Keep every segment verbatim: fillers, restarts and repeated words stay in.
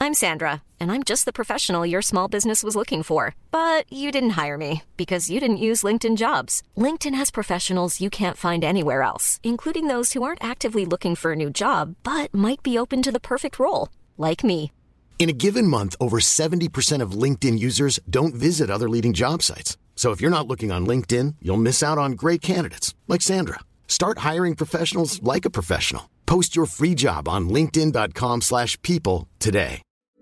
I'm Sandra, and I'm just the professional your small business was looking for. But you didn't hire me because you didn't use LinkedIn Jobs. LinkedIn has professionals you can't find anywhere else, including those who aren't actively looking for a new job, but might be open to the perfect role, like me. In a given month, over seventy percent of LinkedIn users don't visit other leading job sites. So if you're not looking on LinkedIn, you'll miss out on great candidates like Sandra. Start hiring professionals like a professional. Post your free job on linkedin.com slash people today.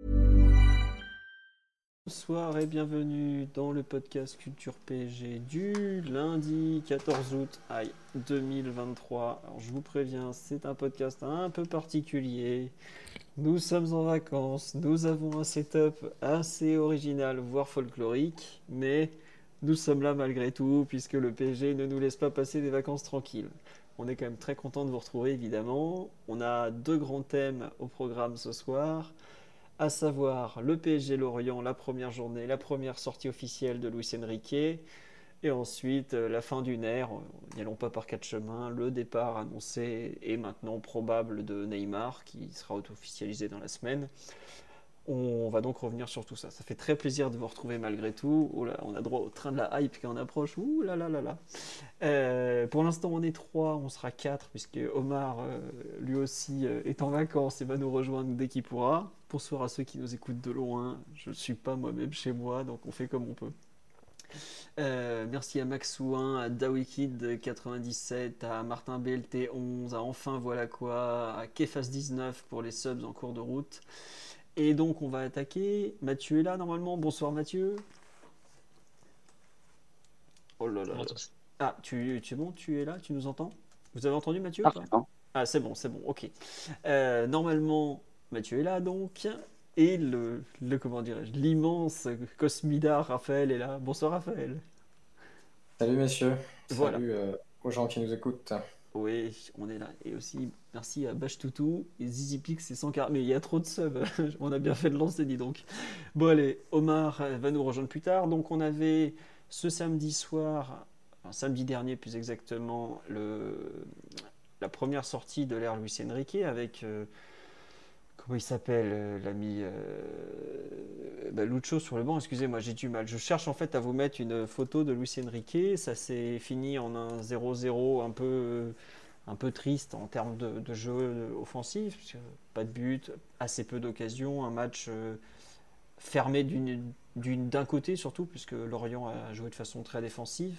Bonsoir et bienvenue dans le podcast Culture P S G du lundi quatorze août aïe, deux mille vingt-trois. Alors je vous préviens, c'est un podcast un peu particulier. Nous sommes en vacances, nous avons un setup assez original, voire folklorique, mais nous sommes là malgré tout, puisque le P S G ne nous laisse pas passer des vacances tranquilles. On est quand même très content de vous retrouver, évidemment. On a deux grands thèmes au programme ce soir, à savoir le P S G Lorient, la première journée, la première sortie officielle de Luis Enrique, et ensuite la fin d'une ère, n'y allons pas par quatre chemins, le départ annoncé et maintenant probable de Neymar, qui sera officialisé dans la semaine. On va donc revenir sur tout ça. Ça fait très plaisir de vous retrouver malgré tout. Oh là, on a droit au train de la hype quand on approche. Ouh là là là là. Euh, pour l'instant, on est trois, on sera quatre, puisque Omar, euh, lui aussi, euh, est en vacances et va nous rejoindre dès qu'il pourra. Bonsoir à ceux qui nous écoutent de loin. Je ne suis pas moi-même chez moi, donc on fait comme on peut. Euh, merci à Maxouin, à Dawikid quatre-vingt-dix-sept, à Martin B L T onze, à Enfin Voilà Quoi, à Kefas dix-neuf pour les subs en cours de route. Et donc on va attaquer. Mathieu est là normalement. Bonsoir Mathieu. Oh là là. là. Ah, tu, tu es bon, tu es là, tu nous entends? Vous avez entendu Mathieu? Parfaitement. Ah, c'est bon, c'est bon, ok. Euh, normalement, Mathieu est là donc. Et le, le comment dirais-je, l'immense Cosmidar Raphaël est là. Bonsoir Raphaël. Salut messieurs. Voilà. Salut euh, aux gens qui nous écoutent. Oui, on est là. Et aussi, merci à Bachtoutou et Zizipix et Sankar. Mais il y a trop de subs. On a bien fait de lancer, dis donc. Bon, allez, Omar va nous rejoindre plus tard. Donc, on avait ce samedi soir, enfin, samedi dernier plus exactement, le, la première sortie de l'ère Luis Enrique avec. Euh, Comment il s'appelle, euh, l'ami euh, bah, Lucho sur le banc, excusez-moi, j'ai du mal. Je cherche en fait à vous mettre une photo de Luis Enrique. Ça s'est fini en un zéro zéro un peu, un peu triste en termes de, de jeu offensif. Parce que pas de but, assez peu d'occasions. Un match euh, fermé d'une, d'une, d'un côté surtout, puisque Lorient a joué de façon très défensive.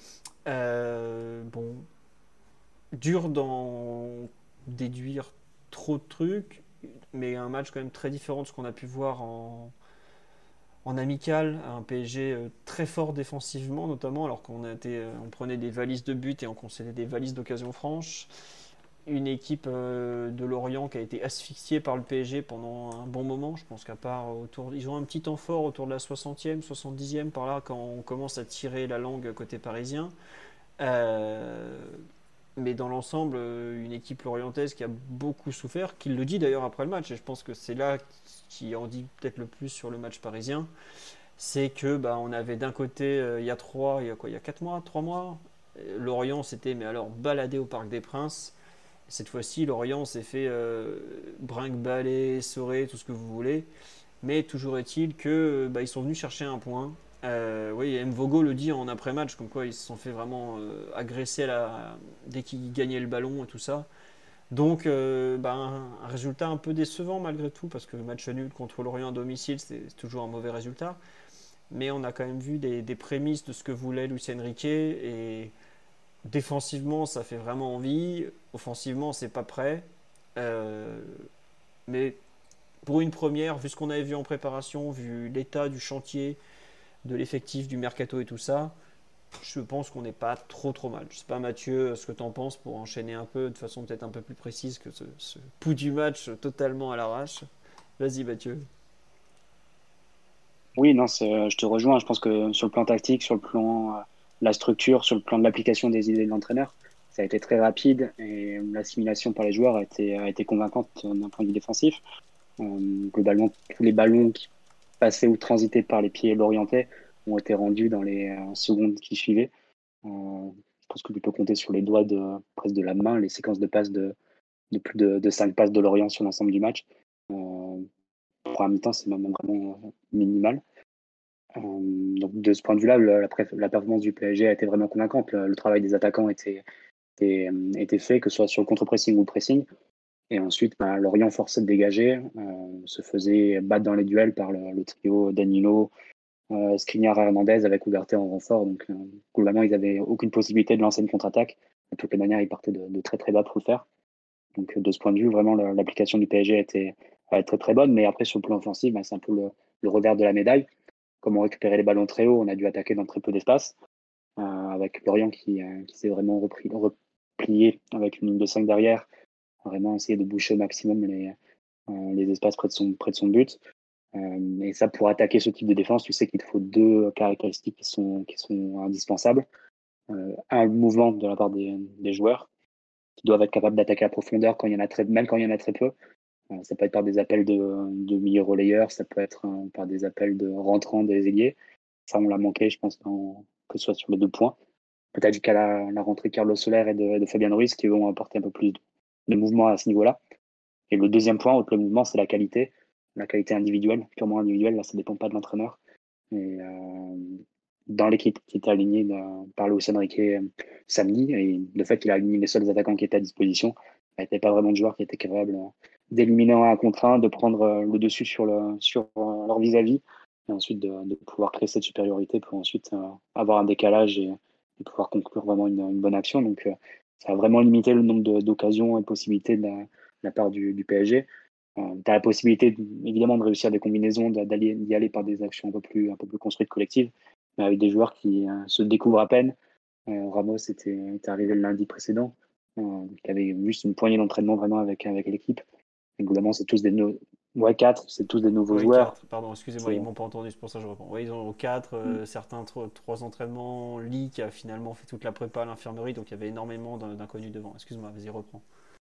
Euh, bon, dur d'en déduire trop de trucs, mais un match quand même très différent de ce qu'on a pu voir en, en amical, un P S G très fort défensivement notamment, alors qu'on a été, on prenait des valises de buts et on concédait des valises d'occasions franches. Une équipe de Lorient qui a été asphyxiée par le P S G pendant un bon moment. Je pense qu'à part autour, ils ont un petit temps fort autour de la soixantième, soixante-dixième par là quand on commence à tirer la langue côté parisien. Euh, Mais dans l'ensemble, une équipe lorientaise qui a beaucoup souffert, qui le dit d'ailleurs après le match, et je pense que c'est là qui en dit peut-être le plus sur le match parisien, c'est que bah, on avait d'un côté, euh, il y a trois, il y a quoi, il y a quatre mois, trois mois, Lorient s'était mais alors baladé au Parc des Princes. Cette fois-ci, Lorient s'est fait euh, brinque-baller, essorer, tout ce que vous voulez, mais toujours est-il que bah, ils sont venus chercher un point. Euh, oui, Mvogo le dit en après-match, comme quoi ils se sont fait vraiment euh, agresser à la... dès qu'ils gagnaient le ballon et tout ça. Donc, euh, bah, un, un résultat un peu décevant malgré tout, parce que le match nul contre Lorient à domicile, c'est, c'est toujours un mauvais résultat. Mais on a quand même vu des, des prémices de ce que voulait Luis Enrique, et défensivement, ça fait vraiment envie. Offensivement, c'est pas prêt. Euh, mais pour une première, vu ce qu'on avait vu en préparation, vu l'état du chantier, de l'effectif, du mercato et tout ça, je pense qu'on n'est pas trop trop mal. Je sais pas Mathieu ce que tu en penses pour enchaîner un peu de façon peut-être un peu plus précise que ce, ce pouls du match totalement à l'arrache. Vas-y Mathieu. Oui, non, c'est, je te rejoins. Je pense que sur le plan tactique, sur le plan euh, la structure, sur le plan de l'application des idées de l'entraîneur, ça a été très rapide et l'assimilation par les joueurs a été, a été convaincante d'un point de vue défensif. Euh, globalement, tous les ballons qui passaient ou transitaient par les pieds lorientais ont été rendus dans les euh, secondes qui suivaient. Euh, je pense que tu peux compter sur les doigts de presque de la main les séquences de passes de, de plus de, de cinq passes de Lorient sur l'ensemble du match. Euh, première mi-temps, c'est même vraiment euh, minimal. Euh, donc de ce point de vue-là, le- la, pré- la performance du P S G a été vraiment convaincante. Le, le travail des attaquants était, était, euh, était fait, que ce soit sur le contre-pressing ou le pressing. Et ensuite, bah, Lorient forçait de dégager, euh, se faisait battre dans les duels par le, le trio Danilo, euh, Skriniar, Hernandez avec Ugarte en renfort. Donc, euh, globalement, ils n'avaient aucune possibilité de lancer une contre-attaque. De toutes les manières, ils partaient de, de très très bas pour le faire. Donc, de ce point de vue, vraiment, le- l'application du P S G a été, a été très très bonne. Mais après, sur le plan offensif, bah, c'est un peu le, le revers de la médaille. Comme on récupérait les ballons très haut, on a dû attaquer dans très peu d'espace. Euh, avec Lorient qui, euh, qui s'est vraiment repris, replié avec une ligne de cinq derrière, vraiment essayer de boucher au maximum les, euh, les espaces près de son, près de son but. Euh, et ça, pour attaquer ce type de défense, tu sais qu'il te faut deux caractéristiques qui sont, qui sont indispensables. Euh, un mouvement de la part des, des joueurs qui doivent être capables d'attaquer à profondeur quand il y en a très, même quand il y en a très peu. Euh, ça peut être par des appels de, de milieu relayeur, ça peut être euh, par des appels de rentrants des ailiers. Ça, on l'a manqué, je pense, dans, que ce soit sur les deux points. Peut-être jusqu'à la, la rentrée de Carlos Soler et de, de Fabien Ruiz qui vont apporter un peu plus de, de mouvement à ce niveau-là. Et le deuxième point, autre le mouvement, c'est la qualité, la qualité individuelle, purement individuelle. Là, ça ne dépend pas de l'entraîneur. Et euh, dans l'équipe qui était alignée de- par Luis Enrique euh, samedi, et le fait qu'il a aligné les seuls attaquants qui étaient à disposition, il n'y avait pas vraiment de joueurs qui étaient capables euh, d'éliminer en un contre un, de prendre euh, le dessus sur, le, sur euh, leur vis-à-vis, et ensuite de, de pouvoir créer cette supériorité pour ensuite euh, avoir un décalage et, et pouvoir conclure vraiment une, une bonne action. Donc, euh, ça a vraiment limité le nombre de- d'occasions et de possibilités de la, de la part du, du P S G. Euh, tu as la possibilité, de- évidemment, de réussir des combinaisons, d'a- d'aller, d'y aller par des actions un peu plus, un peu plus construites, collectives, mais avec des joueurs qui euh, se découvrent à peine. Euh, Ramos était, était arrivé le lundi précédent, euh, qui avait juste une poignée d'entraînement vraiment avec, avec l'équipe. Et globalement, c'est tous des no- ouais, quatre, c'est tous des nouveaux Oui, joueurs. quatre, pardon, excusez-moi, C'est- ils m'ont pas entendu, c'est pour ça que je reprends. Oui, ils en ont quatre, Mm. euh, certains tro- trois entraînements, Lee qui a finalement fait toute la prépa à l'infirmerie, donc il y avait énormément d'in- d'inconnus devant. Excuse-moi, vas-y, reprends.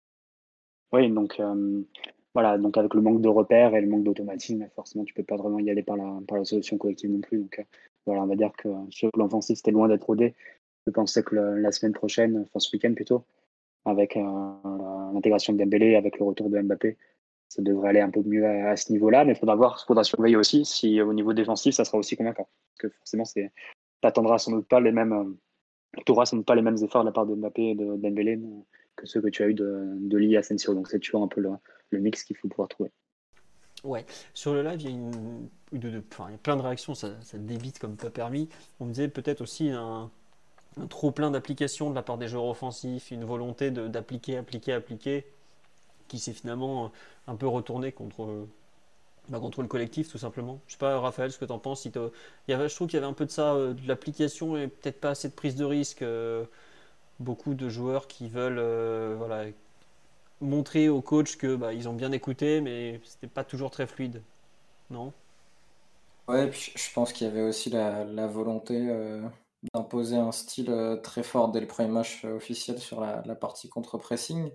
Oui, donc euh, voilà, donc avec le manque de repères et le manque d'automatisme, forcément, tu peux pas vraiment y aller par la, par la solution collective non plus. Donc euh, voilà, on va dire que sur le plan offensif, c'était loin d'être rodé. Je pensais que le- la semaine prochaine, enfin ce week-end plutôt, avec euh, la- l'intégration de Dembélé, avec le retour de Mbappé, ça devrait aller un peu mieux à, à ce niveau-là. Mais il faudra voir, faudra surveiller aussi si au niveau défensif, ça sera aussi convaincant. Parce que forcément, c'est, t'attendras sans doute pas les mêmes, tu n'auras sans doute pas les mêmes efforts de la part de Mbappé et de Dembélé euh, que ceux que tu as eu de, de Lee Asensio. Donc c'est toujours un peu le, le mix qu'il faut pouvoir trouver. Ouais, sur le live, il y a, une, de, de- enfin, il y a plein de réactions, ça, ça débite comme pas permis. On me disait peut-être aussi un, un trop plein d'applications de la part des joueurs offensifs, une volonté de- d'appliquer, appliquer, appliquer, qui s'est finalement un peu retourné contre, bah, contre le collectif tout simplement. Je sais pas Raphaël ce que tu en penses. Si il y avait, je trouve qu'il y avait un peu de ça, euh, de l'application et peut-être pas assez de prise de risque. euh, beaucoup de joueurs qui veulent euh, voilà, montrer au coach que bah, ils ont bien écouté mais c'était pas toujours très fluide. Non. Ouais, puis je je pense qu'il y avait aussi la, la volonté euh, d'imposer un style euh, très fort dès le premier match euh, officiel sur la, la partie contre-pressing.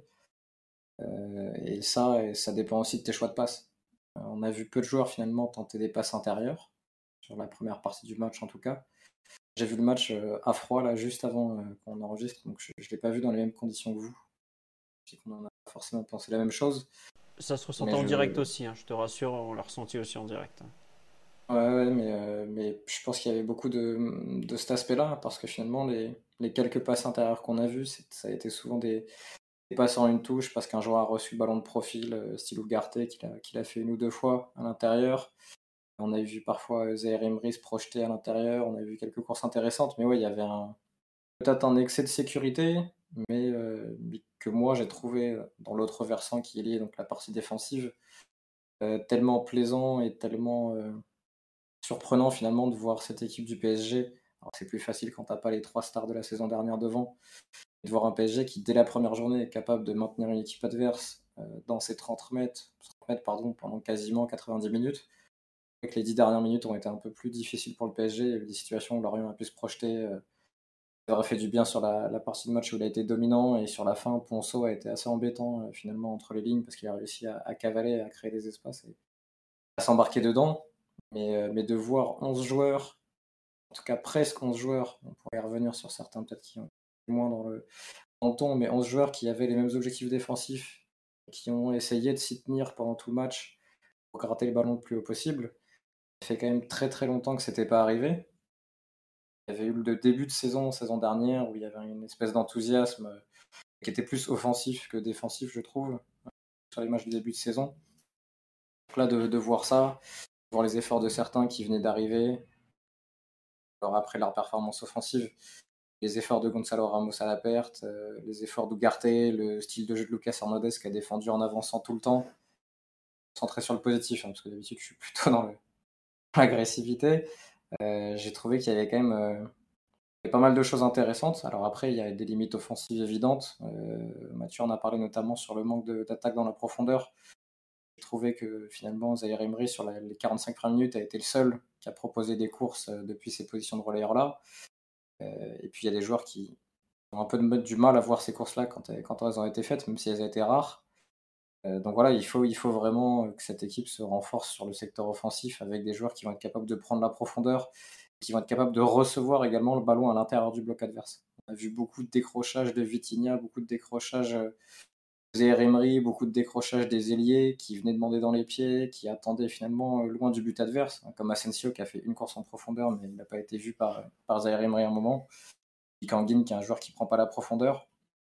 Euh, et ça, et ça dépend aussi de tes choix de passes. Euh, on a vu peu de joueurs finalement tenter des passes intérieures, sur la première partie du match en tout cas. J'ai vu le match euh, à froid là juste avant euh, qu'on enregistre, donc je ne l'ai pas vu dans les mêmes conditions que vous. Je sais qu'on en a forcément pensé la même chose. Ça se ressentait Mais en je, direct aussi, hein, je te rassure, on l'a ressenti aussi en direct. Ouais, ouais, mais, euh, mais je pense qu'il y avait beaucoup de, de cet aspect-là, parce que finalement, les, les quelques passes intérieures qu'on a vues, c'est- ça a été souvent des, des passes en une touche, parce qu'un joueur a reçu le ballon de profil, euh, style Ugarte, qu'il a, qu'il a fait une ou deux fois à l'intérieur. On a vu parfois euh, Zaire Emery se projeter à l'intérieur, on a vu quelques courses intéressantes, mais ouais, il y avait un, peut-être un excès de sécurité, mais, euh, mais que moi j'ai trouvé euh, dans l'autre versant qui est lié, donc la partie défensive, euh, tellement plaisant et tellement euh, surprenant finalement de voir cette équipe du P S G. Alors c'est plus facile quand t'as pas les trois stars de la saison dernière devant, et de voir un P S G qui dès la première journée est capable de maintenir une équipe adverse euh, dans ses trente mètres, trente mètres pardon, pendant quasiment quatre-vingt-dix minutes. Et que les dix dernières minutes ont été un peu plus difficiles pour le P S G. Il y a eu des situations où Lorient a pu se projeter. Euh, ça aurait fait du bien sur la, la partie de match où il a été dominant, et sur la fin, Ponceau a été assez embêtant euh, finalement entre les lignes parce qu'il a réussi à, à cavaler, à créer des espaces et à s'embarquer dedans. Mais, euh, mais de voir onze joueurs, en tout cas presque onze joueurs, on pourrait y revenir sur certains peut-être qui ont moins dans le, dans le ton, mais onze joueurs qui avaient les mêmes objectifs défensifs, qui ont essayé de s'y tenir pendant tout le match, pour gratter le ballon le plus haut possible. Ça fait quand même très très longtemps que c'était pas arrivé. Il y avait eu le début de saison, saison dernière, où il y avait une espèce d'enthousiasme euh, qui était plus offensif que défensif, je trouve, sur les matchs du début de saison. Donc là, de, de voir ça, voir les efforts de certains qui venaient d'arriver, alors après leur performance offensive, les efforts de Gonzalo Ramos à la perte, euh, les efforts d'Ugarte, le style de jeu de Lucas Hernandez qui a défendu en avançant tout le temps, centré sur le positif, hein, parce que d'habitude je suis plutôt dans le- l'agressivité. Euh, j'ai trouvé qu'il y avait quand même euh, il y avait pas mal de choses intéressantes. Alors après, il y a des limites offensives évidentes. Euh, Mathieu en a parlé notamment sur le manque de- d'attaque dans la profondeur. J'ai trouvé que finalement, Zaïre Emery, sur la- les quarante-cinq premières minutes, a été le seul qui a proposé des courses euh, depuis ces positions de relayeur-là. Euh, et puis il y a des joueurs qui ont un peu de, du mal à voir ces courses-là quand, elles- quand elles ont été faites, même si elles ont été rares. Euh, donc voilà, il faut, il faut vraiment que cette équipe se renforce sur le secteur offensif avec des joueurs qui vont être capables de prendre la profondeur, qui vont être capables de recevoir également le ballon à l'intérieur du bloc adverse. On a vu beaucoup de décrochages de Vitinha, beaucoup de décrochages euh, de Zaïre Emery, beaucoup de décrochages des ailiers qui venaient demander dans les pieds, qui attendaient finalement euh, loin du but adverse, hein, comme Asensio qui a fait une course en profondeur, mais il n'a pas été vu par, par Zaïre Emery à un moment. Puis Kangin qui est un joueur qui ne prend pas la profondeur.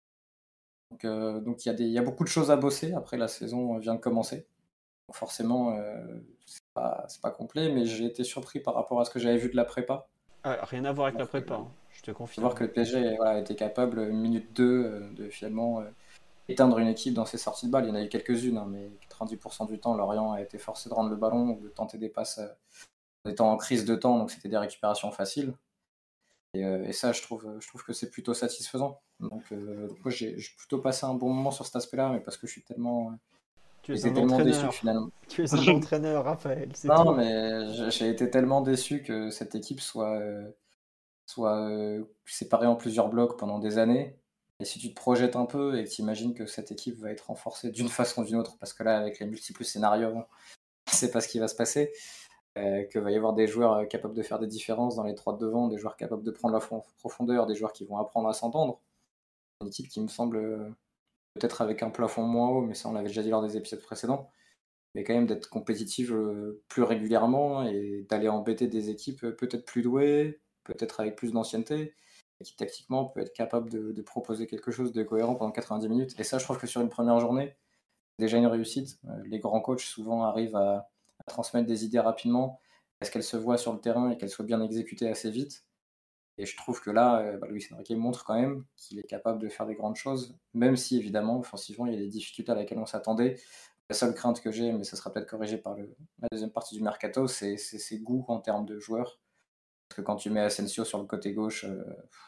Donc, euh, donc il y a des, il y a beaucoup de choses à bosser. Après, la saison vient de commencer. Donc forcément, euh, c'est pas, c'est pas complet, mais j'ai été surpris par rapport à ce que j'avais vu de la prépa. Ah, rien à voir avec la Donc, euh, prépa, hein, je te de confirme. voir que le P S G voilà, était capable, une minute deux, euh, de finalement euh, éteindre une équipe dans ses sorties de balle. Il y en a eu quelques-unes, hein, mais quatre-vingt-dix pour cent du temps, Lorient a été forcé de rendre le ballon ou de tenter des passes euh, en étant en crise de temps, donc c'était des récupérations faciles. Et, euh, et ça, je trouve, je trouve que c'est plutôt satisfaisant. Donc, euh, donc moi, j'ai j'ai plutôt passé un bon moment sur cet aspect-là, mais parce que je suis tellement, euh, Tu es j'étais un tellement déçu entraîneur. finalement. Tu es un entraîneur, Raphaël, c'est Non, tout. mais j'ai j'ai été tellement déçu que cette équipe soit, euh, soit euh, séparée en plusieurs blocs pendant des années. Et si tu te projettes un peu et que tu imagines que cette équipe va être renforcée d'une façon ou d'une autre, parce que là, avec les multiples scénarios, on ne sait pas ce qui va se passer, euh, qu'il va y avoir des joueurs euh, capables de faire des différences dans les trois de devant, des joueurs capables de prendre la fron- profondeur, des joueurs qui vont apprendre à s'entendre. Une équipe qui me semble euh, peut-être avec un plafond moins haut, mais ça on l'avait déjà dit lors des épisodes précédents, mais quand même d'être compétitive euh, plus régulièrement et d'aller embêter des équipes euh, peut-être plus douées, peut-être avec plus d'ancienneté, et qui tactiquement peut être capable de, de proposer quelque chose de cohérent pendant quatre-vingt-dix minutes. Et ça, je trouve que sur une première journée, c'est déjà une réussite. Euh, Les grands coachs souvent arrivent à, à transmettre des idées rapidement, parce qu'elles se voient sur le terrain et qu'elles soient bien exécutées assez vite. Et je trouve que là, euh, bah, Luis Enrique montre quand même qu'il est capable de faire des grandes choses, même si évidemment, offensivement, il y a des difficultés à laquelle on s'attendait. La seule crainte que j'ai, mais ça sera peut-être corrigé par le, la deuxième partie du mercato, c'est c'est ses goûts en termes de joueurs. Parce que quand tu mets Asensio sur le côté gauche, euh,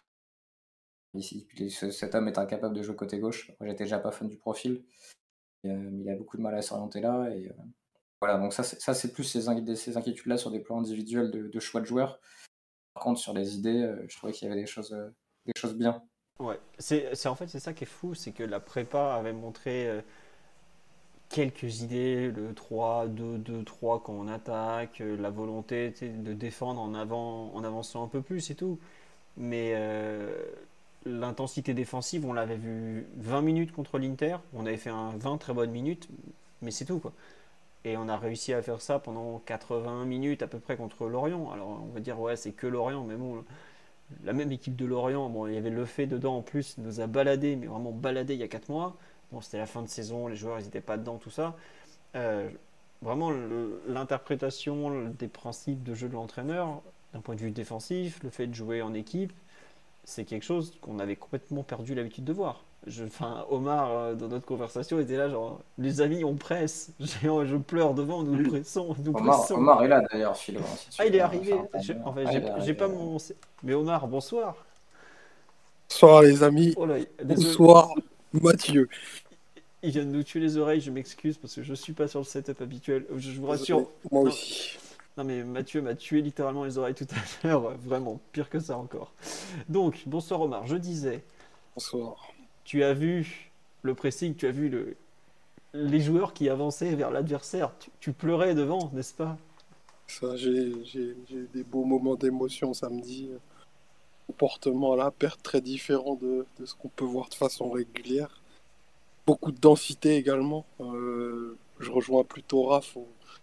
ici, ce- cet homme est incapable de jouer côté gauche. Moi, j'étais déjà pas fan du profil, et, euh, mais il a beaucoup de mal à s'orienter là. Et euh, voilà, donc ça, c'est ça, c'est plus ces, inqui- ces inquiétudes-là sur des plans individuels de, de choix de joueurs. Par contre, sur les idées, euh, je trouvais qu'il y avait des choses, euh, des choses bien. Ouais, c'est c'est- en fait c'est ça qui est fou, c'est que la prépa avait montré euh, quelques idées, le trois deux deux trois quand on attaque, euh, la volonté tu sais, de défendre en avant en avançant un peu plus et tout. Mais euh, l'intensité défensive, on l'avait vu vingt minutes contre l'Inter, on avait fait un vingt très bonnes minutes, mais c'est tout quoi. Et on a réussi à faire ça pendant quatre-vingts minutes à peu près contre Lorient. Alors on va dire ouais c'est que Lorient, mais bon la même équipe de Lorient, bon, il y avait le fait dedans en plus, il nous a baladé, mais vraiment baladé il y a quatre mois. Bon, c'était la fin de saison, les joueurs n'étaient pas dedans, tout ça. Euh, Vraiment, le- l'interprétation des principes de jeu de l'entraîneur, d'un point de vue défensif, le fait de jouer en équipe, c'est quelque chose qu'on avait complètement perdu l'habitude de voir. Je, enfin, Omar, euh, dans notre conversation, était là genre, les amis, on presse. Je, je pleure devant, nous pressons, nous Omar, pressons. Omar est là d'ailleurs, Philo, hein, si tu Ah, il veux est euh, faire arrivé. Je, intervenir. en fait, Ah, j'ai il est j'ai arrivé. pas euh, mon. Mais Omar, bonsoir. Bonsoir les amis, Oh là, désolé, bonsoir Mathieu. il vient de nous tuer les oreilles, je m'excuse parce que je suis pas sur le setup habituel. Je, je vous rassure. Désolé, moi Non, aussi. non, mais Mathieu m'a tué littéralement les oreilles tout à l'heure, vraiment, pire que ça encore. Donc, bonsoir Omar, je disais, Bonsoir. tu as vu le pressing, tu as vu le, les joueurs qui avançaient vers l'adversaire, tu, tu pleurais devant, n'est-ce pas? Ça, j'ai, j'ai, j'ai eu des beaux moments d'émotion samedi. Comportement à la perte très différent de, de ce qu'on peut voir de façon régulière. Beaucoup de densité également. Euh, je rejoins plutôt Raph. On,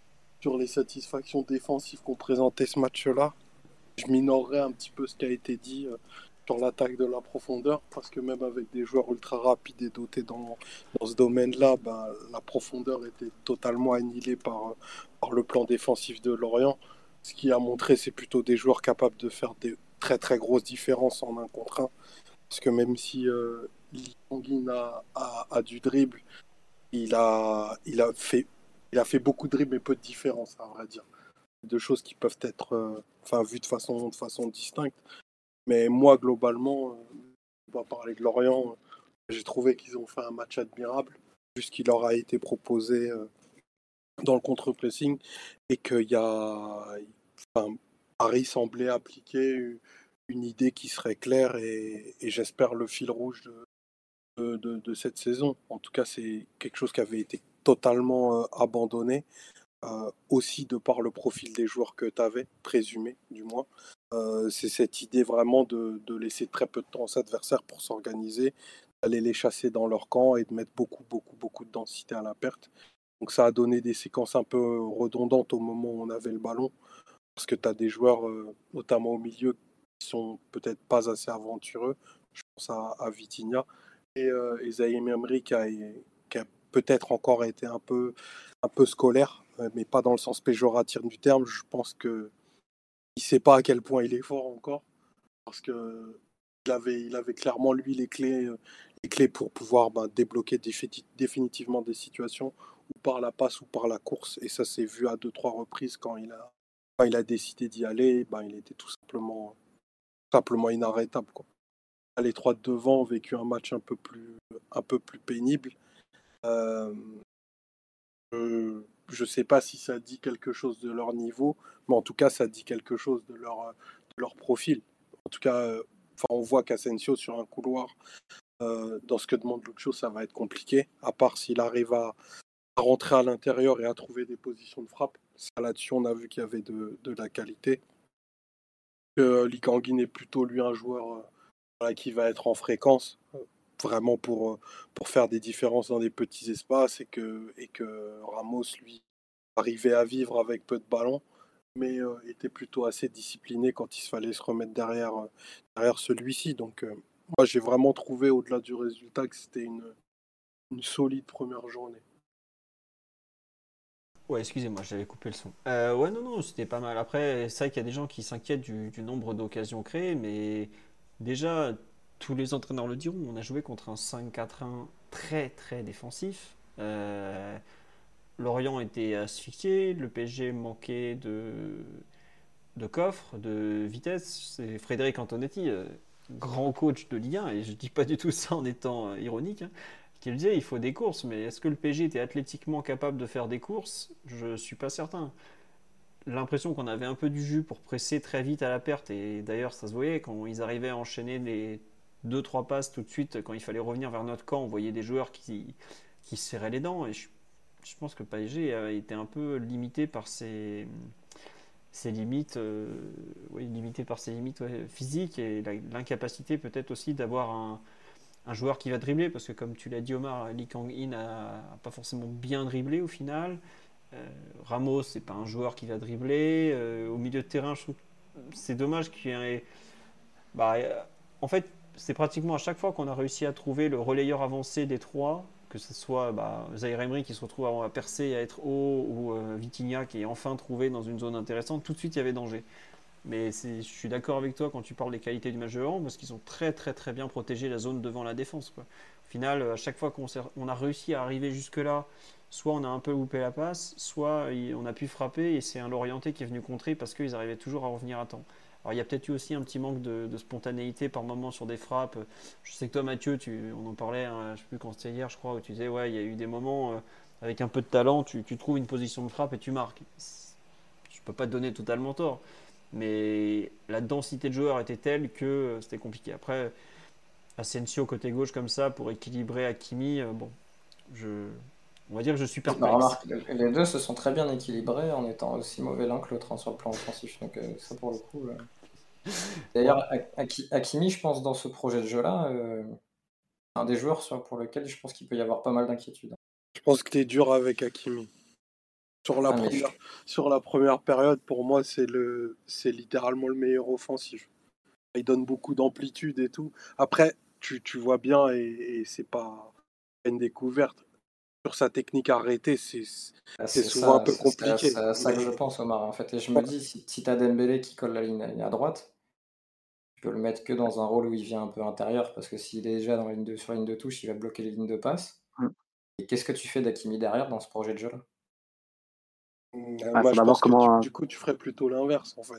sur les satisfactions défensives qu'on présentait ce match-là, je minorerais un petit peu ce qui a été dit euh, sur l'attaque de la profondeur, parce que même avec des joueurs ultra rapides et dotés dans, dans ce domaine-là, ben, la profondeur était totalement annihilée par, euh, par le plan défensif de Lorient. Ce qui a montré, c'est plutôt des joueurs capables de faire des très très grosses différences en un contre un. Parce que même si euh, Lee Kang-in a, a, a du dribble, il a, il, a fait, il a fait beaucoup de dribbles mais peu de différence, à vrai dire. Deux choses qui peuvent être euh, enfin, vues de façon, de façon distincte. Mais moi, globalement, euh, on va parler de Lorient, euh, j'ai trouvé qu'ils ont fait un match admirable, juste qu'il leur a été proposé euh, dans le contre-pressing et qu'il y a. Enfin, Paris semblait appliquer une idée qui serait claire et, et j'espère le fil rouge de, de, de, de cette saison. En tout cas, c'est quelque chose qui avait été totalement euh, abandonné, euh, aussi de par le profil des joueurs que tu avais, présumé du moins. Euh, c'est cette idée vraiment de, de laisser très peu de temps aux adversaires pour s'organiser, d'aller les chasser dans leur camp et de mettre beaucoup, beaucoup, beaucoup de densité à la perte. Donc ça a donné des séquences un peu redondantes au moment où on avait le ballon, parce que tu as des joueurs, euh, notamment au milieu, qui sont peut-être pas assez aventureux. Je pense à, à Vitinha et, euh, et Zaïm Emery qui a, qui a peut-être encore été un peu, un peu scolaire, euh, mais pas dans le sens péjoratif du terme. Je pense que il sait pas à quel point il est fort encore, parce que il avait, il avait clairement lui les clés, euh, les clés pour pouvoir ben, débloquer défi- définitivement des situations ou par la passe ou par la course. Et ça s'est vu à deux trois reprises quand il a, quand il a décidé d'y aller. Ben, il était tout simplement, simplement inarrêtable, quoi. Les trois de devant ont vécu un match un peu plus, un peu plus pénible. Euh, je ne sais pas si ça dit quelque chose de leur niveau, mais en tout cas, ça dit quelque chose de leur, de leur profil. En tout cas, euh, enfin, on voit qu'Asensio, sur un couloir, euh, dans ce que demande Lucho, ça va être compliqué, à part s'il arrive à, à rentrer à l'intérieur et à trouver des positions de frappe. Ça, là-dessus, on a vu qu'il y avait de, de la qualité. Que Lee Kang-in est plutôt, lui, un joueur euh, voilà, qui va être en fréquence, euh, vraiment pour, euh, pour faire des différences dans des petits espaces, et que, et que Ramos, lui, arrivait à vivre avec peu de ballons, mais euh, était plutôt assez discipliné quand il se fallait se remettre derrière, euh, derrière celui-ci. Donc, euh, moi, j'ai vraiment trouvé, au-delà du résultat, que c'était une, une solide première journée. Ouais, excusez-moi, j'avais coupé le son. Euh, ouais, non, non, c'était pas mal. Après, c'est vrai qu'il y a des gens qui s'inquiètent du, du nombre d'occasions créées, mais déjà, tous les entraîneurs le diront, on a joué contre un cinq quatre un très, très défensif. Euh, Lorient était asphyxié, le P S G manquait de, de coffre, de vitesse. C'est Frédéric Antonetti, euh, grand coach de Ligue un, et je dis pas du tout ça en étant euh, ironique, hein, qui le disait, il faut des courses, mais est-ce que le P S G était athlétiquement capable de faire des courses? Je suis pas certain. L'impression qu'on avait un peu du jus pour presser très vite à la perte, et d'ailleurs ça se voyait quand ils arrivaient à enchaîner les deux trois passes tout de suite, quand il fallait revenir vers notre camp, on voyait des joueurs qui, qui se serraient les dents, et je, je pense que le P S G a été un peu limité par ses, ses limites, euh, oui, limité par ses limites ouais, physiques, et la- l'incapacité peut-être aussi d'avoir un, un joueur qui va dribbler, parce que comme tu l'as dit Omar, Lee Kang-in a, a pas forcément bien dribblé au final. Euh, Ramos, c'est pas un joueur qui va dribbler. Euh, au milieu de terrain, je trouve que c'est dommage qu'il y ait. Bah, euh, en fait, c'est pratiquement à chaque fois qu'on a réussi à trouver le relayeur avancé des trois, que ce soit bah, Zaïre Emery qui se retrouve à percer et à être haut, ou euh, Vitinha qui est enfin trouvé dans une zone intéressante, tout de suite il y avait danger. Mais c'est- je suis d'accord avec toi quand tu parles des qualités du match de Laurent, parce qu'ils ont très très très bien protégé la zone devant la défense, quoi. Au final, à chaque fois qu'on s'est- on a réussi à arriver jusque-là, soit on a un peu loupé la passe, soit il- on a pu frapper et c'est un Lorientais qui est venu contrer parce qu'ils arrivaient toujours à revenir à temps. Alors il y a peut-être eu aussi un petit manque de, de spontanéité par moment sur des frappes. Je sais que toi Mathieu, tu, on en parlait, hein, je sais plus quand c'était hier je crois, où tu disais ouais il y a eu des moments euh, avec un peu de talent, tu, tu trouves une position de frappe et tu marques. Je peux pas te donner totalement tort, mais la densité de joueurs était telle que euh, c'était compliqué. Après, Asensio côté gauche comme ça pour équilibrer Hakimi, euh, bon, je, on va dire que je suis Bah, perplexe. remarque, les deux se sont très bien équilibrés en étant aussi mauvais l'un que l'autre, hein, sur le plan offensif. Donc euh, ça pour le coup. euh. Ouais, D'ailleurs, Hak- Haki- Hakimi, je pense, dans ce projet de jeu-là, euh, un des joueurs sur- pour lequel je pense qu'il peut y avoir pas mal d'inquiétudes. Je pense que tu es dur avec Hakimi. Sur la, Ah, mais première, sur la première période, pour moi, c'est le, c'est littéralement le meilleur offensif. Il donne beaucoup d'amplitude et tout. Après, tu, tu vois bien, et, et c'est pas une découverte. Sur sa technique arrêtée, c'est, ah, c'est c'est souvent un ça, peu c'est c'est à compliqué. c'est à ça que je Mais pense, Omar, en fait. Et je me dis, si, si t'as Dembélé qui colle la ligne à droite, tu peux le mettre que dans un rôle où il vient un peu intérieur, parce que s'il est déjà dans la ligne de, sur la ligne de touche, il va bloquer les lignes de passe. Mm. Et qu'est-ce que tu fais d'Hakimi derrière dans ce projet de jeu-là? euh, Ah, moi, je faudra voir pense que tu- comment. euh, du coup, tu ferais plutôt l'inverse, en fait.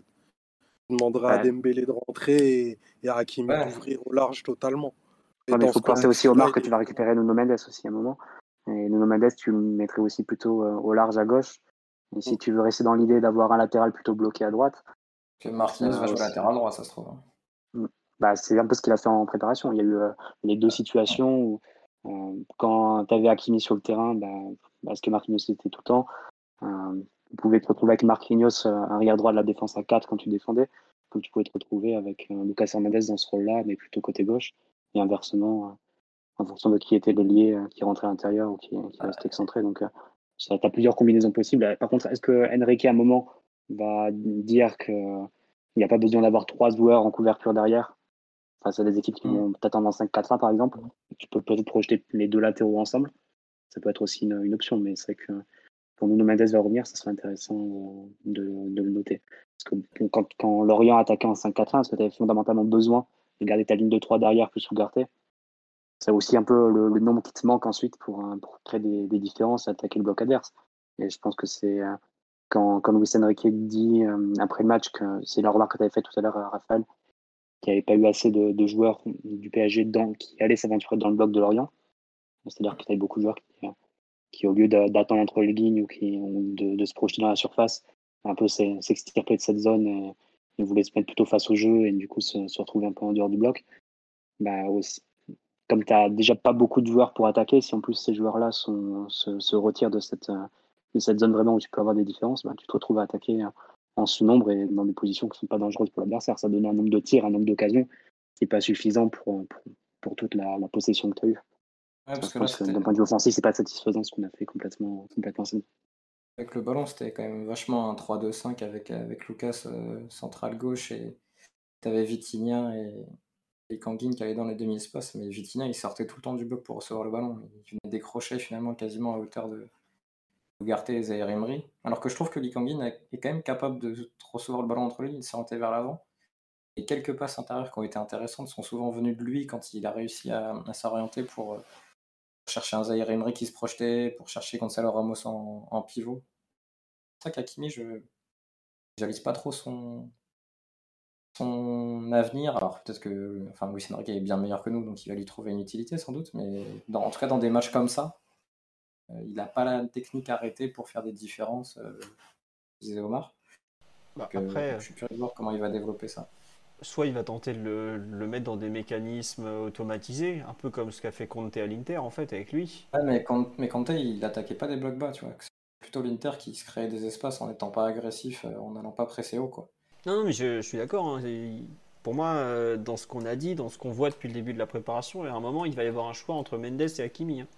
Tu demanderas à ouais. Dembélé de rentrer et, et à Hakimi Ouais, d'ouvrir au large totalement. Et Ouais, mais il dans faut ce penser aussi, contexte-là, Omar, il que tu est... vas récupérer Nuno Mendes aussi à un moment. Et Nuno Mendes, tu le mettrais aussi plutôt euh, au large à gauche. Et si tu veux rester dans l'idée d'avoir un latéral plutôt bloqué à droite, que ça Marquinhos va jouer aussi. latéral droit, ça se trouve, hein. Mm. Bah, c'est un peu ce qu'il a fait en préparation. Il y a eu euh, les deux Ouais. situations où, euh, quand tu avais Hakimi sur le terrain, bah, parce que Marquinhos était tout le temps, euh, tu pouvais te retrouver avec Marquinhos, euh, arrière droit de la défense à quatre quand tu défendais, comme tu pouvais te retrouver avec euh, Lucas Hernandez dans ce rôle-là, mais plutôt côté gauche, et inversement, euh, en fonction de qui était l'ailier, euh, qui rentrait à l'intérieur ou qui, qui restait excentré. Donc, euh, tu as plusieurs combinaisons possibles. Par contre, est-ce que Enrique, à un moment, va dire qu'il n'y a pas besoin d'avoir trois joueurs en couverture derrière face à des équipes qui Mm. vont t'attendre en cinq quatre un, par exemple? Tu peux peut-être projeter les deux latéraux ensemble. Ça peut être aussi une, une option, mais c'est vrai que quand Nuno Mendes va revenir, ça serait intéressant euh, de, de le noter. Parce que bon, quand, quand Lorient attaquait en cinq quatre un, est-ce que tu avais fondamentalement besoin de garder ta ligne de trois derrière plus Ugarte? C'est aussi un peu le, le nombre qui te manque ensuite pour, euh, pour créer des, des différences, attaquer le bloc adverse. Et je pense que c'est euh, quand, quand Luis Enrique dit euh, après le match, que c'est la remarque que tu avais faite tout à l'heure, euh, Raphaël, qu'il n'y avait pas eu assez de, de joueurs du P S G dans, qui allaient s'aventurer dans le bloc de Lorient. C'est-à-dire que tu avais beaucoup de joueurs qui, qui au lieu d'a- d'attendre entre les lignes ou qui, ou de, de se projeter dans la surface, un peu s'est- s'extirper de cette zone et, et voulaient se mettre plutôt face au jeu et du coup se, se retrouver un peu en dehors du bloc. Bah, aussi, comme tu n'as déjà pas beaucoup de joueurs pour attaquer, si en plus ces joueurs-là sont, se, se retirent de cette, euh, de cette zone vraiment où tu peux avoir des différences, bah, tu te retrouves à attaquer en sous-nombre et dans des positions qui ne sont pas dangereuses pour l'adversaire. Ça donne un nombre de tirs, un nombre d'occasions qui n'est pas suffisant pour, pour, pour toute la, la possession que tu as eue. Ouais, Ça, parce je que là, pense que c'était d'un point de vue offensif, c'est pas satisfaisant ce qu'on a fait complètement, complètement samedi. avec le ballon, c'était quand même vachement un trois deux cinq avec, avec Lucas euh, central gauche et t'avais Vitinha et, et Kangin qui allaient dans les demi-espaces, mais Vitinha il sortait tout le temps du bloc pour recevoir le ballon. Il venait décrocher finalement quasiment à hauteur de Ugarte et Zaïre Emery. Alors que je trouve que Lee Kangin est quand même capable de recevoir le ballon entre les lignes, de s'orienter vers l'avant. Et quelques passes intérieures qui ont été intéressantes sont souvent venues de lui quand il a réussi à, à s'orienter pour euh, chercher un Zaïre Emery qui se projetait, pour chercher Gonzalo Ramos en, en pivot. C'est ça qu'Hakimi, je j'avise pas trop son, son avenir. Alors peut-être que enfin, Luis Enrique est bien meilleur que nous, donc il va lui trouver une utilité sans doute, mais dans, en tout cas dans des matchs comme ça, euh, il n'a pas la technique arrêtée pour faire des différences, euh, disait Omar. Bah, Donc, euh, après, je suis curieux de voir comment il va développer ça. soit il va tenter de le, le mettre dans des mécanismes automatisés, un peu comme ce qu'a fait Conte à l'Inter en fait avec lui. Ouais, mais, quand, mais Conte, il attaquait pas des blocs bas, tu vois. C'est plutôt l'Inter qui se créait des espaces en n'étant pas agressif, euh, en n'allant pas presser haut, quoi. Non, non, mais je, je suis d'accord, hein. Pour moi, euh, dans ce qu'on a dit, dans ce qu'on voit depuis le début de la préparation, à un moment, il va y avoir un choix entre Mendes et Hakimi, hein.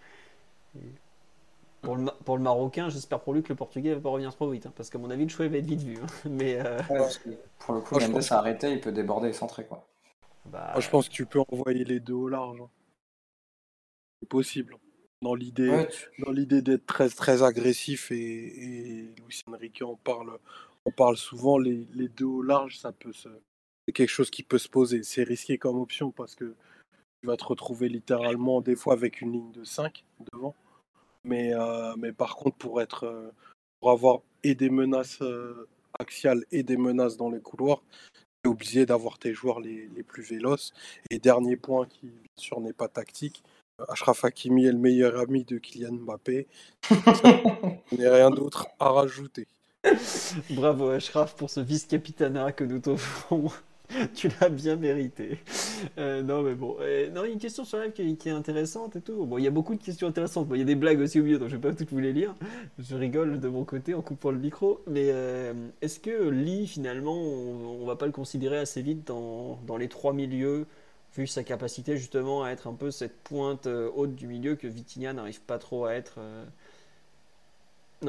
Pour le, pour le Marocain, j'espère pour lui que le Portugais va pas revenir trop vite, hein, parce qu'à mon avis, le choix va être vite vu, hein. Mais euh, Ouais, Ouais. parce que pour le coup, Moi, je Mendes pense a que, arrêté, il peut déborder et centrer, quoi. moi, je bah, pense que tu peux envoyer les deux au large, hein. C'est possible. Dans l'idée, Ouais, tu- dans l'idée d'être très, très agressif et, et Luis Enrique en parle, on parle souvent, les, les deux au large, ça peut se, c'est quelque chose qui peut se poser. C'est risqué comme option parce que tu vas te retrouver littéralement des fois avec une ligne de cinq devant. Mais, euh, mais par contre, pour être, euh, pour avoir et des menaces euh, axiales et des menaces dans les couloirs, tu es obligé d'avoir tes joueurs les, les plus véloces. Et dernier point qui, bien sûr, n'est pas tactique, euh, Achraf Hakimi est le meilleur ami de Kylian Mbappé. Ça, il n'y a rien d'autre à rajouter. bravo Ashraf pour ce vice-capitanat que nous t'offrons. Tu l'as bien mérité. Euh, non, mais bon. Euh, non, il y a une question sur live qui, qui est intéressante et tout. Bon, il y a beaucoup de questions intéressantes. Bon, il y a des blagues aussi au milieu, donc je vais pas toutes vous les lire. Je rigole de mon côté en coupant le micro. Mais euh, est-ce que Lee, finalement, on, on va pas le considérer assez vite dans, dans les trois milieux, vu sa capacité justement à être un peu cette pointe euh, haute du milieu que Vitinha n'arrive pas trop à être euh, Non?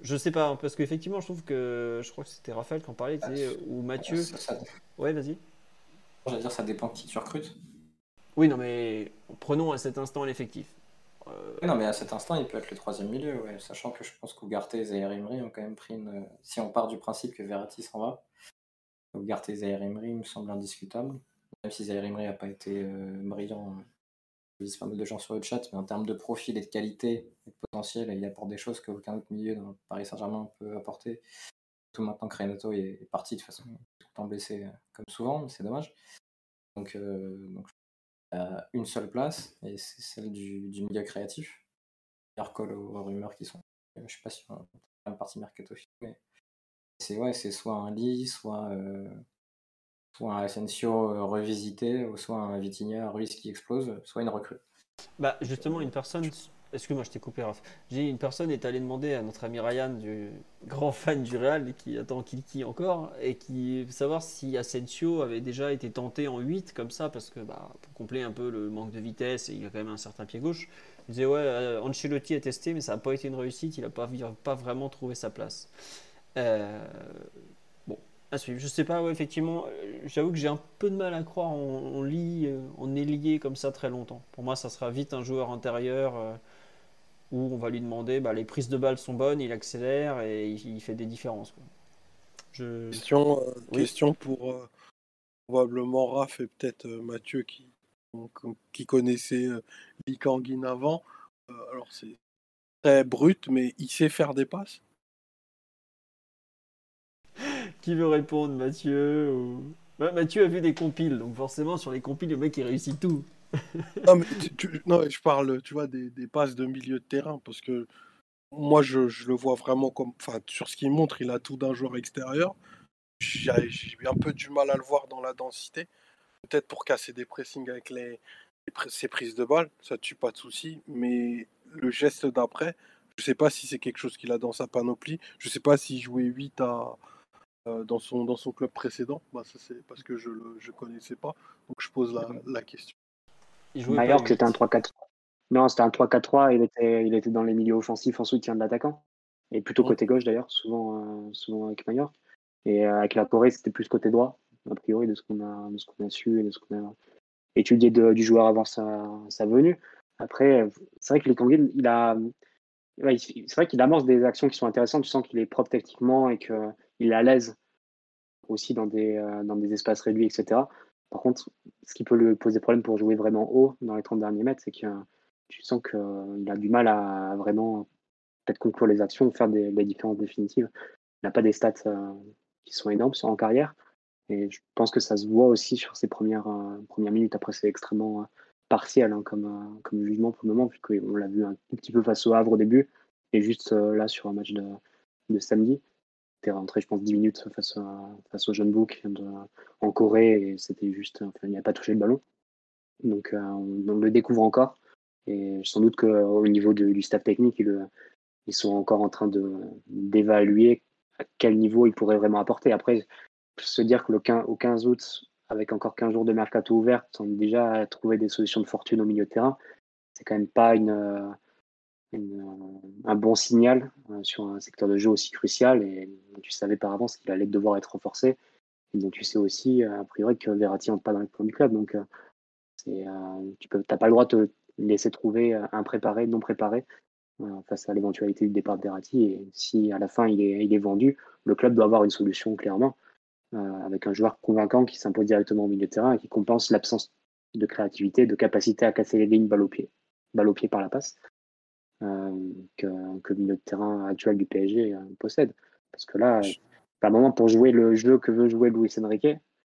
Je sais pas, hein, parce qu'effectivement, je trouve que. Je crois que c'était Raphaël qui en parlait, Bah, disait, euh, ou Mathieu. ça, ça, Ouais, vas-y. j'allais dire, ça dépend qui tu recrutes. Oui, non, mais prenons à cet instant l'effectif. Euh, Oui, non, mais à cet instant, il peut être le troisième milieu, ouais, sachant que je pense qu'Ougarté et Zaïre Emery ont quand même pris une. Si on part du principe que Verratti s'en va, Ougarté et Zaïre Emery me semble indiscutable. Même si Zaïre Emery n'a pas été euh, brillant, euh, je dis pas mal de gens sur le chat, mais en termes de profil et de qualité et de potentiel, il apporte des choses qu'aucun autre milieu dans Paris Saint-Germain peut apporter. Tout maintenant que Renato est parti de toute façon, tout le temps blessé, euh, comme souvent, mais c'est dommage. Donc, euh, donc il y a une seule place, et c'est celle du, du milieu créatif. Il recolle aux, aux rumeurs qui sont. Je suis pas sûr, hein, la partie mercato, mais c'est ouais, c'est soit un Lee, soit, euh, soit un Asensio euh, revisité, ou soit un Vitinha Ruiz qui explose, soit une recrue. Bah, justement, une personne. Excuse-moi, je t'ai coupé, Raph. J'ai une personne est allée demander à notre ami Ryan, du grand fan du Real, et qui attend Kiliki encore, et qui veut savoir si Asensio avait déjà été tenté en huit, comme ça, parce que bah, pour combler un peu le manque de vitesse, et il a quand même un certain pied gauche. Il disait, ouais, euh, Ancelotti a testé, mais ça n'a pas été une réussite, il n'a pas, pas vraiment trouvé sa place. Euh, Bon, à suivre. Je sais pas, ouais, effectivement, euh, j'avoue que j'ai un peu de mal à croire en, en lit, euh, en ailier comme ça très longtemps. Pour moi, ça sera vite un joueur intérieur euh, où on va lui demander, bah, les prises de balles sont bonnes, il accélère et il, il fait des différences, quoi. Je... Question, euh, Oui, question pour euh, probablement Raph et peut-être euh, Mathieu qui, qui connaissait euh, Lee Kang-in avant. Euh, alors c'est très brut, mais il sait faire des passes. qui veut répondre, Mathieu ou... Bah, Mathieu a vu des compiles, donc forcément sur les compiles, le mec il réussit tout. Non, mais tu- tu- non, je parle, tu vois, des, des passes de milieu de terrain, parce que moi, je, je le vois vraiment comme, enfin, sur ce qu'il montre, il a tout d'un joueur extérieur. J'ai j'ai un peu du mal à le voir dans la densité. Peut-être pour casser des pressings avec les, les pr- ses prises de balles, ça tue pas de souci. Mais le geste d'après, je sais pas si c'est quelque chose qu'il a dans sa panoplie. Je sais pas s'il jouait huit à, euh, dans, son, dans son club précédent. Bah, ça, c'est parce que je le je connaissais pas. Donc je pose la, la question. Il jouait pas Mallorca, c'était un huit. trois quatre. Non, c'était un trois quatre trois. Il était, il était dans les milieux offensifs en soutien de l'attaquant. Et plutôt Hum, côté gauche d'ailleurs, souvent, euh, souvent avec Mallorca. Et euh, avec la Corée, c'était plus côté droit, a priori, de ce qu'on a, de ce qu'on a su et de ce qu'on a étudié de- du joueur avant sa, sa venue. Après, c'est vrai que les Kangin, il a. Ouais, il- c'est vrai qu'il amorce des actions qui sont intéressantes. Tu sens qu'il est propre techniquement et qu'il est à l'aise aussi dans des, euh, dans des espaces réduits, et cetera. Par contre, ce qui peut lui poser problème pour jouer vraiment haut dans les trente derniers mètres, c'est que tu sens qu'il a du mal à vraiment peut-être conclure les actions, faire des, des différences définitives. Il n'a pas des stats euh, qui sont énormes en carrière. Et je pense que ça se voit aussi sur ses premières, euh, premières minutes. Après, c'est extrêmement euh, partiel hein, comme, euh, comme jugement pour le moment, puisqu'on l'a vu un tout petit peu face au Havre au début, et juste euh, là sur un match de, de samedi. Il était rentré, je pense, dix minutes face, à, face au Jeune Book de, en Corée, et c'était juste, enfin, il n'a pas touché le ballon. Donc, euh, on, on le découvre encore. Et sans doute qu'au niveau de, du staff technique, ils, le- ils sont encore en train de, d'évaluer à quel niveau il pourrait vraiment apporter. Après, se dire que le quinze, au quinze août, avec encore quinze jours de mercato ouvert, on a déjà trouvé des solutions de fortune au milieu de terrain, c'est quand même pas une, euh, une, euh, un bon signal euh, sur un secteur de jeu aussi crucial. Et tu savais par avance qu'il allait devoir être renforcé. Et donc tu sais aussi, euh, a priori, que Verratti n'entre pas dans les plans du club. Donc euh, c'est, euh, tu n'as pas le droit de te laisser trouver euh, impréparé, non préparé euh, face à l'éventualité du départ de Verratti. Et si à la fin il est, il est vendu, le club doit avoir une solution clairement euh, avec un joueur convaincant qui s'impose directement au milieu de terrain et qui compense l'absence de créativité, de capacité à casser les lignes balle au pied, balle au pied par la passe euh, que, que le milieu de terrain actuel du P S G euh, possède. Parce que là, par moment, pour jouer le jeu que veut jouer Luis Enrique,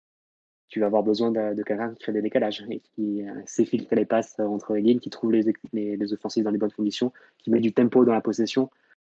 tu vas avoir besoin de, de quelqu'un qui fait des décalages et qui euh, sait filtrer les passes entre les lignes, qui trouve les, les, les offensives dans les bonnes conditions, qui met du tempo dans la possession.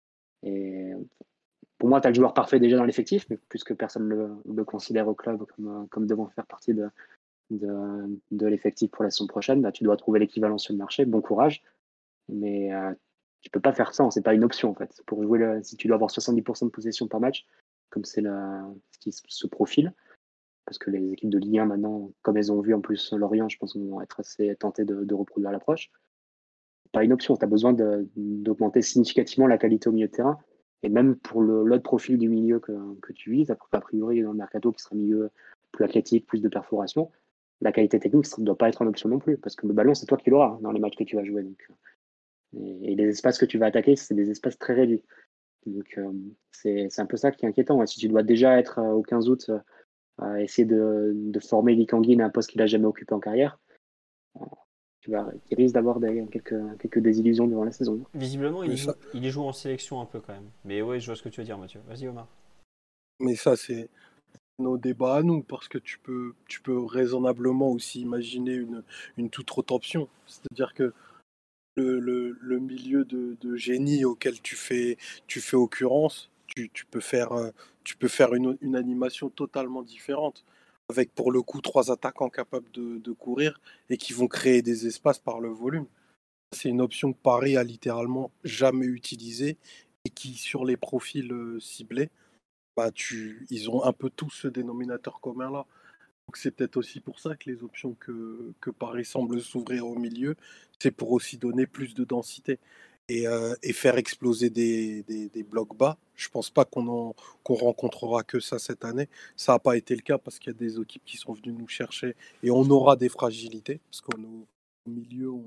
Et pour moi, tu as le joueur parfait déjà dans l'effectif, mais puisque personne ne le, le considère au club comme, comme devant faire partie de, de, de l'effectif pour la saison prochaine, bah, tu dois trouver l'équivalent sur le marché. Bon courage, mais euh, tu peux pas faire ça, c'est pas une option en fait. Pour jouer, le, si tu dois avoir soixante-dix pour cent de possession par match, comme c'est ce qui se profile, parce que les équipes de Ligue un maintenant, comme elles ont vu en plus Lorient, je pense, vont être assez tentées de, de reproduire l'approche. C'est pas une option, tu as besoin de, d'augmenter significativement la qualité au milieu de terrain. Et même pour le, l'autre profil du milieu que, que tu vises, a priori dans le mercato qui sera milieu plus athlétique, plus de perforation, la qualité technique ne doit pas être en option non plus, parce que le ballon, c'est toi qui l'auras dans les matchs que tu vas jouer. Donc, et, et les espaces que tu vas attaquer, c'est des espaces très réduits. Donc euh, c'est, c'est un peu ça qui est inquiétant. Ouais. Si tu dois déjà être euh, au quinze août euh, à essayer de, de former Lee Kang-in à un poste qu'il n'a jamais occupé en carrière, euh, tu, vas, tu risques d'avoir des, quelques, quelques désillusions durant la saison. Visiblement, il Mais y, joue, ça, il y joue en sélection un peu quand même. Mais ouais, je vois ce que tu veux dire, Mathieu. Vas-y, Omar. mais ça c'est nos débats à nous, parce que tu peux, tu peux raisonnablement aussi imaginer une, une toute autre option. C'est-à-dire que le, le, le milieu de, de génie auquel tu fais, tu fais occurrence, tu, tu peux faire, euh, tu peux faire une, une animation totalement différente, avec pour le coup trois attaquants capables de, de courir et qui vont créer des espaces par le volume. C'est une option que Paris a littéralement jamais utilisée et qui, sur les profils euh, ciblés, bah, tu, ils ont un peu tous ce dénominateur commun-là. Donc c'est peut-être aussi pour ça que les options que, que Paris semble s'ouvrir au milieu, c'est pour aussi donner plus de densité et, euh, et faire exploser des, des, des blocs bas. Je pense pas qu'on en, qu'on rencontrera que ça cette année. Ça n'a pas été le cas parce qu'il y a des équipes qui sont venues nous chercher et on aura des fragilités parce qu'au au milieu, on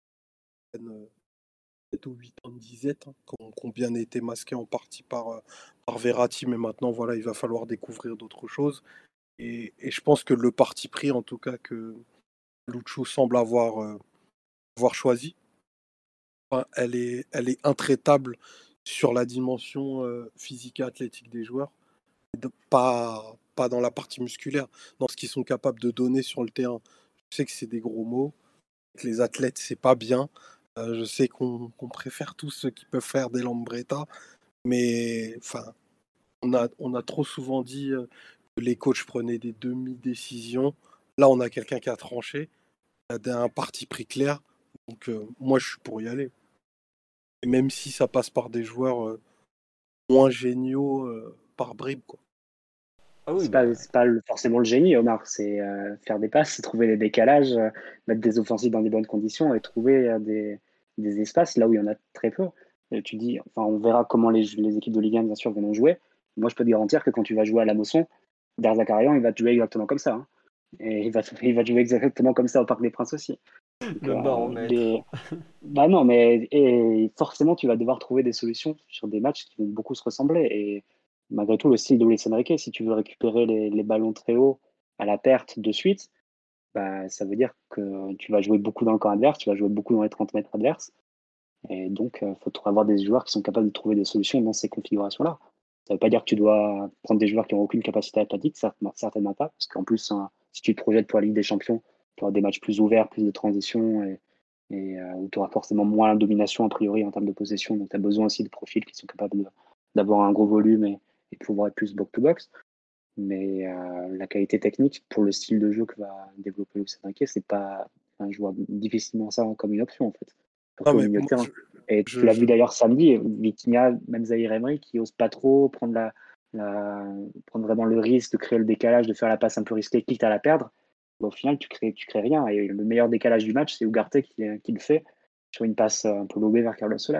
est euh, sept ou huit ans de disette hein, qui ont, qui ont bien été masqués en partie par, euh, par Verratti, mais maintenant voilà, il va falloir découvrir d'autres choses. Et, et je pense que le parti pris, en tout cas, que Lucho semble avoir, euh, avoir choisi, enfin, elle est, elle est intraitable sur la dimension euh, physique et athlétique des joueurs, et de- pas, pas dans la partie musculaire, dans ce qu'ils sont capables de donner sur le terrain. Je sais que c'est des gros mots, que les athlètes, c'est pas bien. Euh, je sais qu'on qu'on préfère tous ceux qui peuvent faire des Lambretta, mais enfin, on a, on a trop souvent dit euh, que les coachs prenaient des demi-décisions. Là, on a quelqu'un qui a tranché, qui a un parti pris clair. Donc, euh, moi, je suis pour y aller. Et même si ça passe par des joueurs euh, moins géniaux euh, par bribes, quoi. Ah oui, C'est bah. pas, c'est pas le- forcément le génie, Omar. C'est euh, faire des passes, c'est trouver des décalages, euh, mettre des offensives dans des bonnes conditions et trouver euh, des, des espaces là où il y en a très peu. Et tu dis, enfin, on verra comment les, les équipes de Ligue un, bien sûr, vont jouer. Moi, je peux te garantir que quand tu vas jouer à la Mosson, Derzakarian, il va te jouer exactement comme ça. Hein. Et il va, te- il va te jouer exactement comme ça au Parc des Princes aussi. Donc, Le euh, baromètre. les... Bah non, mais et forcément, tu vas devoir trouver des solutions sur des matchs qui vont beaucoup se ressembler. Et malgré tout, le style de Luis Enrique, si tu veux récupérer les, les ballons très hauts à la perte de suite, bah, ça veut dire que tu vas jouer beaucoup dans le camp adverse, tu vas jouer beaucoup dans les trente mètres adverses. Et donc, il faut avoir des joueurs qui sont capables de trouver des solutions dans ces configurations-là. Ça ne veut pas dire que tu dois prendre des joueurs qui n'ont aucune capacité athlétique, certainement, certainement pas, parce qu'en plus, hein, si tu te projettes pour la Ligue des Champions, tu auras des matchs plus ouverts, plus de transition, et, et euh, où tu auras forcément moins de domination a priori en termes de possession. Donc, tu as besoin aussi de profils qui sont capables de- d'avoir un gros volume et, et de pouvoir être plus box-to-box. Mais euh, la qualité technique pour le style de jeu que va développer Luis Enrique, c'est pas, enfin, je vois difficilement ça comme une option en fait, Non, surtout au mais milieu de moi, terrain. je, Et tu je, l'as je- vu d'ailleurs samedi, Vitinha, même Zahir Emery, qui ose pas trop prendre la, la- prendre vraiment le risque de créer le décalage, de faire la passe un peu risquée, quitte à la perdre. Au final, tu crées, tu crées rien. Et le meilleur décalage du match, c'est Ugarte qui, qui le fait sur une passe euh, un peu lobée vers Carlos Soler.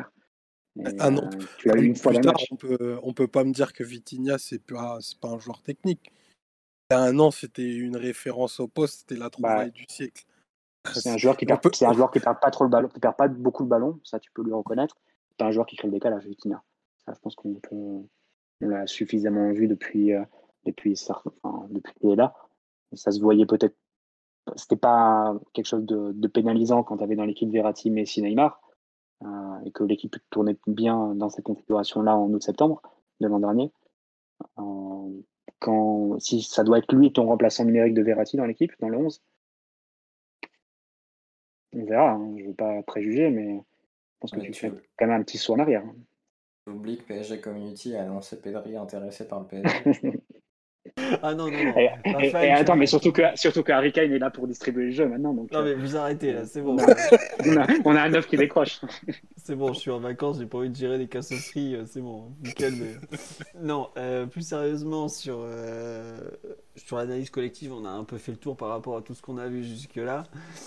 Et un an, euh, tu l'as un eu an une fois plus dans le tard, match. on peut, on peut pas me dire que Vitinha, c'est pas, c'est pas un joueur technique. Il y a un an, c'était une référence au poste, c'était la Bah, trouvaille du siècle. C'est un joueur qui On perd, peut, c'est un joueur qui perd pas trop le ballon, qui perd pas beaucoup le ballon, ça tu peux lui reconnaître. C'est pas un joueur qui crée le décalage, Vitinha. Ça, je pense qu'on peut, on l'a suffisamment vu depuis, euh, depuis, enfin, depuis qu'il est là. Ça se voyait peut-être, c'était pas quelque chose de, de pénalisant quand tu avais dans l'équipe Verratti, Messi, Neymar, euh, et que l'équipe tournait bien dans cette configuration-là en août-septembre de l'an dernier. Euh, quand, si ça doit être lui ton remplaçant numérique de Verratti dans l'équipe, dans le onze, on verra. Hein, je ne veux pas préjuger, mais je pense que Mais tu tu fais quand même un petit saut en arrière. oublies que P S G Community a annoncé Pedri intéressé par le P S G. Ah non, non, non. et, et- et Raphaël, tu attends, mais arrêtes. surtout que, surtout que Harry Kane est là pour distribuer le jeu maintenant. Donc, Non, euh, mais vous arrêtez là, c'est on, bon. a, on, a, on a un neuf qui décroche. C'est bon, je suis en vacances, j'ai pas envie de gérer des cassosseries, euh, c'est bon, vous calmez. Non, euh, plus sérieusement, sur, euh, sur l'analyse collective, on a un peu fait le tour par rapport à tout ce qu'on a vu jusque-là.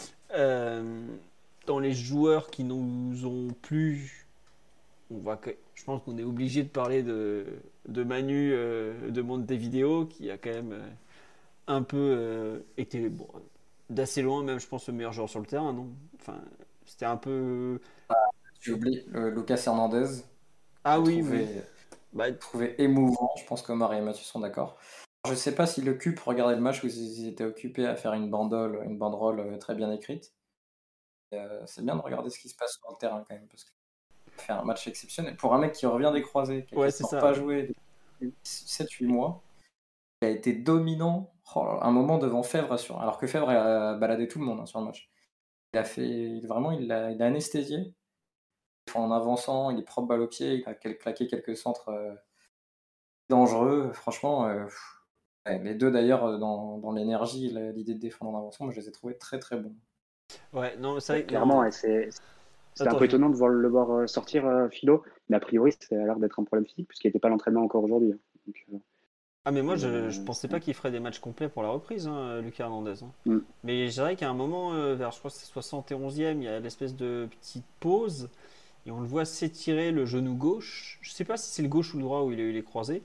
Euh, dans les joueurs qui nous ont plu, on va, que- je pense qu'on est obligé de parler de, de Manu euh, de Montevideo, qui a quand même euh, un peu euh, été bon, d'assez loin, même je pense le meilleur joueur sur le terrain, non? Enfin, c'était un peu. Tu oublies euh, Lucas Hernandez, Ah j'ai oui, oui. trouvé, Bah, trouvé émouvant. Je pense qu'Omar et Mathieu sont d'accord. Je sais pas si le C U P regardait le match ou s'ils étaient occupés à faire une bandole, une banderole euh, très bien écrite. Euh, c'est bien de regarder ce qui se passe sur le terrain quand même, parce qu'il a fait un match exceptionnel. Pour un mec qui revient des croisés, qui a ouais, c'est quasiment ça. pas Ouais. joué depuis sept huit mois, il a été dominant. Oh là là, un moment devant Fèvre, sur... alors que Fèvre a baladé tout le monde hein, sur le match. Il a fait vraiment, il a, il a anesthésié. En avançant, il est propre balle au pied, il a quel- claqué quelques centres euh, dangereux. Franchement, euh, pff, ouais, les deux d'ailleurs, euh, dans, dans l'énergie, la- l'idée de défendre en avançant, moi, je les ai trouvés très très bons. Ouais, non, c'est Ouais, vrai que clairement, non. et c'est, c'était un Attends, peu je- étonnant de voir, le voir euh, sortir euh, Philo, mais a priori, ça a l'air d'être un problème physique, puisqu'il n'était pas à l'entraînement encore aujourd'hui. hein. Donc, euh, Ah, mais moi, c'est, je, je euh, pensais c'est- pas qu'il ferait des matchs complets pour la reprise, hein, Lucas Hernandez. hein. Mm. Mais je dirais qu'à un moment, euh, vers je crois que c'est soixante et onzième, il y a l'espèce de petite pause et on le voit s'étirer le genou gauche. Je sais pas si c'est le gauche ou le droit où il a eu les croisés.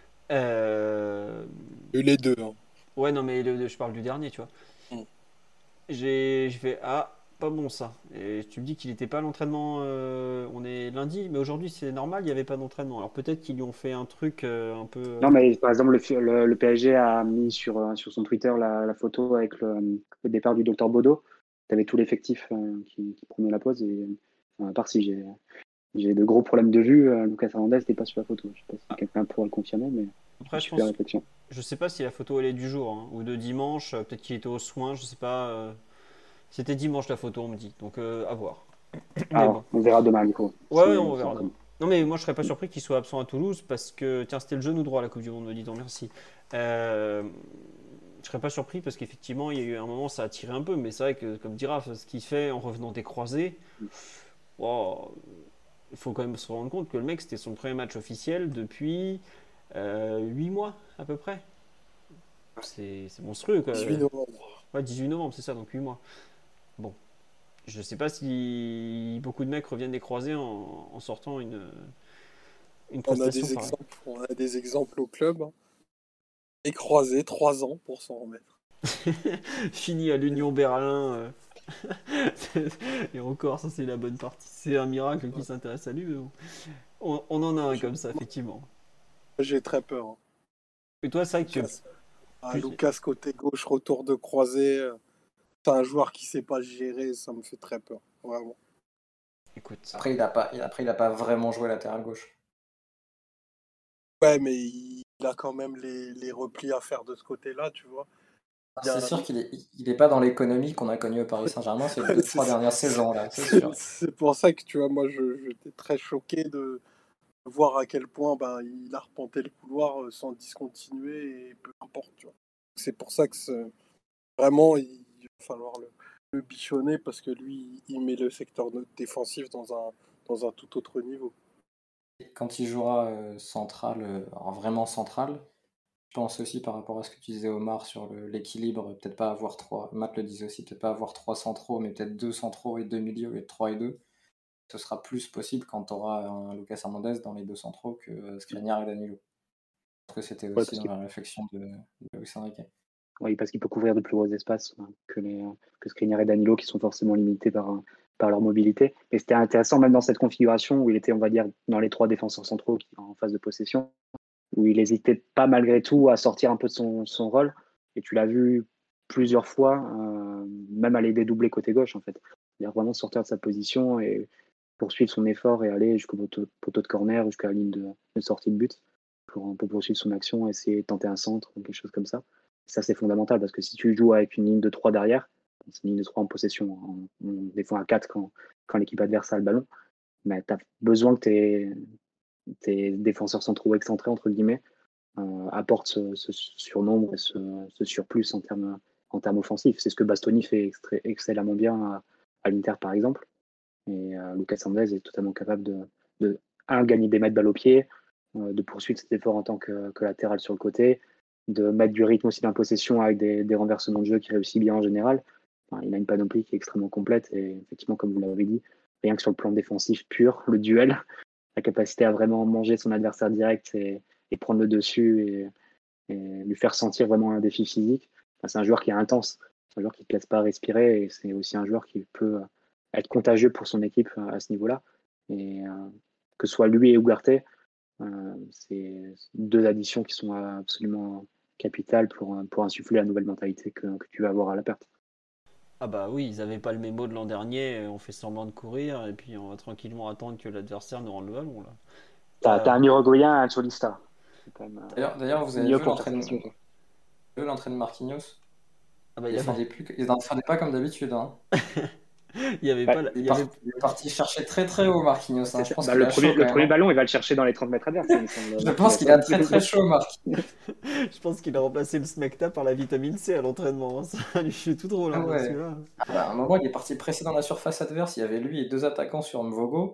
Euh, Et les deux. Hein. Ouais, non, mais le- je parle du dernier, tu vois. Mm. J'ai je fais ah, pas bon ça. Et tu me dis qu'il n'était pas à l'entraînement. euh, on est lundi, mais aujourd'hui c'est normal, il n'y avait pas d'entraînement. Alors peut-être qu'ils lui ont fait un truc euh, un peu. euh, Non, mais par exemple, le, fi- le, le P S G a mis sur, euh, sur son Twitter la, la photo avec le, le départ du docteur Bodo. Tu avais tout l'effectif euh, qui, qui prenait la pause. Et, enfin, à part si j'ai, j'ai de gros problèmes de vue, euh, Lucas Hernandez n'était pas sur la photo. Je sais pas si Ah, quelqu'un pourra le confirmer, mais Après, je super pense. réflexion. Je sais pas si la photo elle est du jour hein, ou de dimanche. euh, Peut-être qu'il était aux soins, je sais pas. euh, C'était dimanche la photo, on me dit. Donc euh, à voir. Mais Ah, bon. on verra demain, du coup. Ouais, Si, ouais, on si verra on demain. connaît. Non, mais moi je serais pas surpris qu'il soit absent à Toulouse parce que. Tiens, c'était le genou droit la Coupe du Monde, me dit-on. Merci. Euh, Je serais pas surpris parce qu'effectivement, il y a eu un moment, ça a tiré un peu. Mais c'est vrai que, comme dira, ce qu'il fait en revenant des croisés, wow, il faut quand même se rendre compte que le mec, c'était son premier match officiel depuis euh, huit mois à peu près. C'est c'est monstrueux quoi. dix-huit novembre. Ouais, dix-huit novembre, c'est ça, donc huit mois. Bon, je sais pas si beaucoup de mecs reviennent des croisés en, en sortant une, une On a prestation des pareille. exemples, on a des exemples au club. Hein. Et croisé trois ans pour s'en remettre. Fini à l'Union Berlin. euh. Et encore, ça c'est la bonne partie. C'est un miracle qui s'intéresse à lui, mais bon. On, on en a un Je- comme ça, effectivement. J'ai très peur. Hein. Et toi, c'est vrai que Lucas, ah, plus... Lucas côté gauche, retour de croisé. euh, C'est un joueur qui sait pas gérer, ça me fait très peur. Vraiment. Écoute, Après, il a pas, il- après, il a pas vraiment joué latéral gauche. Ouais, mais il, il a quand même les, les replis à faire de ce côté-là, tu vois. Il y C'est a- sûr qu'il est, il est pas dans l'économie qu'on a connue au Paris Saint-Germain ces deux, c'est trois ça. dernières saisons là, c'est C'est sûr. c'est pour ça que tu vois, moi, je- j'étais très choqué de voir à quel point ben, il a repenté le couloir euh, sans discontinuer et peu importe, tu vois. C'est pour ça que c'est- vraiment, il, il va falloir le, le bichonner parce que lui, il met le secteur no- défensif dans un, dans un tout autre niveau. Quand il jouera euh, central, euh, alors vraiment central, je pense aussi par rapport à ce que tu disais Omar sur le- l'équilibre, peut-être pas avoir trois, Matt le disait aussi, peut-être pas avoir trois centraux, mais peut-être deux centraux et deux milieux au lieu de trois et deux. Ce sera plus possible quand tu auras un Lucas Hernandez dans les deux centraux que euh, Skriniar et Danilo. Parce que c'était Ouais, aussi parce dans qu'il la réflexion de, de Luis Enrique. oui, parce qu'il peut couvrir de plus gros espaces hein, que, les, que Skriniar et Danilo, qui sont forcément limités par, euh, par leur mobilité. Mais c'était intéressant, même dans cette configuration où il était, on va dire, dans les trois défenseurs centraux qui, en phase de possession, où il n'hésitait pas malgré tout à sortir un peu de son, son rôle. Et tu l'as vu plusieurs fois, euh, même aller dédoubler côté gauche, en fait. C'est-à-dire vraiment sortir de sa position et poursuivre son effort et aller jusqu'au poteau, poteau de corner, jusqu'à la ligne de, de sortie de but pour, pour poursuivre son action, essayer de tenter un centre ou quelque chose comme ça. Ça, c'est fondamental parce que si tu joues avec une ligne de trois derrière, c'est une ligne de trois en possession, on, on défend à quatre quand, quand l'équipe adverse a le ballon, mais tu as besoin que tes, tes défenseurs centraux excentrés, entre guillemets, euh, apportent ce, ce surnombre et ce, ce surplus en termes, en termes offensifs. C'est ce que Bastoni fait extré- excellemment bien à, à l'Inter, par exemple. Et euh, Lucas Hernandez est totalement capable de, de un, gagner des mètres balle au pied, euh, de poursuivre cet effort en tant que, que latéral sur le côté, de mettre du rythme aussi dans la possession avec des, des renversements de jeu qui réussit bien en général. Enfin, il a une panoplie qui est extrêmement complète et effectivement, comme vous l'avez dit, rien que sur le plan défensif pur, le duel, la capacité à vraiment manger son adversaire direct et, et prendre le dessus et, et lui faire sentir vraiment un défi physique. Enfin, c'est un joueur qui est intense, c'est un joueur qui ne te laisse pas respirer et c'est aussi un joueur qui peut être contagieux pour son équipe à ce niveau-là. Et euh, que ce soit lui et Ugarte, euh, c'est deux additions qui sont absolument capitales pour, pour insuffler la nouvelle mentalité que, que tu vas avoir à la perte. Ah bah oui, ils n'avaient pas le mémo de l'an dernier, on fait semblant de courir et puis on va tranquillement attendre que l'adversaire nous rende le ballon. Là. T'as, Euh, t'as un Uruguayen, un Solista. D'ailleurs, d'ailleurs, vous avez mieux vu pour l'entraînement, faire ça. vu l'entraînement de Marquinhos. ah bah, Il il y avait, défendait plus, il défendait pas comme d'habitude. Hein. il y avait Ouais, pas, la- Il il est, y avait, parti, il est parti chercher très très haut Marquinhos. Hein. C'est Je ça. pense Bah, qu'il le a premier, chaud le quand même. premier Hein. ballon, il va le chercher dans les trente mètres adverses, il me semble. Je Marquinhos. pense qu'il a très très chaud, Marc. je pense qu'il a remplacé le smecta par la vitamine C à l'entraînement. Ça lui fait tout drôle. Ah Hein, parce ouais. que là... Ah bah, à un moment, il est parti presser dans la surface adverse. Il y avait lui et deux attaquants sur Mvogo.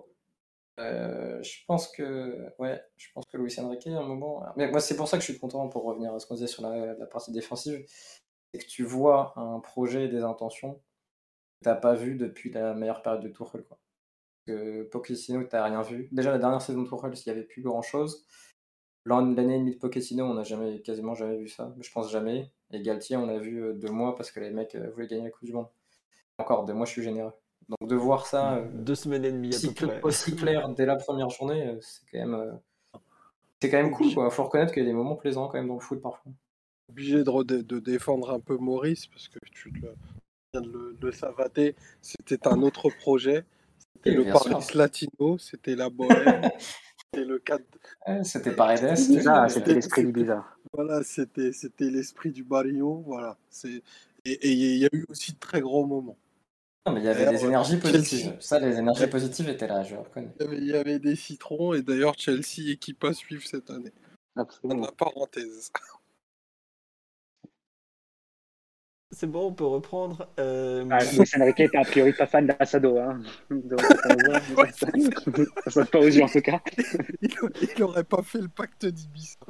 Euh, je pense que, ouais, je pense que Luis Enrique, à un moment. Mais moi, c'est pour ça que je suis content pour revenir à ce qu'on disait sur la, la partie défensive. C'est que tu vois un projet et des intentions que tu n'as pas vu depuis la meilleure période de Tuchel, quoi. Que Pochettino, tu n'as rien vu. Déjà, la dernière saison de Tuchel, il n'y avait plus grand chose. L'année et demie de Pochettino, on n'a jamais, quasiment jamais vu ça. Je pense jamais. Et Galtier, on a vu deux mois parce que les mecs voulaient gagner la Coupe du Monde. Encore deux mois, je suis généreux. Donc de voir ça euh, Deux semaines et demie à peu aussi, près. aussi clair dès la première journée, euh, c'est quand même, euh, c'est quand même cool, quoi. Faut reconnaître qu'il y a des moments plaisants quand même dans le foot parfois. Obligé de, de, de défendre un peu Maurice parce que tu le, viens de le, le savater. C'était un autre projet. C'était Et le bien Paris sûr. Latino, c'était la Bohème, c'était le cadre. Ouais, c'était Paredes. Ibiza, euh, c'était l'esprit d'Ibiza. Voilà, c'était c'était l'esprit du Barrio. Voilà. C'est et et il y a eu aussi de très gros moments. Non, mais il y avait D'ailleurs, des énergies positives. Chelsea, Ça, les énergies positives étaient là, je reconnais. il y avait, il y avait des citrons et d'ailleurs Chelsea équipe à suivre cette année. Dans Absolument. la parenthèse. C'est bon, on peut reprendre. Euh... Ah, Luis Enrique était a priori pas fan d'Assado. Hein. Donc, ça, Ouais, ça, ça, ça saute pas aux yeux en tout cas. il, il aurait pas fait le pacte d'Ibis.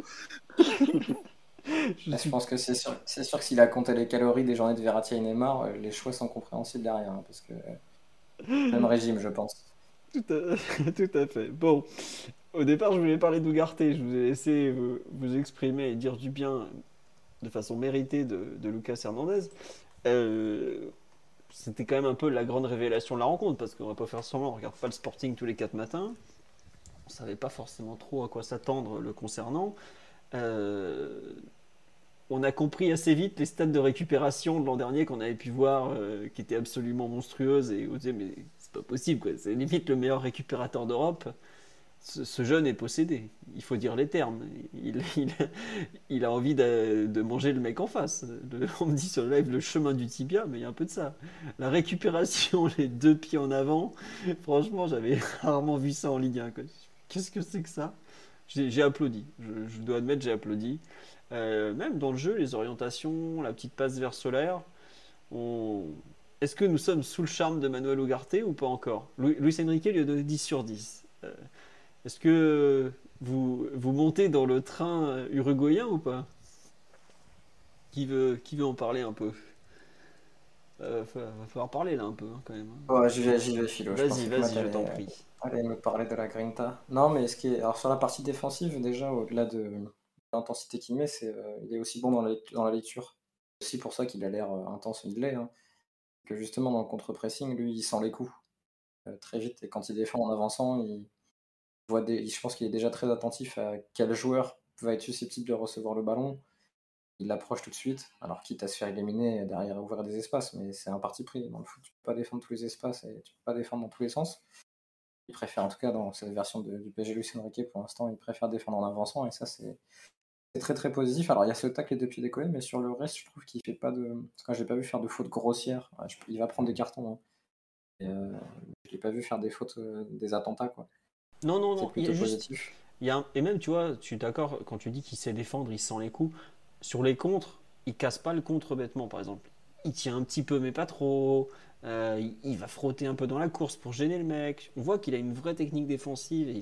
je, Je suis... pense que c'est sûr, c'est sûr que s'il a compté les calories des journées de Verratti et Neymar, euh, les choix sont compréhensibles derrière. Hein, parce que euh, même régime, je pense. Tout à... tout à fait. Bon, au départ, je voulais parler d'Ugarte. Je vous ai laissé vous, vous exprimer et dire du bien de façon méritée de, de Lucas Hernandez. Euh, c'était quand même un peu la grande révélation de la rencontre parce qu'on va pas faire semblant, on regarde pas le Sporting tous les quatre matins. On savait pas forcément trop à quoi s'attendre le concernant. Euh, on a compris assez vite les stades de récupération de l'an dernier qu'on avait pu voir, euh, qui étaient absolument monstrueuses et on disait mais c'est pas possible quoi, c'est limite le meilleur récupérateur d'Europe. Ce, ce jeune est possédé, il faut dire les termes. Il, il, il a envie de, de manger le mec en face. Le, on me dit sur le live le chemin du tibia, mais il y a un peu de ça. La récupération, les deux pieds en avant, franchement, j'avais rarement vu ça en Ligue un. Quoi. Qu'est-ce que c'est que ça? J'ai, j'ai applaudi, je, je dois admettre, j'ai applaudi. Euh, même dans le jeu, les orientations, la petite passe vers Solaire, on... est-ce que nous sommes sous le charme de Manuel Ugarte ou pas encore? Luis Enrique lui a donné dix sur dix. Euh, Est-ce que vous, vous montez dans le train uruguayen ou pas? Qui veut, qui veut en parler un peu? euh, va, va falloir parler là un peu hein, quand même. Ouais, j'y vais, j'y vais, Philo. Je Vas-y, pensais que vas-y, Matt je allait, t'en prie. allait me parler de la Grinta. Non, mais ce qui est... Alors, sur la partie défensive, déjà, au-delà de l'intensité qu'il met, c'est, euh, il est aussi bon dans la, dans la lecture. C'est aussi pour ça qu'il a l'air euh, intense, il l'est. Hein. Que justement, dans le contre-pressing, lui, il sent les coups euh, très vite. Et quand il défend en avançant, il voit des... je pense qu'il est déjà très attentif à quel joueur va être susceptible de recevoir le ballon. Il l'approche tout de suite, alors quitte à se faire éliminer derrière ouvrir des espaces, mais c'est un parti pris. Dans le foot, tu peux pas défendre tous les espaces et tu peux pas défendre dans tous les sens. Il préfère, en tout cas dans cette version de, du P S G Luis Enrique, pour l'instant, il préfère défendre en avançant, et ça, c'est, c'est très très positif. Alors, il y a ce tacle et deux pieds décollés, mais sur le reste, je trouve qu'il fait pas de... Parce que je l'ai pas vu faire de fautes grossières. Ouais, je... Il va prendre des cartons. Hein. Et, euh, je l'ai pas vu faire des fautes, euh, des attentats, quoi. Non, non, C'est non, il y plutôt a juste... positif. Il y a un... Et même, tu vois, tu es d'accord, quand tu dis qu'il sait défendre, il sent les coups. Sur les contres, il casse pas le contre bêtement, par exemple. Il tient un petit peu, mais pas trop. Euh, il, il va frotter un peu dans la course pour gêner le mec. On voit qu'il a une vraie technique défensive. Et il fait...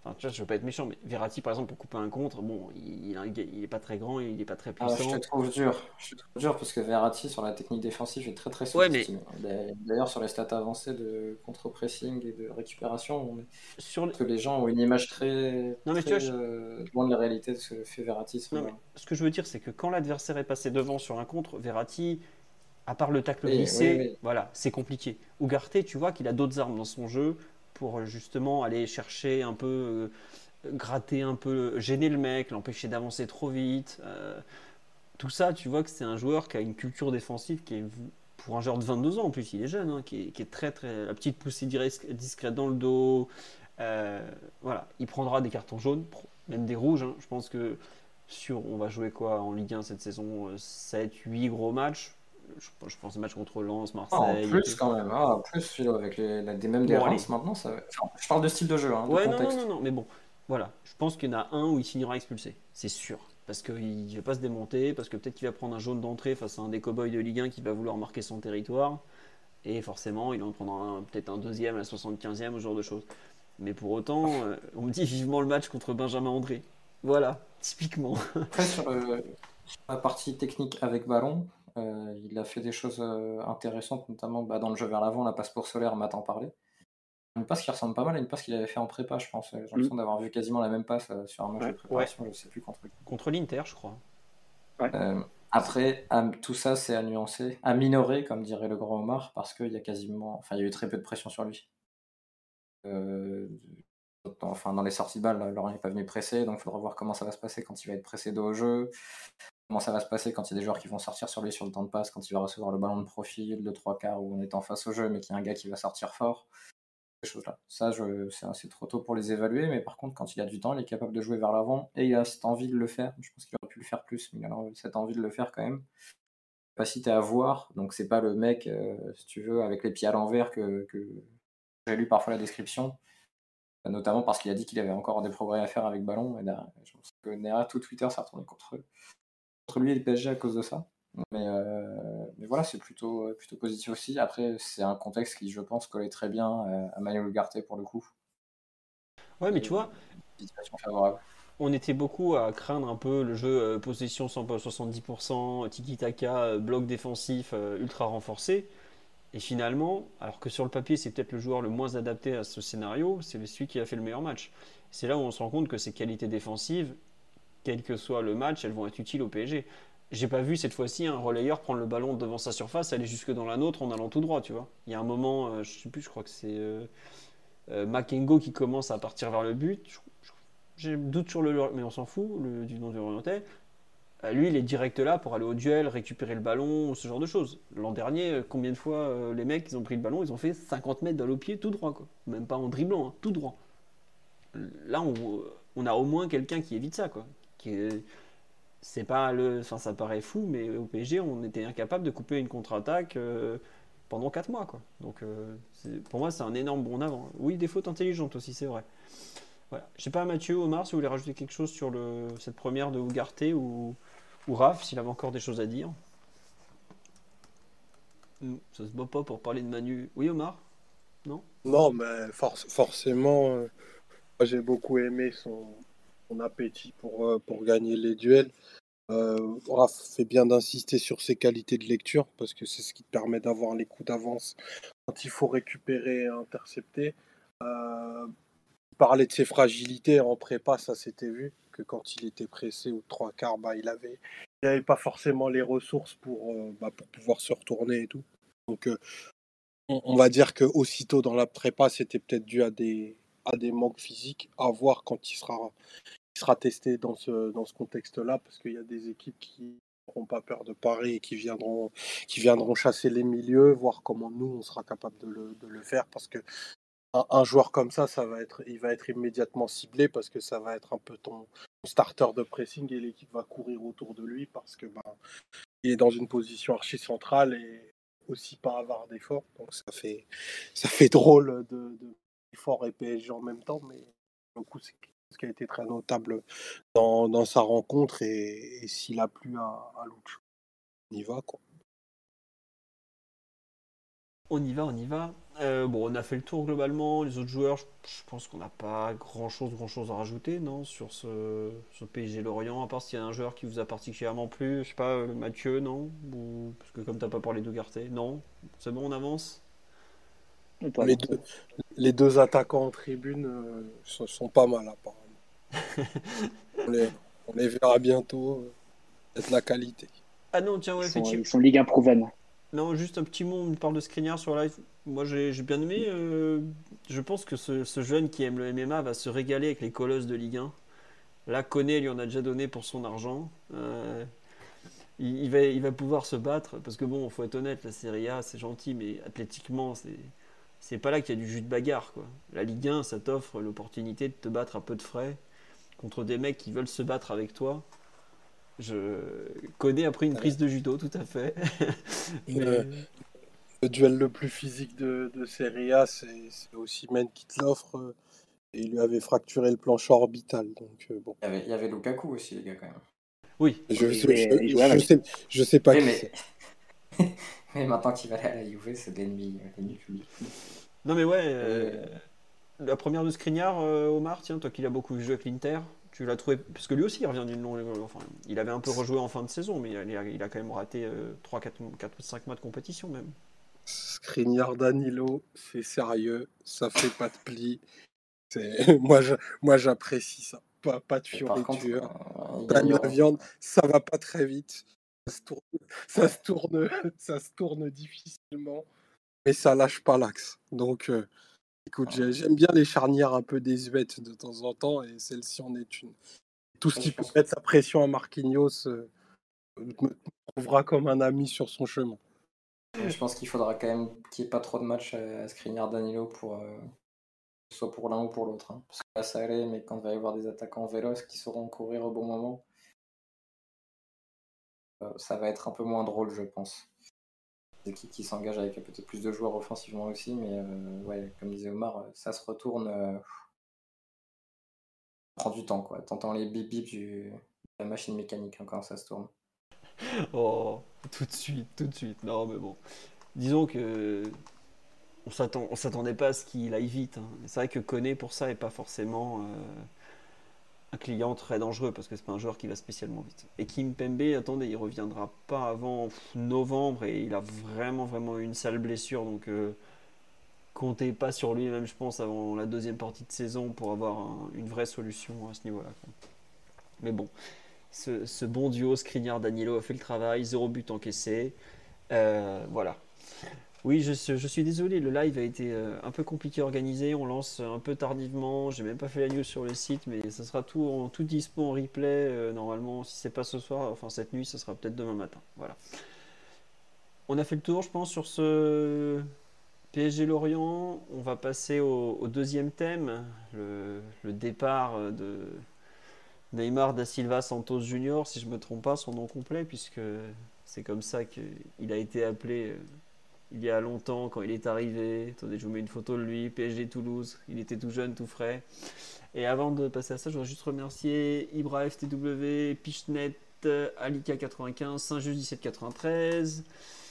Enfin, tu vois, je veux pas être méchant, mais Verratti, par exemple, pour couper un contre, bon, il, il, il est pas très grand, il est pas très Ah, je te puissant. trouve dur. Je te trouve dur parce que Verratti, sur la technique défensive, est très très Ouais, mais sous-estimé. D'a- D'ailleurs, sur les stats avancées de contre-pressing et de récupération, on est- sur le... parce que les gens ont une image très, Non, mais tu très vois, je- euh, loin de la réalité de ce que fait Verratti sur le non, mais ballon. ce que je veux dire, c'est que quand l'adversaire est passé devant sur un contre, Verratti, à part le tacle Oui, oui, glissé, oui. voilà, c'est compliqué. Ugarte, tu vois qu'il a d'autres armes dans son jeu pour euh, justement aller chercher un peu, euh, gratter un peu, gêner le mec, l'empêcher d'avancer trop vite. euh, tout ça, tu vois que c'est un joueur qui a une culture défensive qui est, pour un joueur de vingt-deux ans en plus, il est jeune, hein, qui, est, qui est très très. La petite poussée discrète dans le dos. euh, voilà, il prendra des cartons jaunes, même des rouges. hein. Je pense que sur, on va jouer quoi en Ligue un cette saison, euh, sept, huit gros matchs. Je, je pense des matchs contre Lens, Ah, en Marseille et plus, tout. quand même. Ah, en plus, Philo, avec les, la- des, même des Bon, allez. Reims maintenant, ça... enfin, je parle de style de jeu, hein, de Ouais, non, non, non, contexte. non, mais bon, voilà. Je pense qu'il y en a un où il finira expulsé, c'est sûr. Parce qu'il ne va pas se démonter, parce que peut-être qu'il va prendre un jaune d'entrée face à un des cow-boys de Ligue un qui va vouloir marquer son territoire. Et forcément, il en prendra un- peut-être un deuxième à la soixante-quinzième, ce genre de choses. Mais pour autant, euh, on me dit vivement le match contre Benjamin André. Voilà, typiquement. Après, sur, le- sur la partie technique avec ballon, euh, il a fait des choses euh, intéressantes, notamment bah, dans le jeu vers l'avant, la passe pour Solaire, Matt en parlait. Une passe qui ressemble pas mal à une passe qu'il avait fait en prépa, je pense. J'ai l'impression Mm. d'avoir vu quasiment la même passe euh, sur un match de Ouais. Ouais, préparation, je sais plus contre qui. contre l'Inter, je crois. Ouais. Euh, après, à- tout ça, c'est à nuancer, à minorer, comme dirait le grand Omar, parce qu'il y a quasiment, enfin, il y a eu très peu de pression sur lui. Euh, dans, enfin, dans les sorties de balles, Laurent n'est pas venu presser, donc il faudra voir comment ça va se passer quand il va être pressé dos au jeu, comment ça va se passer quand il y a des joueurs qui vont sortir sur lui sur le temps de passe, quand il va recevoir le ballon de profil, de trois quarts où on est en face au jeu, mais qu'il y a un gars qui va sortir fort. Ces choses-là. Ça, je, c'est, c'est trop tôt pour les évaluer, mais par contre, quand il a du temps, il est capable de jouer vers l'avant et il a cette envie de le faire. Je pense qu'il aurait pu le faire plus, mais il a cette envie de le faire quand même. Capacité à voir, donc c'est pas le mec, euh, si tu veux, avec les pieds à l'envers que, que j'ai lu parfois la description, notamment parce qu'il a dit qu'il avait encore des progrès à faire avec ballon. Et derrière, je pense que Nera, tout Twitter s'est retourné contre, contre lui et le P S G à cause de ça. Mais, euh, mais voilà, c'est plutôt, plutôt positif aussi. Après, c'est un contexte qui, je pense, collait très bien euh, à Manuel Ugarte pour le coup. Ouais, mais Et tu vois, une situation favorable. on était beaucoup à craindre un peu le jeu euh, possession cent soixante-dix pour cent, tiki-taka, euh, bloc défensif euh, ultra renforcé. Et finalement, alors que sur le papier, c'est peut-être le joueur le moins adapté à ce scénario, c'est celui qui a fait le meilleur match. C'est là où on se rend compte que ses qualités défensives, quel que soit le match, elles vont être utiles au P S G. J'ai pas vu cette fois-ci un relayeur prendre le ballon devant sa surface, aller jusque dans la nôtre en allant tout droit, tu vois. Il y a un moment, euh, je sais plus, je crois que c'est euh, euh, Makengo qui commence à partir vers le but. Je- je- J'ai un doute sur le, mais on s'en fout le, du nom du orienté. Euh, lui, il est direct là pour aller au duel, récupérer le ballon, ce genre de choses. L'an dernier, euh, combien de fois euh, les mecs, ils ont pris le ballon, ils ont fait cinquante mètres dans le pied tout droit, quoi. Même pas en dribblant, hein, tout droit. Là, on, on a au moins quelqu'un qui évite ça, quoi. Qui est- c'est pas le, enfin, ça paraît fou, mais au P S G, on était incapable de couper une contre-attaque euh, pendant quatre mois, quoi. Donc, euh, c'est- pour moi, c'est un énorme bond en avant. Oui, des fautes intelligentes aussi, c'est vrai. Voilà. Je sais pas, Mathieu, Omar, si vous voulez rajouter quelque chose sur le, cette première de Ugarte ou, ou Raph, s'il avait encore des choses à dire. Hmm, Ça se bat pas pour parler de Manu. Oui, Omar? Non? Non, mais for- forcément, euh, moi, j'ai beaucoup aimé son, son appétit pour, euh, pour gagner les duels. Euh, Raph fait bien d'insister sur ses qualités de lecture parce que c'est ce qui te permet d'avoir les coups d'avance quand il faut récupérer et intercepter. Euh, Parler de ses fragilités en prépa, ça s'était vu que quand il était pressé ou de trois quarts, bah, il avait, il avait pas forcément les ressources pour, euh, bah, pour pouvoir se retourner et tout. Donc euh, on, on va dire que aussitôt dans la prépa, c'était peut-être dû à des, à des manques physiques, à voir quand il sera, il sera testé dans ce, dans ce contexte-là, parce qu'il y a des équipes qui n'auront pas peur de Paris et qui viendront, qui viendront chasser les milieux, voir comment nous, on sera capable de le, de le faire, parce que un, un joueur comme ça, ça va être, il va être immédiatement ciblé, parce que ça va être un peu ton, ton starter de pressing, et l'équipe va courir autour de lui, parce que ben, il est dans une position archi centrale et aussi pas avare d'efforts. Donc ça fait, ça fait drôle de, de effort et P S G en même temps, mais du coup, c'est ce qui a été très notable dans, dans sa rencontre. Et, et s'il a plu à, à Lucho, on y va, quoi. On y va, on y va. Euh, bon, on a fait le tour globalement. Les autres joueurs, je, je pense qu'on n'a pas grand-chose, grand-chose à rajouter, non, sur ce, ce P S G Lorient, à part s'il y a un joueur qui vous a particulièrement plu, je sais pas, euh, Mathieu, non? Ou, parce que comme t'as pas parlé d'Ougarté, non? C'est bon, on avance? On peut Les avancer. deux, les deux attaquants en tribune euh, sont, sont pas mal apparemment. On les, on les verra bientôt. euh, C'est de la qualité. Ah non, tiens, Ils ouais, sont, effectivement. ils sont Ligue un proven. Non, juste un petit mot, on me parle de Skriniar sur live. Moi, j'ai j'ai bien aimé. euh, je pense que ce, ce jeune qui aime le M M A va se régaler avec les colosses de Ligue un. Là, Koné lui en a déjà donné pour son argent. Euh, il, il va, il va pouvoir se battre. Parce que bon, faut être honnête, la Serie A, c'est gentil, mais athlétiquement, c'est, c'est pas là qu'il y a du jus de bagarre, quoi. La Ligue un, ça t'offre l'opportunité de te battre à peu de frais contre des mecs qui veulent se battre avec toi. Je Koné a pris une prise de judo, tout à fait. Le, mais le duel le plus physique de, de Serie A, c'est c'est Osimhen qui te l'offre. euh, Et il lui avait fracturé le plancher orbital. Donc euh, bon. Il y avait, il y avait Lukaku aussi, les gars, quand même. oui, Je, Il je, jouait, il je, jouait je avec. sais, je sais pas Oui, qui mais, c'est. mais maintenant qu'il va aller à la Juve, c'est l'ennemi, l'ennemi public. non mais ouais, Et, euh, la première de Skriniar, euh, Omar, tiens, toi qui l'as beaucoup joué avec l'Inter, tu l'as trouvé, parce que lui aussi il revient d'une longue, enfin, il avait un peu rejoué en fin de saison, mais il a, il a quand même raté euh, trois, quatre, quatre, cinq mois de compétition même. Skriniar Danilo, c'est sérieux, ça fait pas de pli. C'est- Moi, je- moi, j'apprécie ça. Pas, pas de et par contre, fioriture, euh, ils pas de la gagneront. viande, ça va pas très vite. Ça se tourne, ça se tourne, ça se tourne difficilement, mais ça lâche pas l'axe. Donc, euh, écoute, j'ai- j'aime bien les charnières un peu désuètes de temps en temps, et celle-ci en est une. Tout ce Et qui je peut pense, mettre la pression à Marquinhos euh, me me trouvera comme un ami sur son chemin. je pense qu'il faudra quand même qu'il n'y ait pas trop de matchs à Skriniar Danilo pour, euh, que ce soit pour l'un ou pour l'autre, hein. Parce que là, ça allait, mais quand il va y avoir des attaquants véloces qui sauront courir au bon moment, euh, ça va être un peu moins drôle, je pense. Des équipes qui s'engagent avec peut-être plus de joueurs offensivement aussi, mais euh, ouais, comme disait Omar, euh, ça se retourne, euh, prend du temps, quoi. T'entends les bip bip du, de la machine mécanique hein, quand ça se tourne. Oh, tout de suite, tout de suite. Non mais bon, disons que on s'attend, on s'attendait pas à ce qu'il aille vite, hein. C'est vrai que Koné pour ça est pas forcément euh, un client très dangereux parce que c'est pas un joueur qui va spécialement vite. Et Kim Pembe, attendez, il reviendra pas avant pff, novembre et il a vraiment vraiment eu une sale blessure donc euh, comptez pas sur lui même je pense avant la deuxième partie de saison pour avoir un- une vraie solution à ce niveau-là, quoi. Mais bon, ce, ce bon duo Skriniar-Danilo a fait le travail, zéro but encaissé. Euh, voilà. Oui, je, je suis désolé, le live a été euh, un peu compliqué à organiser, on lance un peu tardivement, j'ai même pas fait la news sur le site, mais ça sera tout, en, tout dispo en replay, euh, normalement, si c'est pas ce soir, enfin cette nuit, ça sera peut-être demain matin. Voilà. On a fait le tour, je pense, sur ce P S G Lorient, on va passer au, au deuxième thème, le, le départ de Neymar da Silva Santos Junior, si je me trompe pas son nom complet, puisque c'est comme ça qu'il a été appelé euh, il y a longtemps quand il est arrivé. Attendez, je vous mets une photo de lui, P S G Toulouse, il était tout jeune, tout frais. Et avant de passer à ça, je voudrais juste remercier Ibra F T W, Pichnet, Alika quatre-vingt-quinze, Saint-Just dix-sept quatre-vingt-treize,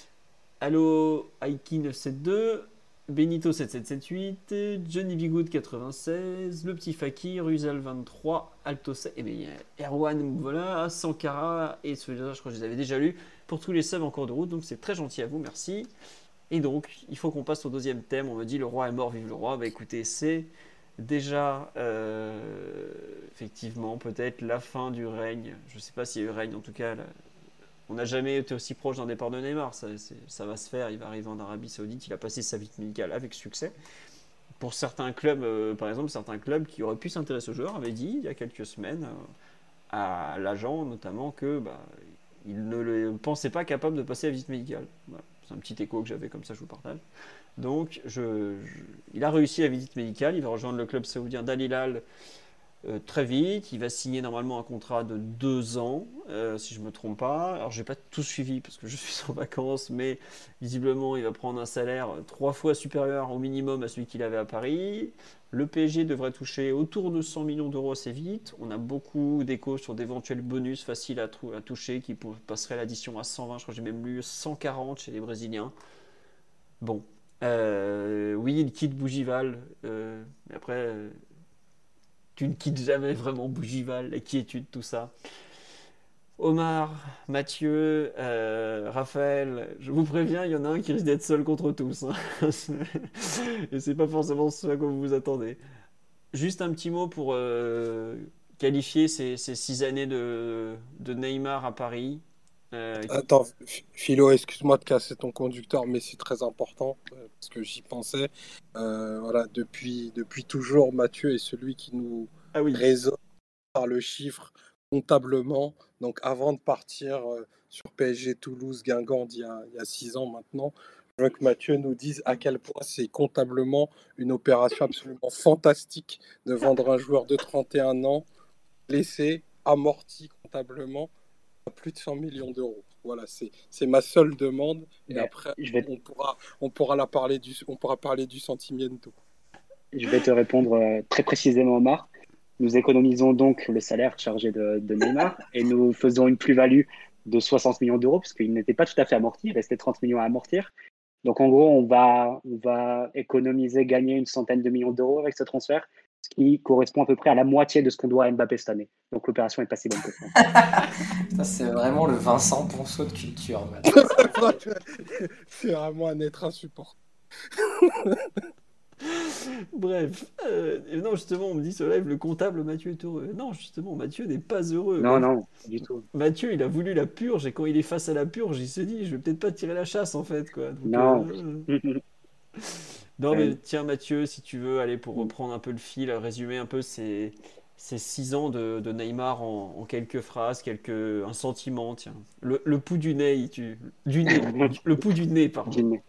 Allo Aiki neuf cent soixante-douze, Benito sept sept sept huit, Johnny Bigood quatre-vingt-seize, Le Petit Fakir, Uzal vingt-trois, Alto sept, et bien Erwan, voilà, Sankara, et ceux-là, je crois que je les avais déjà lus, pour tous les subs en cours de route, donc c'est très gentil à vous, merci. Et donc, il faut qu'on passe au deuxième thème, on me dit le roi est mort, vive le roi. Bah écoutez, c'est déjà, euh, effectivement, peut-être la fin du règne, je ne sais pas s'il y a eu règne, en tout cas, là, on n'a jamais été aussi proche d'un départ de Neymar, ça, ça va se faire, il va arriver en Arabie Saoudite, il a passé sa visite médicale avec succès. Pour certains clubs, euh, par exemple, certains clubs qui auraient pu s'intéresser au joueur avaient dit il y a quelques semaines euh, à l'agent notamment que bah, il ne le pensait pas capable de passer la visite médicale. Voilà. C'est un petit écho que j'avais comme ça, je vous partage. Donc, je, je, il a réussi la visite médicale, il va rejoindre le club saoudien d'Al Hilal Euh, très vite. Il va signer normalement un contrat de deux ans, euh, si je ne me trompe pas. Alors, je n'ai pas tout suivi parce que je suis en vacances, mais visiblement, il va prendre un salaire trois fois supérieur au minimum à celui qu'il avait à Paris. Le P S G devrait toucher autour de cent millions d'euros assez vite. On a beaucoup d'échos sur d'éventuels bonus faciles à, trou- à toucher qui passeraient l'addition à cent vingt. Je crois que j'ai même lu cent quarante chez les Brésiliens. Bon, Euh, oui, il quitte Bougival. Euh, mais après, euh, tu ne quittes jamais vraiment Bougival, la quiétude, tout ça. Omar, Mathieu, euh, Raphaël, je vous préviens, il y en a un qui risque d'être seul contre tous, hein. Et c'est pas forcément ce à quoi vous vous attendez. Juste un petit mot pour euh, qualifier ces, ces six années de, de Neymar à Paris. Euh, Attends, Ph- Philo, excuse-moi de casser ton conducteur, mais c'est très important euh, parce que j'y pensais. Euh, voilà, depuis, depuis toujours, Mathieu est celui qui nous Ah oui, raisonne par le chiffre comptablement. Donc, avant de partir euh, sur P S G Toulouse Guingamp d'il y a, il y a six ans maintenant, je veux que Mathieu nous dise à quel point c'est comptablement une opération absolument fantastique de vendre un joueur de trente et un ans, blessé, amorti comptablement à plus de cent millions d'euros. Voilà, c'est, c'est ma seule demande. Et Mais après, je vais, on pourra, on pourra, la parler du, on pourra parler du sentimiento. je vais te répondre euh, très précisément, Omar. Nous économisons donc le salaire chargé de, de Neymar et nous faisons une plus-value de soixante millions d'euros parce qu'il n'était pas tout à fait amorti, il restait trente millions à amortir. Donc en gros, on va, on va économiser, gagner une centaine de millions d'euros avec ce transfert, ce qui correspond à peu près à la moitié de ce qu'on doit à Mbappé cette année. Donc l'opération est pas si bonne que ça, en fait. Ça, c'est vraiment le Vincent Ponceau de culture, man. C'est vraiment un être insupportable. bref. Euh, et non, justement, on me dit sur live, le comptable Mathieu est heureux. Non, justement, Mathieu n'est pas heureux. Non, Ma- non, pas du tout. Mathieu, il a voulu la purge et quand il est face à la purge, il se dit, je vais peut-être pas tirer la chasse en fait, quoi. Donc, Non. euh, non, mais Ouais. tiens, Mathieu, si tu veux, aller pour reprendre un peu le fil, résumer un peu ces, ces six ans de, de Neymar en, en quelques phrases, quelques, un sentiment, tiens. Le, le pouls du nez, tu, du nez, du- le pouls du nez, pardon. Dîner.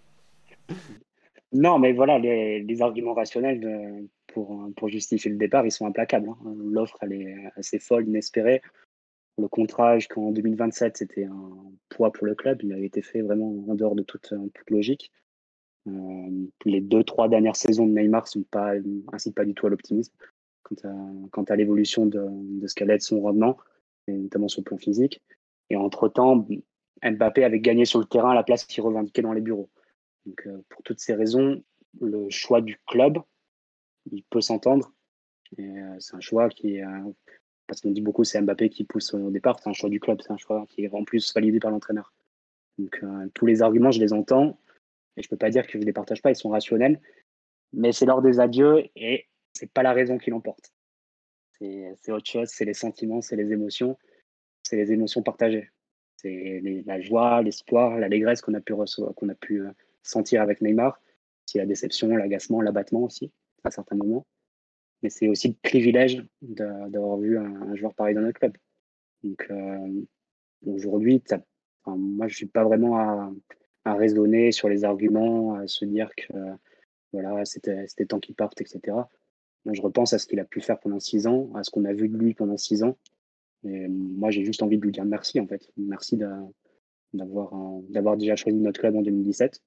Non, mais voilà, les, les arguments rationnels euh, pour, pour justifier le départ, ils sont implacables, hein. L'offre, elle est assez folle, inespérée. Le contrat jusqu'en deux mille vingt-sept, c'était un poids pour le club. Il a été fait vraiment en dehors de toute, toute logique. Euh, les deux, trois dernières saisons de Neymar sont pas, incitent pas du tout à l'optimisme quant à, quant à l'évolution de, de ce qu'allait être son rendement, et notamment sur le plan physique. Et entre-temps, Mbappé avait gagné sur le terrain la place qu'il revendiquait dans les bureaux. Donc, euh, pour toutes ces raisons, le choix du club, il peut s'entendre. Et, euh, c'est un choix qui est, euh, parce qu'on dit beaucoup c'est Mbappé qui pousse au départ, c'est un choix du club, c'est un choix qui est en plus validé par l'entraîneur. Donc, euh, tous les arguments, je les entends et je peux pas dire que je les partage pas, ils sont rationnels, mais c'est l'heure des adieux et c'est pas la raison qui l'emporte. C'est, c'est autre chose, c'est les sentiments, c'est les émotions, c'est les émotions partagées. C'est les- la joie, l'espoir, l'allégresse qu'on a pu recevoir, qu'on a pu euh, sentir avec Neymar. C'est la déception, l'agacement, l'abattement aussi, à certains moments. Mais c'est aussi le privilège de- d'avoir vu un, un joueur pareil dans notre club. Donc euh, aujourd'hui, t'as- enfin, moi je suis pas vraiment à, à raisonner sur les arguments, à se dire que euh, voilà, c'était c'était temps qu'il parte, et cetera. Moi, je repense à ce qu'il a pu faire pendant six ans, à ce qu'on a vu de lui pendant six ans. Et moi, j'ai juste envie de lui dire merci, en fait. Merci d'a- d'avoir euh, d'avoir déjà choisi notre club en deux mille dix-sept.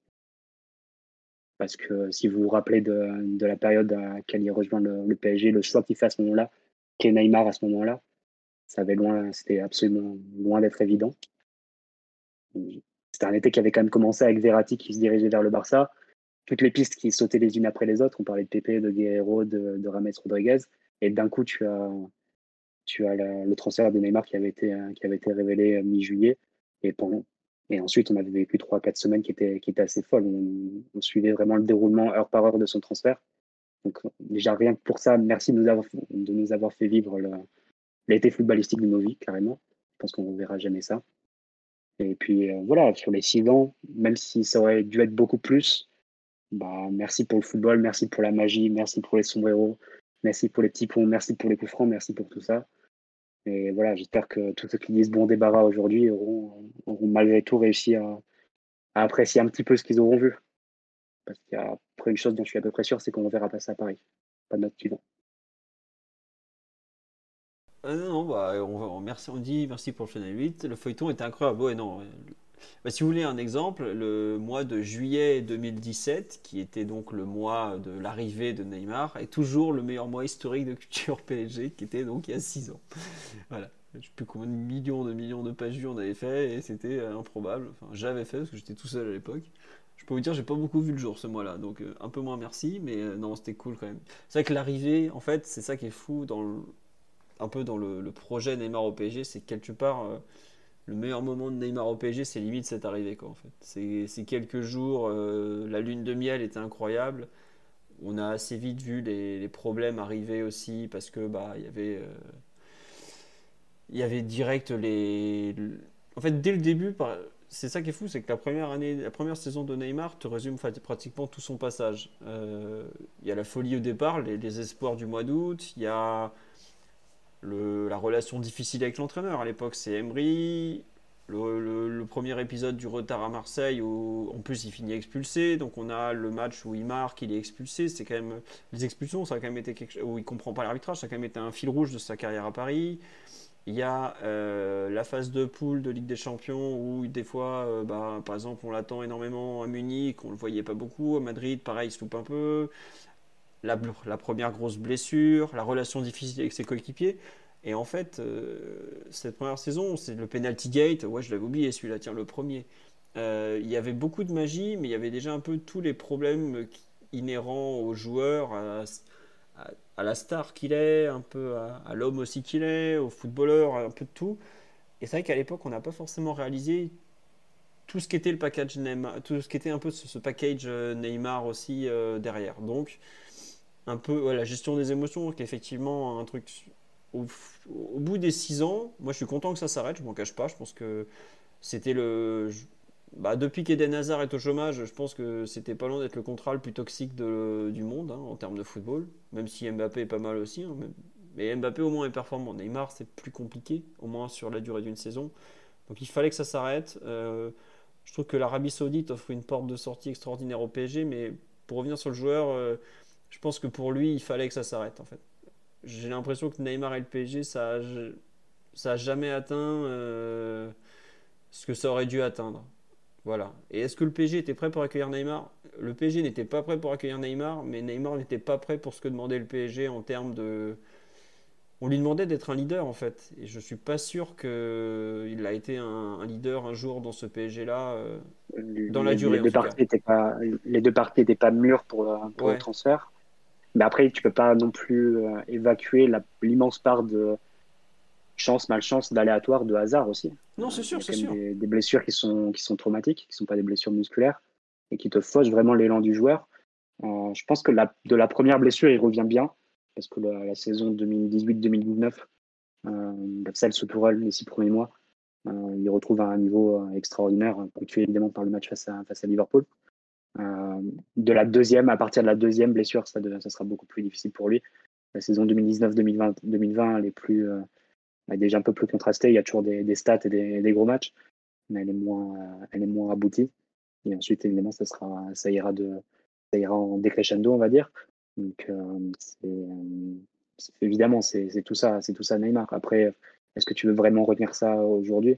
Parce que si vous vous rappelez de, de la période à laquelle il rejoint le, le P S G, le choix qu'il fait à ce moment-là, qui est Neymar à ce moment-là, ça avait loin, c'était absolument loin d'être évident. C'était un été qui avait quand même commencé avec Verratti qui se dirigeait vers le Barça. Toutes les pistes qui sautaient les unes après les autres. On parlait de Pepe, de Guerrero, de, de Rames Rodriguez. Et d'un coup, tu as, tu as la- le transfert de Neymar qui avait été, euh, qui avait été révélé euh, mi-juillet. Et, pendant, et ensuite, on avait vécu trois, quatre semaines qui étaient, qui étaient assez folles. On, on suivait vraiment le déroulement heure par heure de son transfert. Donc, déjà, rien que pour ça, merci de nous avoir, de nous avoir fait vivre le- l'été footballistique de nos vies, carrément. Je pense qu'on ne verra jamais ça. Et puis, euh, voilà, sur les six ans, même si ça aurait dû être beaucoup plus, bah, merci pour le football, merci pour la magie, merci pour les sombreros, merci pour les petits ponts, merci pour les coups francs, merci pour tout ça. Et voilà, j'espère que tous ceux qui disent bon débarras aujourd'hui auront, auront malgré tout réussi à, à apprécier un petit peu ce qu'ils auront vu. Parce qu'il y a après une chose dont je suis à peu près sûr, c'est qu'on verra passer à Paris. Pas de notre suivant. Ah non, non, bah, on, va- on- merci, on dit merci pour le Channel huit. Le feuilleton était incroyable. Ouais, non. Bah, si vous voulez un exemple, le mois de juillet deux mille dix-sept, qui était donc le mois de l'arrivée de Neymar, est toujours le meilleur mois historique de culture P S G, qui était donc il y a six ans. Voilà. Je ne sais plus combien de millions de millions de pages vues on avait fait, et c'était euh, improbable. Enfin, j'avais fait, parce que j'étais tout seul à l'époque. Je peux vous dire, j'ai pas beaucoup vu le jour ce mois-là, donc euh, un peu moins merci, mais euh, non, c'était cool quand même. C'est vrai que l'arrivée, en fait, c'est ça qui est fou dans le- un peu dans le, le projet Neymar au P S G, c'est que quelque part, euh, le meilleur moment de Neymar au P S G, c'est limite cette arrivée, quoi, en fait. C'est c'est quelques jours, euh, la lune de miel était incroyable. On a assez vite vu les, les problèmes arriver aussi, parce que bah il y avait, euh, il y avait direct les. En fait, dès le début, par- c'est ça qui est fou, c'est que la première année, la première saison de Neymar te résume fa- pratiquement tout son passage. Euh, Il y a la folie au départ, les, les espoirs du mois d'août, il y a le- la relation difficile avec l'entraîneur. À l'époque, c'est Emery. Le, le- le premier épisode du retard à Marseille où en plus il finit expulsé, donc on a le match où il marque, il est expulsé. C'est quand même les expulsions, ça a quand même été quelque chose où il comprend pas l'arbitrage, ça a quand même été un fil rouge de sa carrière à Paris. Il y a euh, la phase de poule de Ligue des Champions où des fois, euh, bah, par exemple, on l'attend énormément à Munich, on le voyait pas beaucoup. À Madrid, pareil, il se loupe un peu. La, la première grosse blessure, la relation difficile avec ses coéquipiers. Et en fait, euh, cette première saison, c'est le penalty gate. Ouais, je l'avais oublié celui-là, tiens, le premier. Euh, il y avait beaucoup de magie, mais il y avait déjà un peu tous les problèmes inhérents aux joueurs, à, à, à la star qu'il est, un peu à, à l'homme aussi qu'il est, au footballeur, un peu de tout. Et c'est vrai qu'à l'époque, on n'a pas forcément réalisé tout ce qu'était le package Neymar, tout ce qui était un peu ce, ce package Neymar aussi euh, derrière. Donc, un peu ouais, la gestion des émotions, qui est effectivement un truc. Au, au bout des six ans, moi je suis content que ça s'arrête, je m'en cache pas. Je pense que c'était le. Bah, depuis qu'Eden Hazard est au chômage, je pense que c'était pas loin d'être le contrat le plus toxique de- du monde hein, en termes de football. Même si Mbappé est pas mal aussi. Hein, mais, mais Mbappé au moins est performant. Neymar c'est plus compliqué, au moins sur la durée d'une saison. Donc il fallait que ça s'arrête. Euh, je trouve que l'Arabie Saoudite offre une porte de sortie extraordinaire au P S G, mais pour revenir sur le joueur, euh, je pense que pour lui, il fallait que ça s'arrête en fait. J'ai l'impression que Neymar et le P S G, ça a, ça a jamais atteint euh, ce que ça aurait dû atteindre. Voilà. Et est-ce que le P S G était prêt pour accueillir Neymar? Le P S G n'était pas prêt pour accueillir Neymar, mais Neymar n'était pas prêt pour ce que demandait le P S G en termes de. On lui demandait d'être un leader en fait. Et je suis pas sûr qu'il a été un, un leader un jour dans ce P S G-là, euh, dans la Les, les durée en deux tout cas. parties étaient pas, les deux parties n'étaient pas mûres pour, le- pour le Ouais. transfert. Mais après, tu peux pas non plus euh, évacuer la- l'immense part de chance, malchance, d'aléatoire, de hasard aussi. Euh, Non, c'est Il y sûr, a c'est quand même sûr. des, des blessures qui sont, qui sont traumatiques, qui sont pas des blessures musculaires et qui te faussent vraiment l'élan du joueur. Euh, je pense que la, de la première blessure, il revient bien parce que la, la saison deux mille dix-huit deux mille dix-neuf, euh, celle sous Tourelle, les six premiers mois, euh, il retrouve à un niveau euh, extraordinaire, ponctué évidemment par le match face à, face à Liverpool. Euh, de la deuxième, à partir de la deuxième blessure, ça, devient, ça sera beaucoup plus difficile pour lui. La saison deux mille dix-neuf deux mille vingt, deux mille vingt elle est plus, euh, elle est déjà un peu plus contrastée. Il y a toujours des, des stats et des, des gros matchs, mais elle est moins, euh, elle est moins aboutie. Et ensuite, évidemment, ça sera, ça ira de, ça ira en décrescendo, on va dire. Donc, euh, c'est, euh, c'est- évidemment, c'est, c'est tout ça, c'est tout ça Neymar. Après, est-ce que tu veux vraiment retenir ça aujourd'hui?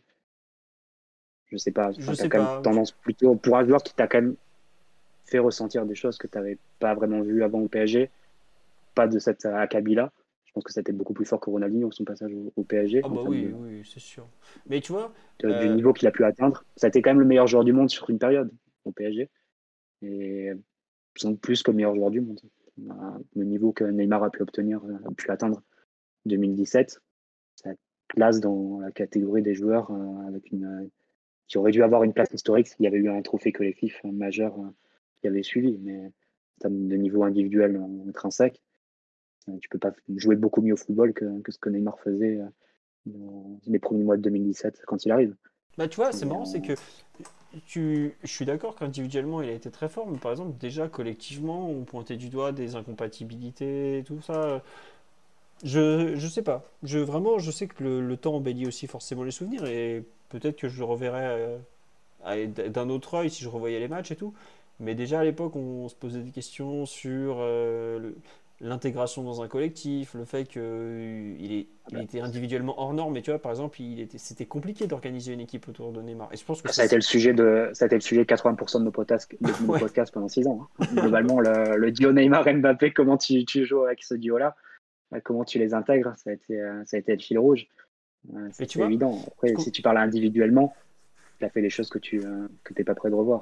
Je sais pas. Je Enfin, tu as sais quand même pas. Je- tendance plutôt pour un joueur qui t'a quand même fait ressentir des choses que tu n'avais pas vraiment vues avant au P S G, pas de cette acabit-là. Je pense que c'était beaucoup plus fort que Ronaldinho son passage au, au P S G Ah en bah termes oui, de, oui, c'est sûr. Mais tu vois, de- du euh, niveau qu'il a pu atteindre. Ça a été quand même le meilleur joueur du monde sur une période au P S G et sans plus que le meilleur joueur du monde. Euh, Le niveau que Neymar a pu obtenir, a pu atteindre en deux mille dix-sept, ça place dans la catégorie des joueurs euh, avec une, euh, qui aurait dû avoir une place historique s'il y avait eu un trophée collectif euh, majeur euh, qui avait suivi. Mais en termes de niveau individuel euh, intrinsèque, euh, tu peux pas jouer beaucoup mieux au football que, que ce que Neymar faisait euh, dans les premiers mois de deux mille dix-sept quand il arrive. bah tu vois, c'est Et, marrant, c'est euh, que tu, je suis d'accord qu'individuellement il a été très fort, mais par exemple déjà collectivement on pointait du doigt des incompatibilités, tout ça. Je, je sais pas. Je vraiment, je sais que le, le temps embellit aussi forcément les souvenirs et peut-être que je le reverrai euh, à- d'un autre œil si je revoyais les matchs et tout. Mais déjà à l'époque, on se posait des questions sur euh, le- l'intégration dans un collectif, le fait qu'il est, il était individuellement hors norme. Mais tu vois, par exemple, il était, c'était compliqué d'organiser une équipe autour de Neymar. Et je pense que Ça a été c'est le sujet de, ça a été le sujet de quatre-vingts pour cent de nos podcasts, de nos ouais, podcasts pendant six ans. Hein. Globalement, le, le duo Neymar-Mbappé, comment tu, tu joues avec ce duo-là, euh, comment tu les intègres, ça a été, euh, ça a été le fil rouge. Euh, mais ça, tu c'est vois, évident. je Après, com- si tu parles individuellement, il a fait des choses que tu, euh, que t'es pas prêt de revoir.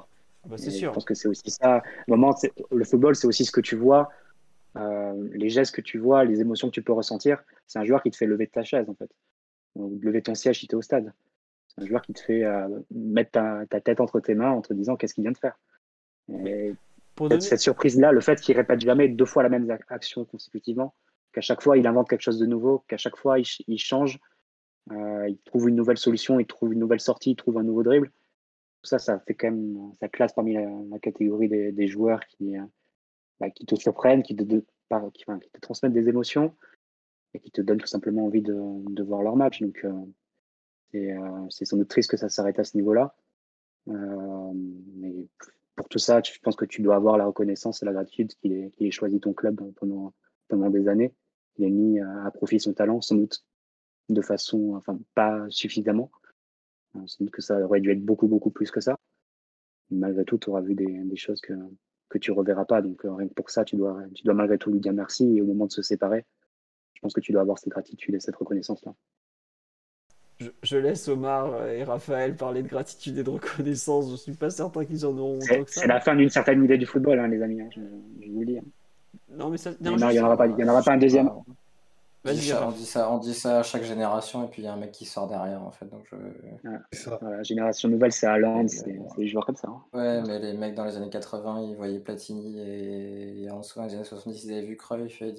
Bah, c'est Et je sûr. pense que c'est aussi ça. Au moment, c'est- le football, c'est aussi ce que tu vois, euh, les gestes que tu vois, les émotions que tu peux ressentir. C'est un joueur qui te fait lever de ta chaise, en fait. Ou lever ton siège si tu es au stade. C'est un joueur qui te fait euh, mettre ta, ta tête entre tes mains en te disant qu'est-ce qu'il vient de faire. Mais Et pour cette, donner, cette surprise-là, le fait qu'il répète jamais deux fois la même ac- action consécutivement, qu'à chaque fois il invente quelque chose de nouveau, qu'à chaque fois il, ch- il change, euh, il trouve une nouvelle solution, il trouve une nouvelle sortie, il trouve un nouveau dribble. Tout ça, ça fait quand même, ça classe parmi la, la catégorie des, des joueurs qui, euh, bah, qui te surprennent, qui te, de- par- qui, enfin, qui te transmettent des émotions et qui te donnent tout simplement envie de, de voir leur match. Donc, euh, c'est euh, c'est sans doute triste que ça s'arrête à ce niveau-là. Euh, mais pour tout ça, je pense que tu dois avoir la reconnaissance et la gratitude qu'il ait, qu'il ait choisi ton club pendant, pendant des années. Il a mis à, à profit son talent, sans doute de façon, enfin, pas suffisamment. Euh, Sans doute que ça aurait dû être beaucoup, beaucoup plus que ça. Malgré tout, tu auras vu des, des choses que, que tu reverras pas. Donc, euh, rien que pour ça, tu dois, tu dois malgré tout lui dire merci. Et au moment de se séparer, je pense que tu dois avoir cette gratitude et cette reconnaissance-là. je, je laisse Omar et Raphaël parler de gratitude et de reconnaissance. Je suis pas certain qu'ils en auront autant C'est que c'est ça. la fin d'une certaine idée du football, hein, les amis. Hein, je, je vous le dis. Hein. Non, mais ça, non, Neymar, il n'y juste, en aura pas, il Ouais, y en aura je pas un sais deuxième. pas. On dit, vas-y, ça, on Raph. dit ça, on dit ça à chaque génération, et puis il y a un mec qui sort derrière, en fait. Donc je... Voilà. C'est ça. Voilà, génération nouvelle, c'est Haaland, et c'est le- c'est des joueurs comme ça. Hein. Ouais, mais les mecs dans les années quatre-vingts, ils voyaient Platini, et, et en dessous, dans les années soixante-dix, ils avaient vu Cruyff, et ils disaient,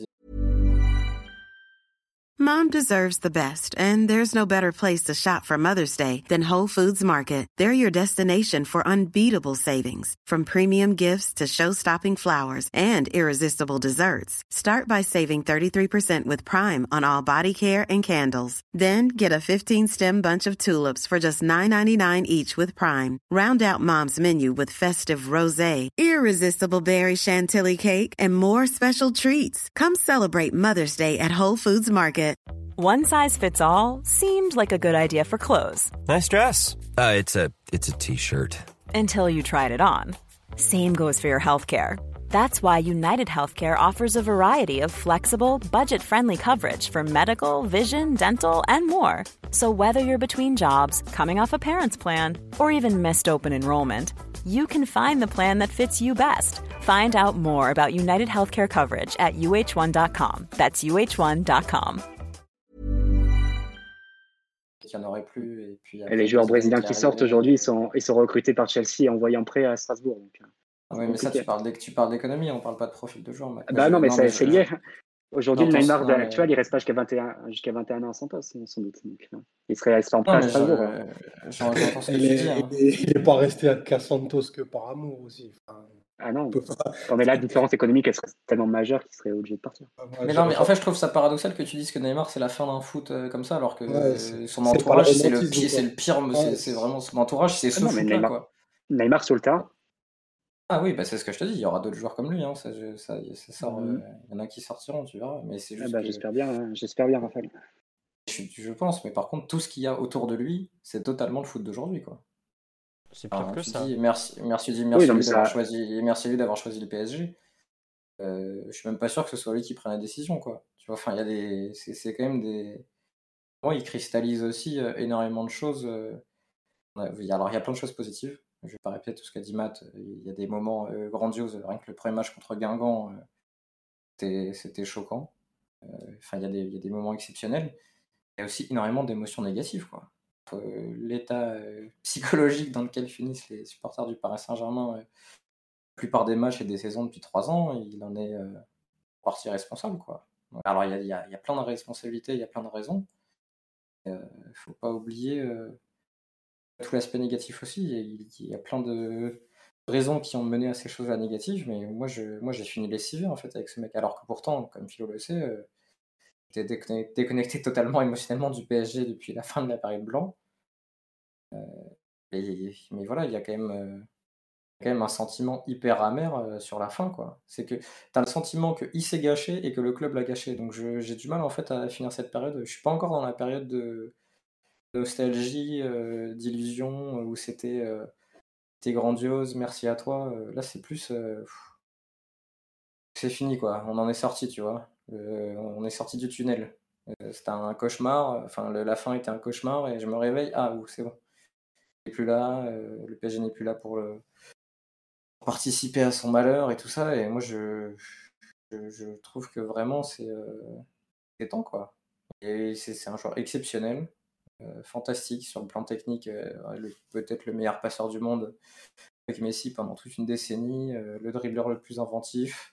Mom deserves the best, and there's no better place to shop for Mother's Day than Whole Foods Market. They're your destination for unbeatable savings, from premium gifts to show-stopping flowers and irresistible desserts. Start by saving thirty-three percent with Prime on all body care and candles. Then get a fifteen-stem bunch of tulips for just nine ninety-nine each with Prime. Round out Mom's menu with festive rosé, irresistible berry chantilly cake, and more special treats. Come celebrate Mother's Day at Whole Foods Market. One size fits all seemed like a good idea for clothes. Nice dress. Uh, it's a it's a t-shirt. Until you tried it on. Same goes for your healthcare. That's why United Healthcare offers a variety of flexible, budget-friendly coverage for medical, vision, dental, and more. So whether you're between jobs, coming off a parent's plan, or even missed open enrollment, you can find the plan that fits you best. Find out more about United Healthcare coverage at U H one dot com. That's U H one dot com. qu'il n'y en aurait plus. Et puis Et après, les joueurs Zidane brésiliens qui qui est sortent arrivé. aujourd'hui, ils sont, ils sont recrutés par Chelsea et envoyés en prêt à Strasbourg. Donc, euh, c'est Oui, mais ça, compliqué. tu parles d'é- tu parles d'économie, on parle pas de profil de joueur, mec. Moi, Bah je- non, mais non, c'est mais c'est je- lié. Aujourd'hui, le j'entends ça, Neymar de- non, mais- actuel, il reste pas jusqu'à vingt et un, jusqu'à vingt et un ans à Santos, sans doute. Donc, euh, il serait, il serait en prêt Non, à mais Strasbourg. hein. je- j'en- j'entends ce que Il tu est, dis. hein. il est- il est pas resté à qu'à Santos que par amour aussi. Enfin, Ah non, on peut pas- non, mais la différence économique, elle serait tellement majeure qu'il serait obligé de partir. moi, Mais j'en- non, mais en j'en- fait, je trouve ça paradoxal que tu dises que Neymar, c'est la fin d'un foot euh, comme ça, alors que Ouais, euh, c'est- son c'est pas entourage, le c'est le romantisme, pire, quoi. c'est le pire, Ouais, c'est c'est c'est- vraiment son entourage, c'est Ah ce non, mais foot-là, Neymar, quoi. Neymar sur le terrain. Ah oui, bah c'est ce que je te dis, il y aura d'autres joueurs comme lui, hein, ça, je- ça, ça sort, Mhm. euh, il y en a qui sortiront, tu verras, mais c'est Ah juste bah, que j'espère bien, hein, j'espère bien, Raphaël. je, je pense, mais par contre, tout ce qu'il y a autour de lui, c'est totalement le foot d'aujourd'hui, quoi. C'est pire Enfin, que tu ça. dis merci, merci, dis Oui, merci non, lui mais d'avoir ça, choisi, merci lui d'avoir choisi le P S G. Euh, je suis même pas sûr que ce soit lui qui prenne la décision, quoi. Tu vois, enfin, il y a des, c'est c'est quand même des. Moi, il cristallise aussi euh, énormément de choses. euh, ouais, il y a- alors, il y a plein de choses positives. Je vais pas répéter tout ce qu'a dit Matt. Il y a des moments euh, grandioses. Rien que le premier match contre Guingamp, euh, c'était c'était choquant. Euh, Enfin, il y a des, il y a des moments exceptionnels. Il y a aussi énormément d'émotions négatives, quoi. Entre, euh, l'état euh, psychologique dans lequel finissent les supporters du Paris Saint-Germain, euh, la plupart des matchs et des saisons depuis trois ans, il en est euh, en partie responsable, quoi. Alors, il y a, il y a- il y a plein de responsabilités, il y a plein de raisons. Il ne faut pas oublier euh, tout l'aspect négatif aussi. Il y, a, il y a plein de raisons qui ont mené à ces choses-là négatives, mais moi, je, moi j'ai fini lessivé en fait avec ce mec. Alors que pourtant, comme Philo le sait, euh, j'étais déconnecté, déconnecté totalement émotionnellement du P S G depuis la fin de la période blanc. Euh, et, mais voilà, il y a quand même, euh, quand même un sentiment hyper amer euh, sur la fin, quoi. C'est que tu as le sentiment qu'il s'est gâché et que le club l'a gâché. Donc je- j'ai du mal en fait à finir cette période. Je suis pas encore dans la période de nostalgie, euh, d'illusion, euh, où c'était euh, c'était grandiose, merci à toi. Euh, là, c'est plus. euh, pff, c'est fini, quoi. On en est sorti, tu vois. Euh, on est sorti du tunnel. Euh, c'était un cauchemar. Enfin, le- la fin était un cauchemar et je me réveille. Ah, ouh, c'est bon. Il n'est plus là. euh, le P S G n'est plus là pour le, participer à son malheur et tout ça. Et moi, je, je, je trouve que vraiment, c'est, euh, c'est temps, quoi. Et c'est, c'est un joueur exceptionnel, euh, fantastique sur le plan technique, euh, le- peut-être le meilleur passeur du monde avec Messi pendant toute une décennie, euh, le dribbleur le plus inventif.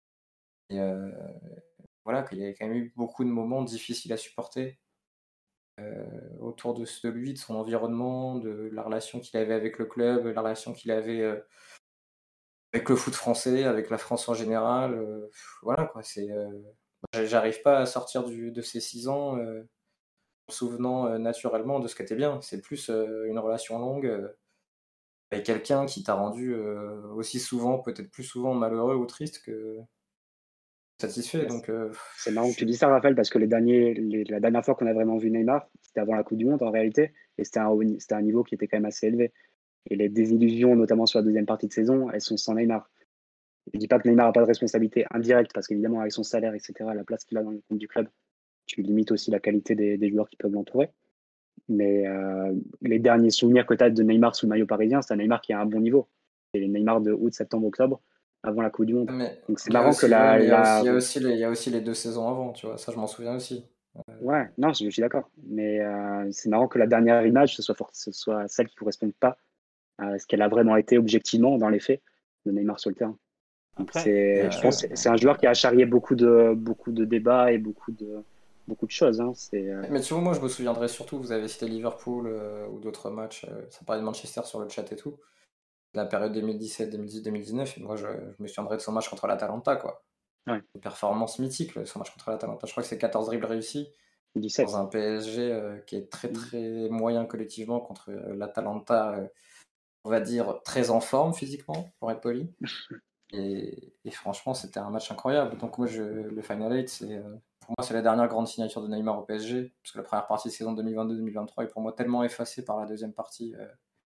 Et euh, voilà, qu'il y a quand même eu beaucoup de moments difficiles à supporter euh, autour de, de lui, de son environnement, de la relation qu'il avait avec le club, la relation qu'il avait euh, avec le foot français, avec la France en général. euh, pff, voilà, quoi. C'est, euh, j'a- j'arrive pas à sortir du, de ces six ans euh, en me souvenant euh, naturellement de ce qu'était bien. C'est plus euh, une relation longue euh, avec quelqu'un qui t'a rendu euh, aussi souvent, peut-être plus souvent malheureux ou triste que satisfait. Yes. Donc, euh, C'est marrant je que tu suis- dis ça, Raphaël, parce que les derniers, les- la dernière fois qu'on a vraiment vu Neymar, c'était avant la Coupe du Monde en réalité, et c'était un, haut ni- c'était un niveau qui était quand même assez élevé. Et les désillusions, notamment sur la deuxième partie de saison, elles sont sans Neymar. Je ne dis pas que Neymar n'a pas de responsabilité indirecte, parce qu'évidemment, avec son salaire, et cetera, la place qu'il a dans le compte du club, tu limites aussi la qualité des, des joueurs qui peuvent l'entourer. Mais euh, les derniers souvenirs que tu as de Neymar sous le maillot parisien, c'est un Neymar qui a un bon niveau. C'est les Neymar de août, septembre, octobre, avant la Coupe du Monde. Mais Donc c'est il y a marrant que aussi, ouais, la, mais il y a aussi, la... il y a aussi les, il y a aussi les deux saisons avant, tu vois. Ça, je m'en souviens aussi. Ouais, non, je, je suis d'accord. Mais euh, c'est marrant que la dernière image, ce soit, for- ce soit celle qui ne corresponde pas à ce qu'elle a vraiment été objectivement dans les faits de Neymar sur le terrain. Donc Après, c'est, je là-dessus, pense que c'est c'est un joueur qui a charrié beaucoup de, beaucoup de débats et beaucoup de, beaucoup de choses. Hein. C'est, euh, Mais tu vois, moi, je me souviendrai surtout, vous avez cité Liverpool euh, ou d'autres matchs, euh, ça parlait de Manchester sur le chat et tout, la période deux mille dix-sept, deux mille dix, deux mille dix-neuf, et moi, je, je me souviendrai de son match contre l'Atalanta, quoi. ouais, Une performance mythique, le- son match contre l'Atalanta. Je crois que c'est quatorze dribbles réussis dans dix-sept. un P S G euh, qui est très, Mm. très moyen collectivement contre euh, l'Atalanta, euh, on va dire, très en forme physiquement, pour être poli. Et, et franchement, c'était un match incroyable. Donc moi, je, le Final eight, c'est, euh, pour moi, c'est la dernière grande signature de Neymar au P S G, parce que la première partie de saison deux mille vingt-deux deux mille vingt-trois est pour moi tellement effacée par la deuxième partie euh,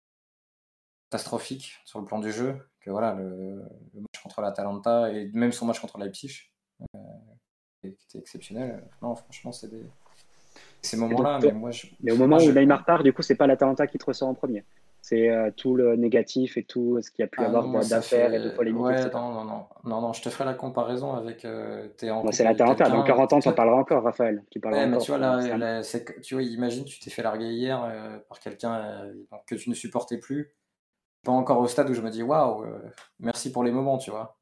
catastrophique sur le plan du jeu, que voilà, le, le match contre l'Atalanta et même son match contre Leipzig, euh, qui était exceptionnel. Non, franchement, c'est des, ces Et donc, moments-là, toi- mais moi, je, mais au moi, moment où je, Neymar part, du coup, c'est pas l'Atalanta qui te ressort en premier. C'est euh, tout le négatif et tout ce qu'il y a pu y ah non, avoir moi, d'a- ça d'affaires et de fait, polémiques, ouais, et cetera. non, non, non, non, non, je te ferai la comparaison avec, euh, t'es en Moi, c'est couple avec l'Atalanta. Dans quelqu'un. quarante ans, tu en parleras encore, Raphaël. Tu parleras Ouais, mais encore. tu vois, C'est- là, c'est un- là, c'est que- tu vois, imagine, tu t'es fait larguer hier euh, par quelqu'un euh, donc, que tu ne supportais plus. Pas encore au stade où je me dis, waouh, euh, merci pour les moments, tu vois.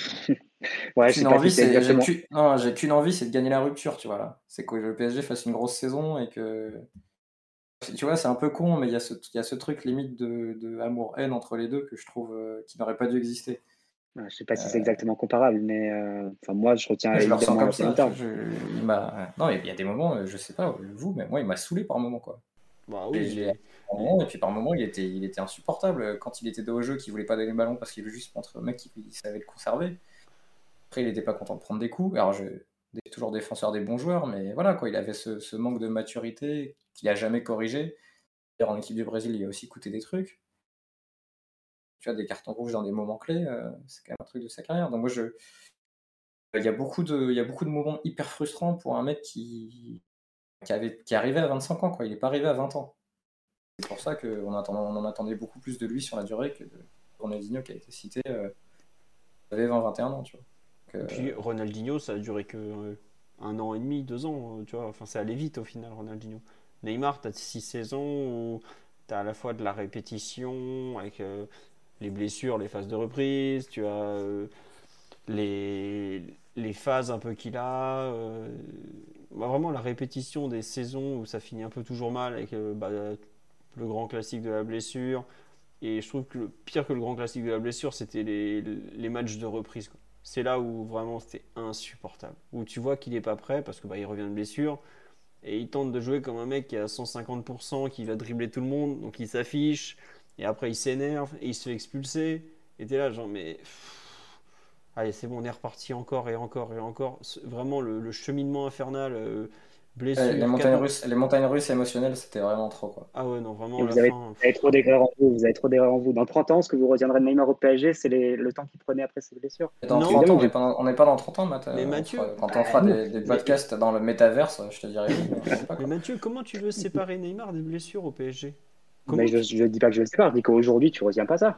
Ouais, je sais Qu'une pas si envie, c'est c'est, j'ai exactement. qu'une, non, j'ai qu'une envie, c'est de gagner la rupture, tu vois, là. C'est que le P S G fasse une grosse saison et que, tu vois, c'est un peu con, mais il y a ce, il y a ce truc limite de, de amour-haine entre les deux que je trouve euh, qui n'aurait pas dû exister. Ouais, je sais pas si c'est Euh, exactement comparable, mais euh, enfin, moi, je retiens je le ressens évidemment comme la ça, tu Polenta. vois, je- il m'a, non, il y a des moments, euh, je sais pas, vous, mais moi, il m'a saoulé par moments, quoi. bah Et oui, je l'ai mais, par mais- moment, et puis par moment, il était, il était insupportable. Quand il était dos au jeu, qu'il voulait pas donner le ballon parce qu'il veut juste montrer au mec qu'il savait le conserver. Après, il était pas content de prendre des coups. Alors, je suis toujours défenseur des bons joueurs, mais voilà, quoi, il avait ce, ce manque de maturité qu'il a jamais corrigé. D'ailleurs, en équipe du Brésil, il a aussi coûté des trucs. Tu vois, des cartons rouges dans des moments clés, euh, c'est quand même un truc de sa carrière. Donc, moi, je, il y a beaucoup de, il y a beaucoup de moments hyper frustrants pour un mec qui, qui, avait, qui est arrivé à vingt-cinq ans, quoi. Il n'est pas arrivé à vingt ans. C'est pour ça qu'on attend, on en attendait beaucoup plus de lui sur la durée que de Ronaldinho qui a été cité, euh, il avait vingt vingt et un ans, tu vois. Donc, puis euh, Ronaldinho, ça a duré que euh, un an et demi, deux ans, euh, tu vois. Enfin, c'est allé vite au final, Ronaldinho. Neymar, t'as six saisons où t'as à la fois de la répétition avec euh, les blessures, les phases de reprise, tu as euh, les, les phases un peu qu'il a. euh, bah, vraiment la répétition des saisons où ça finit un peu toujours mal avec euh, bah, le grand classique de la blessure. Et je trouve que le pire que le grand classique de la blessure, c'était les, les matchs de reprise, quoi. C'est là où vraiment c'était insupportable. Où tu vois qu'il n'est pas prêt parce que bah, il revient de blessure et il tente de jouer comme un mec qui est à cent cinquante pour cent, qui va dribbler tout le monde, donc il s'affiche et après il s'énerve et il se fait expulser. Et t'es là genre mais pff, allez c'est bon, on est reparti encore et encore et encore. C'est vraiment le, le cheminement infernal, euh, les, blessure, montagnes quatre... russes, les montagnes russes émotionnelles, c'était vraiment trop, quoi. Ah ouais non vraiment Et à vous la avez, fin. vous avez trop d'erreurs en vous. Vous avez trop d'erreurs en vous. Dans trente ans, ce que vous retiendrez de Neymar au P S G, c'est les- le temps qu'il prenait après ses blessures. Et dans Non, trente ans, Évidemment on que n'est j'ai- pas, dans- on n'est pas dans trente ans, Matt. mais euh, on Mathieu, fera- quand on Ah, fera non. des, des mais, podcasts dans le métaverse, je te dirai oui, mais on sait pas, mais quoi. Mathieu, comment tu veux séparer Neymar des blessures au P S G? mais Comment je tu... ne dis pas que je le sépare. Je dis qu'aujourd'hui, tu ne retiens pas ça.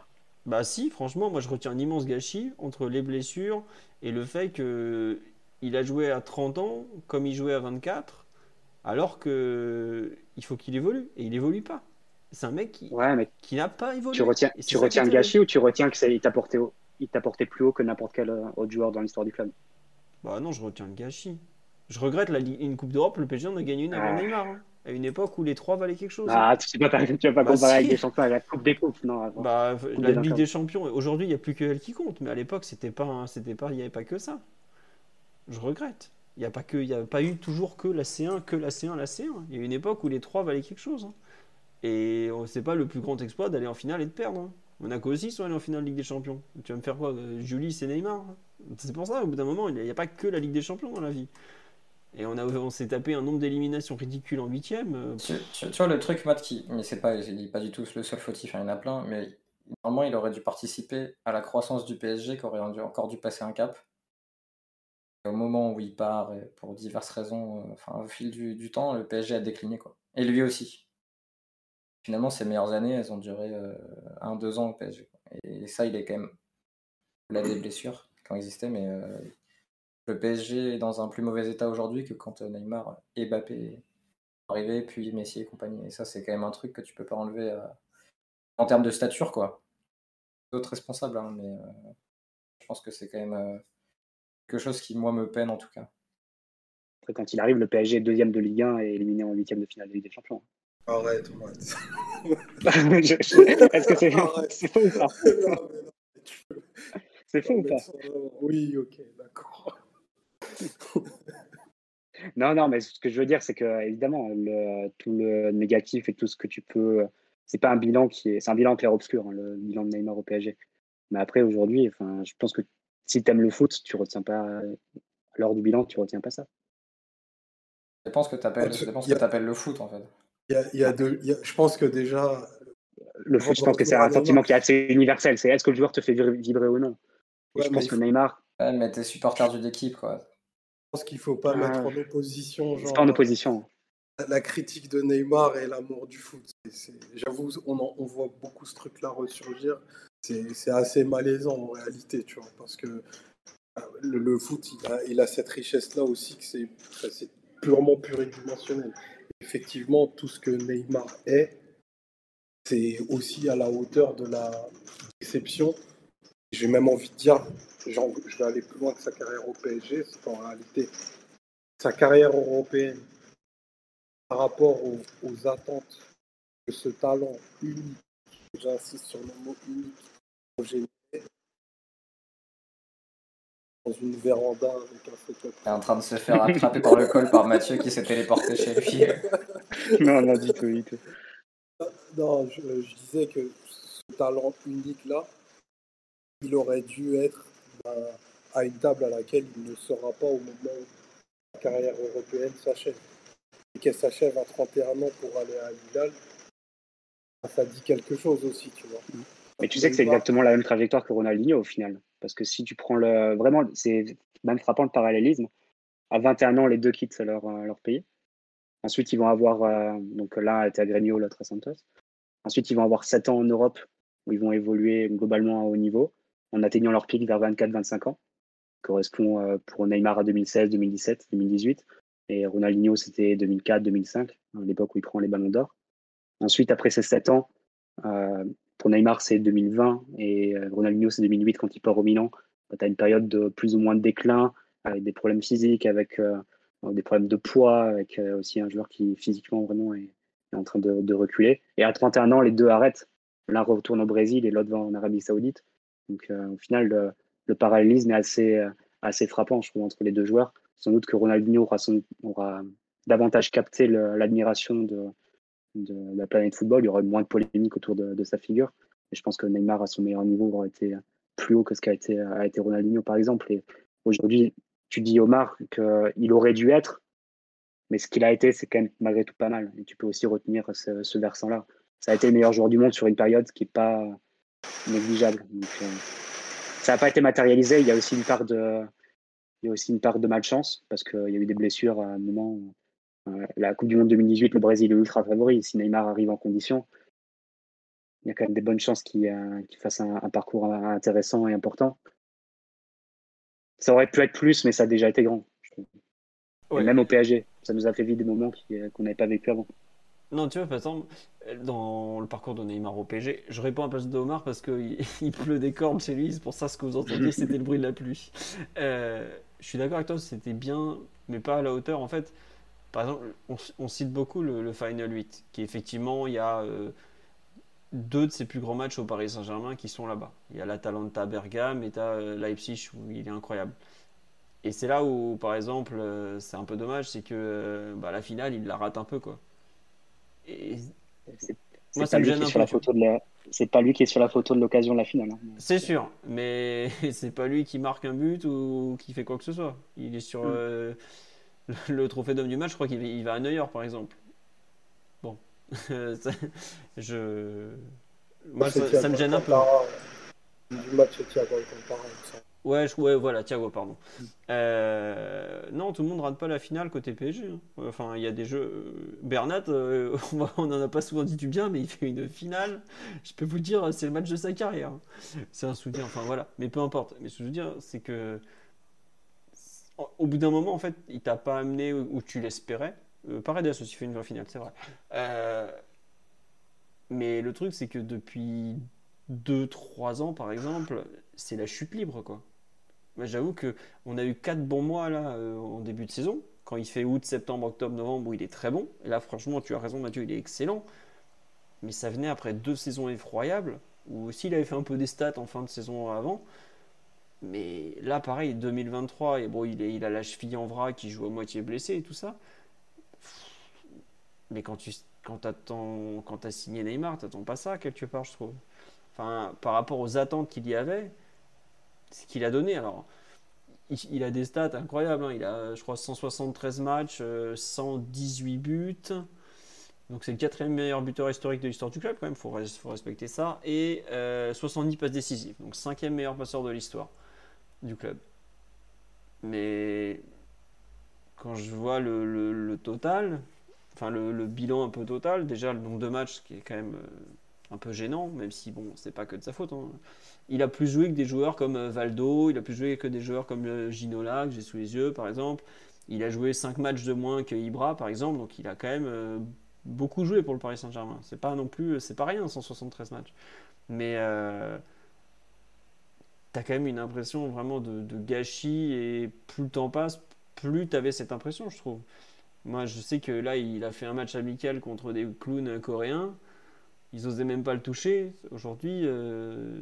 Bah si, franchement, moi je retiens un immense gâchis entre les blessures et le fait que il a joué à trente ans comme il jouait à vingt-quatre, alors que il faut qu'il évolue et il évolue pas. C'est un mec qui, Ouais, mais qui n'a pas tu évolué retiens, et c'est tu ça qui est retiens le terrible. gâchis ou tu retiens que ça, il t'a porté haut, il t'a porté plus haut que n'importe quel euh, autre joueur dans l'histoire du club. Bah non, je retiens le gâchis. Je regrette la, Ligue- une Coupe d'Europe, le P S G en a gagné une avant Ah, Neymar, hein, à une époque où les trois valaient quelque chose, hein. ah, tu sais pas, tu vas pas Bah comparer avec des si, champions à la Coupe des Coupes, non, avant. bah Coupe la des Ligue vainqueurs. des Champions, aujourd'hui il n'y a plus que elle qui compte, mais à l'époque c'était pas, un- c'était pas, il n'y avait pas que ça. Je regrette. Il n'y a pas que, il y a pas eu toujours que la C un, que la C un, la C un. Il y a eu une époque où les trois valaient quelque chose, hein. Et oh, c'est pas le plus grand exploit d'aller en finale et de perdre, hein. Monaco aussi sont allés en finale de Ligue des Champions. Tu vas me faire quoi, euh, Julie, c'est Neymar, hein. C'est pour ça, au bout d'un moment, il n'y a, a pas que la Ligue des Champions dans la vie. Et on, a, on s'est tapé un nombre d'éliminations ridicule en huitième. euh, Tu, tu- tu vois le truc, Matt, qui, mais c'est pas, il est pas du tout le seul fautif, hein, il y en a plein, mais normalement il aurait dû participer à la croissance du P S G, qui aurait dû- encore dû passer un cap. Et au moment où il part, et pour diverses raisons, euh, enfin au fil du, du temps, le P S G a décliné, quoi. Et lui aussi. Finalement, ses meilleures années, elles ont duré euh, un, deux ans au P S G, quoi. Et ça, il est quand même là des blessures qui ont existé, mais euh, le P S G est dans un plus mauvais état aujourd'hui que quand euh, Neymar et Mbappé sont arrivés, puis Messi et compagnie. Et ça, c'est quand même un truc que tu peux pas enlever euh, en termes de stature, quoi. D'autres responsables, hein, mais euh, je pense que c'est quand même euh, quelque chose qui, moi, me peine en tout cas. Après, quand il arrive, le P S G est deuxième de Ligue un et éliminé en huitième de finale de Ligue des Champions. Arrête, Matt. Je- je- Est-ce que c'est Arrête. c'est faux ou pas? Non, mais non, mais tu peux C'est pas faux ou mettre pas? ça. Oui, ok, d'accord. Non, non, mais ce que je veux dire, c'est que évidemment, le, tout le négatif et tout ce que tu peux, c'est pas un bilan qui est, c'est un bilan clair-obscur, hein, le bilan de Neymar au P S G. Mais après, aujourd'hui, enfin, je pense que si tu aimes le foot, tu retiens pas, lors du bilan, tu retiens pas ça. Ça dépend ce que En t'appelles, fait, ça dépend ce il y que a, t'appelles le foot, en fait. il y a- il y a Non, deux- il y a- je pense que déjà, le avant foot, je de pense que c'est revenir à un sentiment Neymar, qui est assez universel. C'est est-ce que le joueur te fait vibrer vibrer ou non? Et ouais, je mais pense il que faut- Neymar, Ouais, mais t'es supporter d'une équipe, quoi. je pense qu'il faut pas mettre euh, en opposition, c'est pas en genre, euh, opposition. la critique de Neymar et l'amour du foot. C'est- c'est- J'avoue, on, en- on voit beaucoup ce truc-là ressurgir. C'est c'est assez malaisant en réalité, tu vois, parce que euh, le, le foot, il a, il a cette richesse-là aussi, que c'est ça, c'est purement pluridimensionnel. Effectivement, tout ce que Neymar est, c'est aussi à la hauteur de la déception. J'ai même envie de dire, genre, je vais aller plus loin que sa carrière au P S G, c'est qu'en réalité, sa carrière européenne, par rapport aux, aux attentes que ce talent unique, j'insiste sur le mot unique, a généré dans une véranda avec un setup. T'es en train de se faire attraper par le col par Mathieu qui s'est téléporté chez lui. Non, non, du tout, du tout. Non, je, je disais que ce talent unique-là, il aurait dû être ben, à une table à laquelle il ne sera pas au moment où la carrière européenne s'achève. Et qu'elle s'achève à trente et un ans pour aller à Hilal, ça dit quelque chose aussi, tu vois. Mais tu sais que c'est Neymar, exactement la même trajectoire que Ronaldinho au final. Parce que si tu prends le. Vraiment, c'est même frappant le parallélisme. À vingt et un ans, les deux quittent leur, euh, leur pays. Ensuite, ils vont avoir. euh, donc l'un était à Grêmio, l'autre à Santos. Ensuite, ils vont avoir sept ans en Europe où ils vont évoluer globalement à haut niveau en atteignant leur pic vers vingt-quatre vingt-cinq ans. Correspond euh, pour Neymar à deux mille seize, deux mille dix-sept, deux mille dix-huit. Et Ronaldinho, c'était deux mille quatre, deux mille cinq, à l'époque où il prend les ballons d'or. Ensuite, après ces sept ans, euh, pour Neymar, c'est deux mille vingt et euh, Ronaldinho, c'est deux mille huit quand il part au Milan. Tu as une période de plus ou moins de déclin, avec des problèmes physiques, avec euh, des problèmes de poids, avec euh, aussi un joueur qui physiquement vraiment est, est en train de, de reculer. Et à trente et un ans, les deux arrêtent. L'un retourne au Brésil et l'autre va en Arabie Saoudite. Donc euh, au final, le, le parallélisme est assez, euh, assez frappant, je trouve, entre les deux joueurs. Sans doute que Ronaldinho aura, son, aura davantage capté le, l'admiration de, de la planète football, il y aurait moins de polémique autour de, de sa figure. Et je pense que Neymar, à son meilleur niveau, aurait été plus haut que ce qu'a été, a été Ronaldinho, par exemple. Et aujourd'hui, tu dis Omar qu'il aurait dû être, mais ce qu'il a été, c'est quand même malgré tout pas mal. Et tu peux aussi retenir ce, ce versant-là. Ça a été le meilleur joueur du monde sur une période qui n'est pas négligeable. Donc, euh, ça n'a pas été matérialisé. Il y a aussi une part de, il y a aussi une part de malchance, parce qu'il y a eu des blessures à un moment. Euh, la Coupe du Monde deux mille dix-huit, le Brésil est ultra favori. Si Neymar arrive en condition, il y a quand même des bonnes chances qu'il, euh, qu'il fasse un, un parcours intéressant et important. Ça aurait pu être plus, mais ça a déjà été grand, je trouve. Ouais. Et même au P S G, ça nous a fait vivre des moments qui, qu'on n'avait pas vécu avant. Non, tu vois, par exemple, dans le parcours de Neymar au P S G, je réponds à la place de Omar parce qu'il il pleut des cordes chez lui, c'est pour ça ce que vous entendiez, c'était le bruit de la pluie. Euh, je suis d'accord avec toi, c'était bien, mais pas à la hauteur. En fait, par exemple, on, on cite beaucoup le, le Final huit, qui effectivement, il y a euh, deux de ses plus grands matchs au Paris Saint-Germain qui sont là-bas. Il y a l'Atalanta Bergame et tu as Leipzig où il est incroyable. Et c'est là où, par exemple, euh, c'est un peu dommage, c'est que euh, bah, la finale, il la rate un peu, quoi. Et C'est, c'est moi, pas ça me lui gêne qui est un sur peu. la tu vois. photo de la... C'est pas lui qui est sur la photo de l'occasion de la finale. hein. C'est sûr, mais c'est pas lui qui marque un but ou qui fait quoi que ce soit. Il est sur Mm. euh, le, le trophée d'homme du match, je crois qu'il va, il va à New York, par exemple. Bon, Ça, je... moi, C'est ça, Thiago ça me gêne un peu. Alcantara, euh, Du match c'est Thiago Alcantara, il me semble. Ouais, je- ouais, voilà, Thiago, pardon. Euh, non, tout le monde rate pas la finale côté P S G. hein. Enfin, il y a des jeux. Bernat, euh, on va- on en a pas souvent dit du bien, mais il fait une finale. Je peux vous le dire, c'est le match de sa carrière. hein. C'est un souvenir, enfin voilà. Mais peu importe. Mais ce que je veux dire, c'est que au bout d'un moment, en fait, il t'a pas amené où où tu l'espérais. Euh, Paredes aussi fait une vraie finale, c'est vrai. Euh, mais le truc, c'est que depuis deux trois ans, par exemple, c'est la chute libre, quoi. Moi, j'avoue que on a eu quatre bons mois là euh, en début de saison. Quand il fait août, septembre, octobre, novembre, où il est très bon. Et là, franchement, tu as raison, Mathieu, il est excellent. Mais ça venait après deux saisons effroyables, où aussi il avait fait un peu des stats en fin de saison avant. Mais là, pareil, deux mille vingt-trois, et bon, il, est, il a la cheville en vrac, qui joue à moitié blessé et tout ça. Mais quand tu quand t'attends, quand t'as signé Neymar, t'attends pas ça quelque part, je trouve. Enfin, par rapport aux attentes qu'il y avait, c'est ce qu'il a donné. Alors, il, il a des stats incroyables. hein. Il a, je crois, cent soixante-treize matchs, euh, cent dix-huit buts. Donc, c'est le quatrième meilleur buteur historique de l'histoire du club, quand même. Il faut, res- faut respecter ça. Et euh, soixante-dix passes décisives. Donc, cinquième meilleur passeur de l'histoire du club. Mais quand je vois le, le- le total, enfin le, le bilan un peu total, déjà le nombre de matchs qui est quand même euh, un peu gênant, même si bon, c'est pas que de sa faute. hein. Il a plus joué que des joueurs comme euh, Valdo, il a plus joué que des joueurs comme euh, Ginola, que j'ai sous les yeux par exemple. Il a joué cinq matchs de moins que Ibra par exemple, donc il a quand même euh, beaucoup joué pour le Paris Saint-Germain. C'est pas non plus, c'est pas rien cent soixante-treize matchs. Mais euh, t'as quand même une impression vraiment de, de gâchis et plus le temps passe, plus t'avais cette impression, je trouve. Moi, je sais que là, il a fait un match amical contre des clowns coréens. Ils osaient même pas le toucher. Aujourd'hui, euh,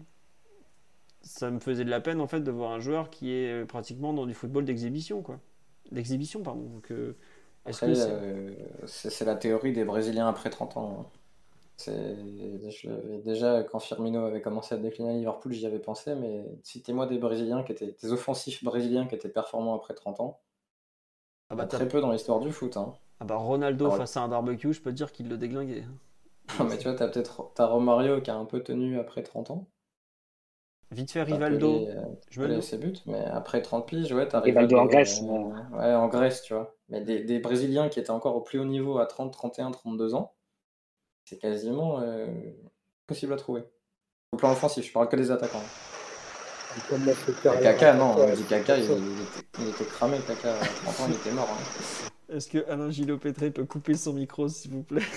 ça me faisait de la peine en fait de voir un joueur qui est pratiquement dans du football d'exhibition, quoi. D'exhibition, pardon. Donc, euh, est-ce Après, que c'est... euh, c'est c'est la théorie des Brésiliens après trente ans. hein. C'est, je l'avais déjà, quand Firmino avait commencé à décliner à Liverpool, j'y avais pensé, mais citez-moi des Brésiliens qui étaient, des offensifs brésiliens qui étaient performants après trente ans. Ah Il y bah, en a t'as- très peu dans l'histoire du foot. Hein. ah bah, Ronaldo Alors, face à un barbecue, je peux te dire qu'il le déglinguait. hein. mais tu vois, t'as peut-être t'as Romario qui a un peu tenu après trente ans. Vite fait, T'as Rivaldo. Pelé, euh, Je me Pelé le et ses buts, mais après trente piges, ouais, t'as Rivaldo en Rivaldo Grèce. euh, euh, ouais, en Grèce, tu vois. Mais des, des Brésiliens qui étaient encore au plus haut niveau à trente, trente et un, trente-deux ans, c'est quasiment euh, possible à trouver. Au plan offensif, je parle que des attaquants. Il commence le Et carrière Kaka, non, attaquant on à dit Kaka, il, six pour cent. il était, il était cramé, Kaka, à trente ans, il était mort. hein. Est-ce que Alain Gillot-Pétré peut couper son micro, s'il vous plaît?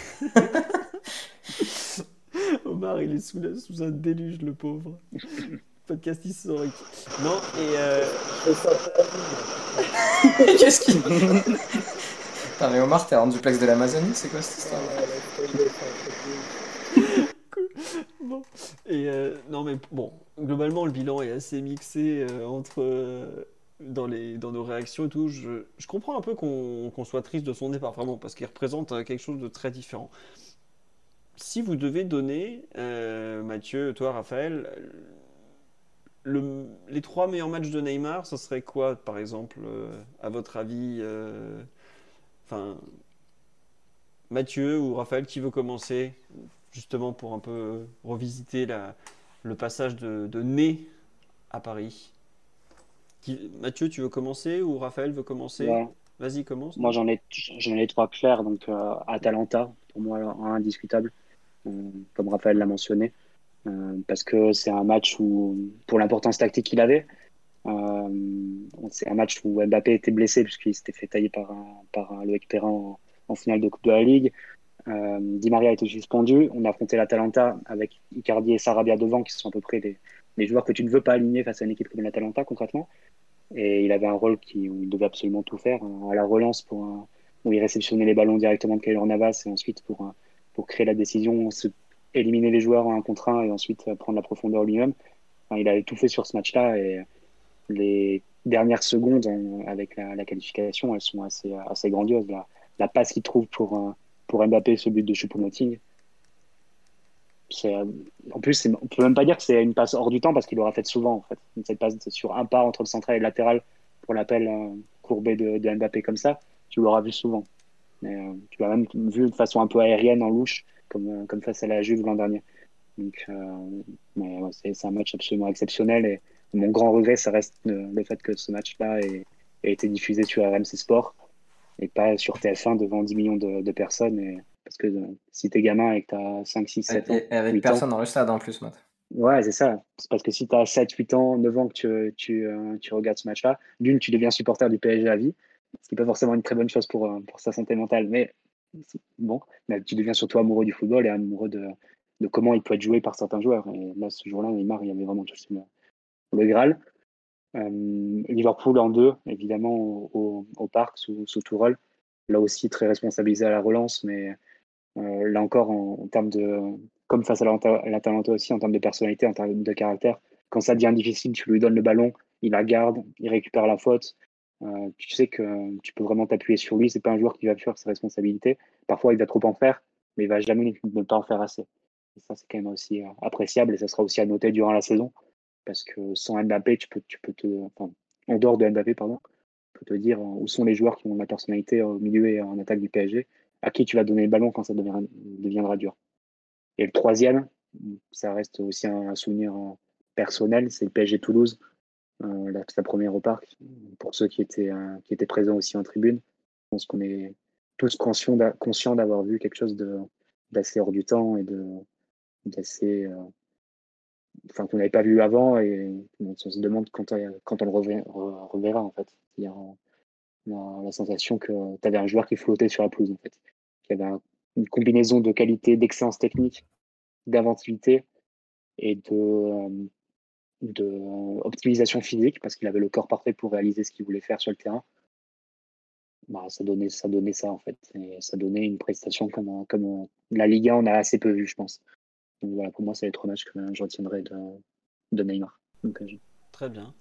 Omar, il est sous, la- sous un déluge, le pauvre. Podcast historique. Non, et euh, Je fais ça pour vous, moi. Qu'est-ce qu'il. Putain, mais Omar, t'es en duplex de l'Amazonie, c'est quoi cette histoire? Ah, laisse tomber, c'est un truc de ouf. bon, et euh, non mais bon, globalement le bilan est assez mixé euh, entre euh, dans les dans nos réactions et tout. Je, je comprends un peu qu'on qu'on soit triste de son départ, vraiment, parce qu'il représente euh, quelque chose de très différent. Si vous devez donner, euh, Mathieu, toi, Raphaël, le- les trois meilleurs matchs de Neymar, ce serait quoi, par exemple, euh, à votre avis euh, Enfin, Mathieu ou Raphaël, qui veut commencer, justement pour un peu revisiter la, le passage de, de Né à Paris. Qui- Mathieu, tu veux commencer ou Raphaël veut commencer? ouais. Vas-y, commence. Moi, toi. j'en ai, j'en ai trois clairs. Donc, euh, Atalanta, pour moi, un indiscutable. euh, comme Raphaël l'a mentionné, euh, parce que c'est un match où, pour l'importance tactique qu'il avait, euh, c'est un match où Mbappé était blessé puisqu'il s'était fait tailler par, un, par un Loïc Perrin en, en finale de Coupe de la Ligue. Euh, Di Maria a été suspendu. On a affronté l'Atalanta avec Icardi et Sarabia devant, qui sont à peu près les, les joueurs que tu ne veux pas aligner face à une équipe comme l'Atalanta concrètement. Et il avait un rôle qui, où il devait absolument tout faire, hein, à la relance pour un, où il réceptionnait les ballons directement de Keylor Navas et ensuite pour, un, pour créer la décision, se, éliminer les joueurs en un contre un et ensuite prendre la profondeur lui-même. Enfin, il avait tout fait sur ce match-là et les dernières secondes en, avec la, la qualification, elles sont assez, assez grandioses. La, la passe qu'il trouve pour, pour Mbappé, ce but de Choupo-Moting, c'est, en plus, c'est, on peut même pas dire que c'est une passe hors du temps parce qu'il l'aura fait souvent. En fait. Cette passe sur un pas entre le central et le latéral pour l'appel euh, courbé de, de Mbappé comme ça, tu l'auras vu souvent. Mais, euh, tu l'as même vu de façon un peu aérienne en louche, comme, euh, comme face à la Juve l'an dernier. Donc, euh, mais, ouais, c'est, c'est un match absolument exceptionnel et mon grand regret, ça reste le, le fait que ce match-là ait, ait été diffusé sur R M C Sport et pas sur T F un devant dix millions de, de personnes. Et, parce que euh, si t'es gamin et que t'as cinq, six, sept ans, Et, et avec personne ans, dans le stade en plus, Matt. Ouais, c'est ça. C'est parce que si t'as sept, huit ans, neuf ans que tu, tu, euh, tu regardes ce match-là, d'une, tu deviens supporter du P S G à vie, ce qui n'est pas forcément une très bonne chose pour, pour sa santé mentale, mais bon, mais tu deviens surtout amoureux du football et amoureux de, de comment il peut être joué par certains joueurs. Et là, ce jour-là, Neymar, il y avait vraiment tout le, le Graal. Euh, Liverpool en deux, évidemment, au, au, au parc, sous, sous Tourelle. Là aussi, très responsabilisé à la relance, mais euh, là encore, en, en termes de, comme face à l'Atalanta aussi, en termes de personnalité, en termes de caractère, quand ça devient difficile, tu lui donnes le ballon, il la garde, il récupère la faute. Euh, tu sais que tu peux vraiment t'appuyer sur lui. C'est pas un joueur qui va fuir ses responsabilités. Parfois, il va trop en faire, mais il va jamais ne pas en faire assez. Et ça, c'est quand même aussi euh, appréciable et ça sera aussi à noter durant la saison. Parce que sans Mbappé, tu peux, tu peux te, enfin, en dehors de Mbappé, pardon, tu peux te dire euh, où sont les joueurs qui ont de la personnalité au milieu et en attaque du P S G, à qui tu vas donner le ballon quand ça deviendra, deviendra dur. Et le troisième, ça reste aussi un, un souvenir euh, personnel, c'est le P S G Toulouse, euh, la, sa première au parc. Pour ceux qui étaient, euh, qui étaient présents aussi en tribune, je pense qu'on est tous conscients, d'a, conscients d'avoir vu quelque chose de, d'assez hors du temps et de, d'assez. Euh, enfin qu'on n'avait pas vu avant et on se demande quand, quand on le reverra, reverra en fait. C'est-à-dire la, la sensation que tu avais un joueur qui flottait sur la pelouse en fait, qui avait un, une combinaison de qualité, d'excellence technique, d'inventivité et de, euh, de euh, optimisation physique parce qu'il avait le corps parfait pour réaliser ce qu'il voulait faire sur le terrain. Bah, ça donnait ça donnait ça en fait et ça donnait une prestation comme comme la Ligue un on a assez peu vu je pense. Donc voilà, pour moi, c'est les trois matchs que je retiendrai de, de Neymar. Donc, euh, Très bien.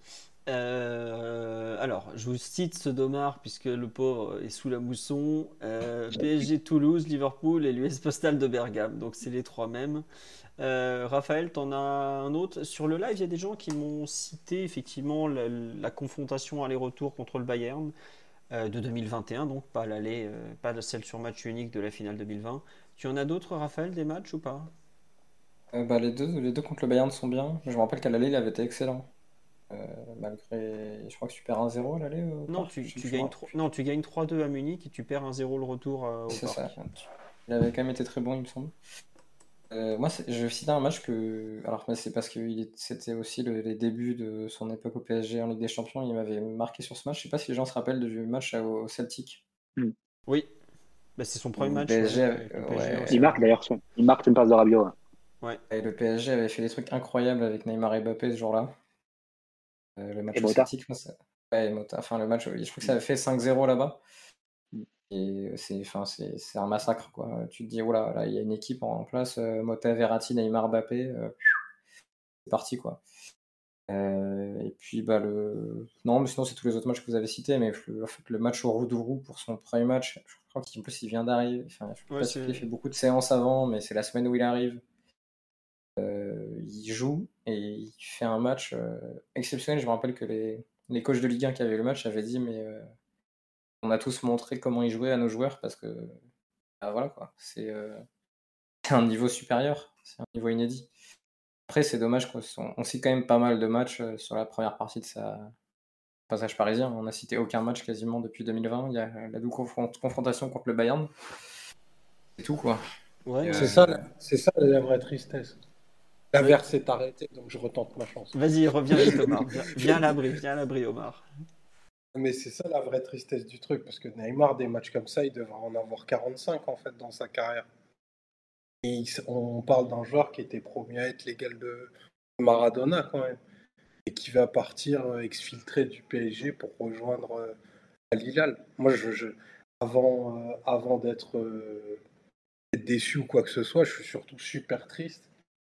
Euh, alors, je vous cite ce domard puisque le pauvre est sous la mousson. Euh, P S G Toulouse, Liverpool et l'U S Postal de Bergame. Donc, c'est les trois mêmes. Euh, Raphaël, t'en as un autre. Sur le live, il y a des gens qui m'ont cité effectivement la, la confrontation aller-retour contre le Bayern euh, de deux mille vingt et un, donc pas l'aller, euh, pas celle sur match unique de la finale deux mille vingt. Tu en as d'autres, Raphaël, des matchs ou pas? Euh, bah, les deux, les deux contre le Bayern sont bien. Je me rappelle qu'à l'aller, il avait été excellent. Euh, malgré. Je crois que tu perds un zéro à l'aller au Non, parc. tu, Je, tu je me gagnes, rappelle tro- plus. non, tu gagnes trois deux à Munich et tu perds un zéro le retour euh, au C'est ça. parc. Il avait quand même été très bon, il me semble. Euh, moi, c'est- je vais citer un match que. Alors, mais c'est parce que il est- c'était aussi le- les débuts de son époque au P S G en Ligue des Champions. Il m'avait marqué sur ce match. Je sais pas si les gens se rappellent du match au Celtic. mm. Oui, bah, c'est son premier Où le match ouais, P S G, avec le avait- P S G au ouais, Il marque Stade. d'ailleurs, son- il marque une passe de Rabiot. Ouais. Ouais. et le P S G avait fait des trucs incroyables avec Neymar et Mbappé ce jour-là. Euh, le match Et au Mota. Celtic, moi, ça- ouais, et Mota. Enfin, le match, je crois que ça Mm. avait fait cinq zéro là-bas. Mm. Et c'est, enfin, c'est, c'est un massacre, quoi. Tu te dis, oh là, là, il y a une équipe en place, euh, Mota, Verratti, Neymar, Mbappé, euh, c'est parti, quoi. Euh, et puis, bah, le. Non, mais sinon, c'est tous les autres matchs que vous avez cités, mais le, en fait, le match au Roudourou pour son premier match, je crois qu'en plus, il vient d'arriver. Enfin, je ne sais Ouais, pas s'il c'est... fait beaucoup de séances avant, mais c'est la semaine où il arrive. Euh, il joue et il fait un match euh, exceptionnel. Je me rappelle que les, les coachs de Ligue un qui avaient le match avaient dit, mais euh, on a tous montré comment il jouait à nos joueurs parce que, bah, voilà, quoi. C'est euh, c'est un niveau supérieur, c'est un niveau inédit. Après, c'est dommage qu'on on cite quand même pas mal de matchs euh, sur la première partie de sa passage parisien. On n'a cité aucun match quasiment depuis deux mille vingt. Il y a la double confron- confrontation contre le Bayern. C'est tout, quoi. Ouais, Et, non, C'est euh, ça, la- c'est ça la vraie tristesse. ouais. L'inverse s'est arrêté, donc je retente ma chance. Vas-y, reviens vite, Omar. Viens, viens à l'abri, viens à l'abri, Omar. Mais c'est ça la vraie tristesse du truc, parce que Neymar, des matchs comme ça, il devrait en avoir quarante-cinq en fait dans sa carrière. Et il s- on parle d'un joueur qui était promis à être l'égal de Maradona quand même, et qui va partir euh, exfiltré du P S G pour rejoindre euh, Al Hilal. Moi, je, je- avant, euh, avant d'être euh, déçu ou quoi que ce soit, je suis surtout super triste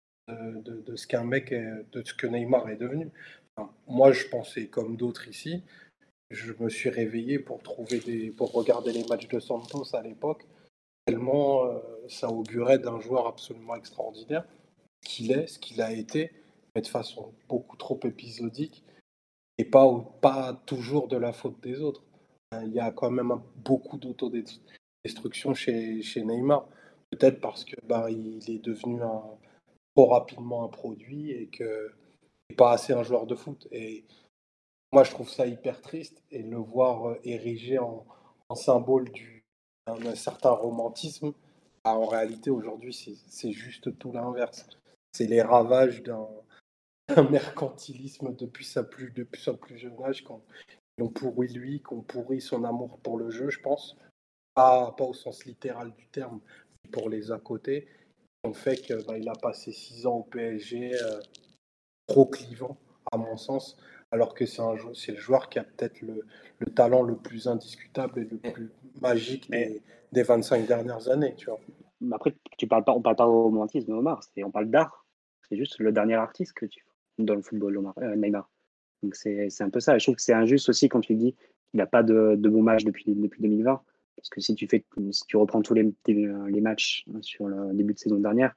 de, de- de ce qu'un mec, est- de ce que Neymar est devenu. Enfin, moi, je pensais comme d'autres ici. Je me suis réveillé pour trouver des, pour regarder les matchs de Santos à l'époque, tellement euh, ça augurait d'un joueur absolument extraordinaire, ce qu'il est, ce qu'il a été, mais de façon beaucoup trop épisodique et pas, au- pas toujours de la faute des autres. Euh, Il y a quand même un- beaucoup d'autodestruction chez, chez Neymar. Peut-être parce que bah, il est devenu un, trop rapidement un produit et que et pas assez un joueur de foot. Et moi, je trouve ça hyper triste et le voir euh, érigé en, en symbole du, d'un certain romantisme, bah, en réalité, aujourd'hui, c'est c'est juste tout l'inverse. C'est les ravages d'un d'un mercantilisme depuis sa plus, depuis son plus jeune âge, qu'on qu'on pourrit lui, qu'on pourrit son amour pour le jeu, je pense. Pas, pas au sens littéral du terme, mais pour les à côté. On fait que bah, il a passé six ans au P S G, euh, trop clivant, à mon sens, alors que c'est un jou- c'est le joueur qui a peut-être le, le talent le plus indiscutable et le Mais, plus magique mais des, des vingt-cinq dernières années, tu vois. mais après, tu parles pas, on parle pas de romantisme, Omar, c'est, on parle d'art. C'est juste le dernier artiste que tu dans le football, Omar, euh, Neymar. Donc c'est c'est un peu ça. Et je trouve que c'est injuste aussi quand tu dis qu'il n'a pas de, de bons matchs depuis, depuis deux mille vingt. Parce que si tu fais, si tu reprends tous les, les matchs sur le début de saison dernière,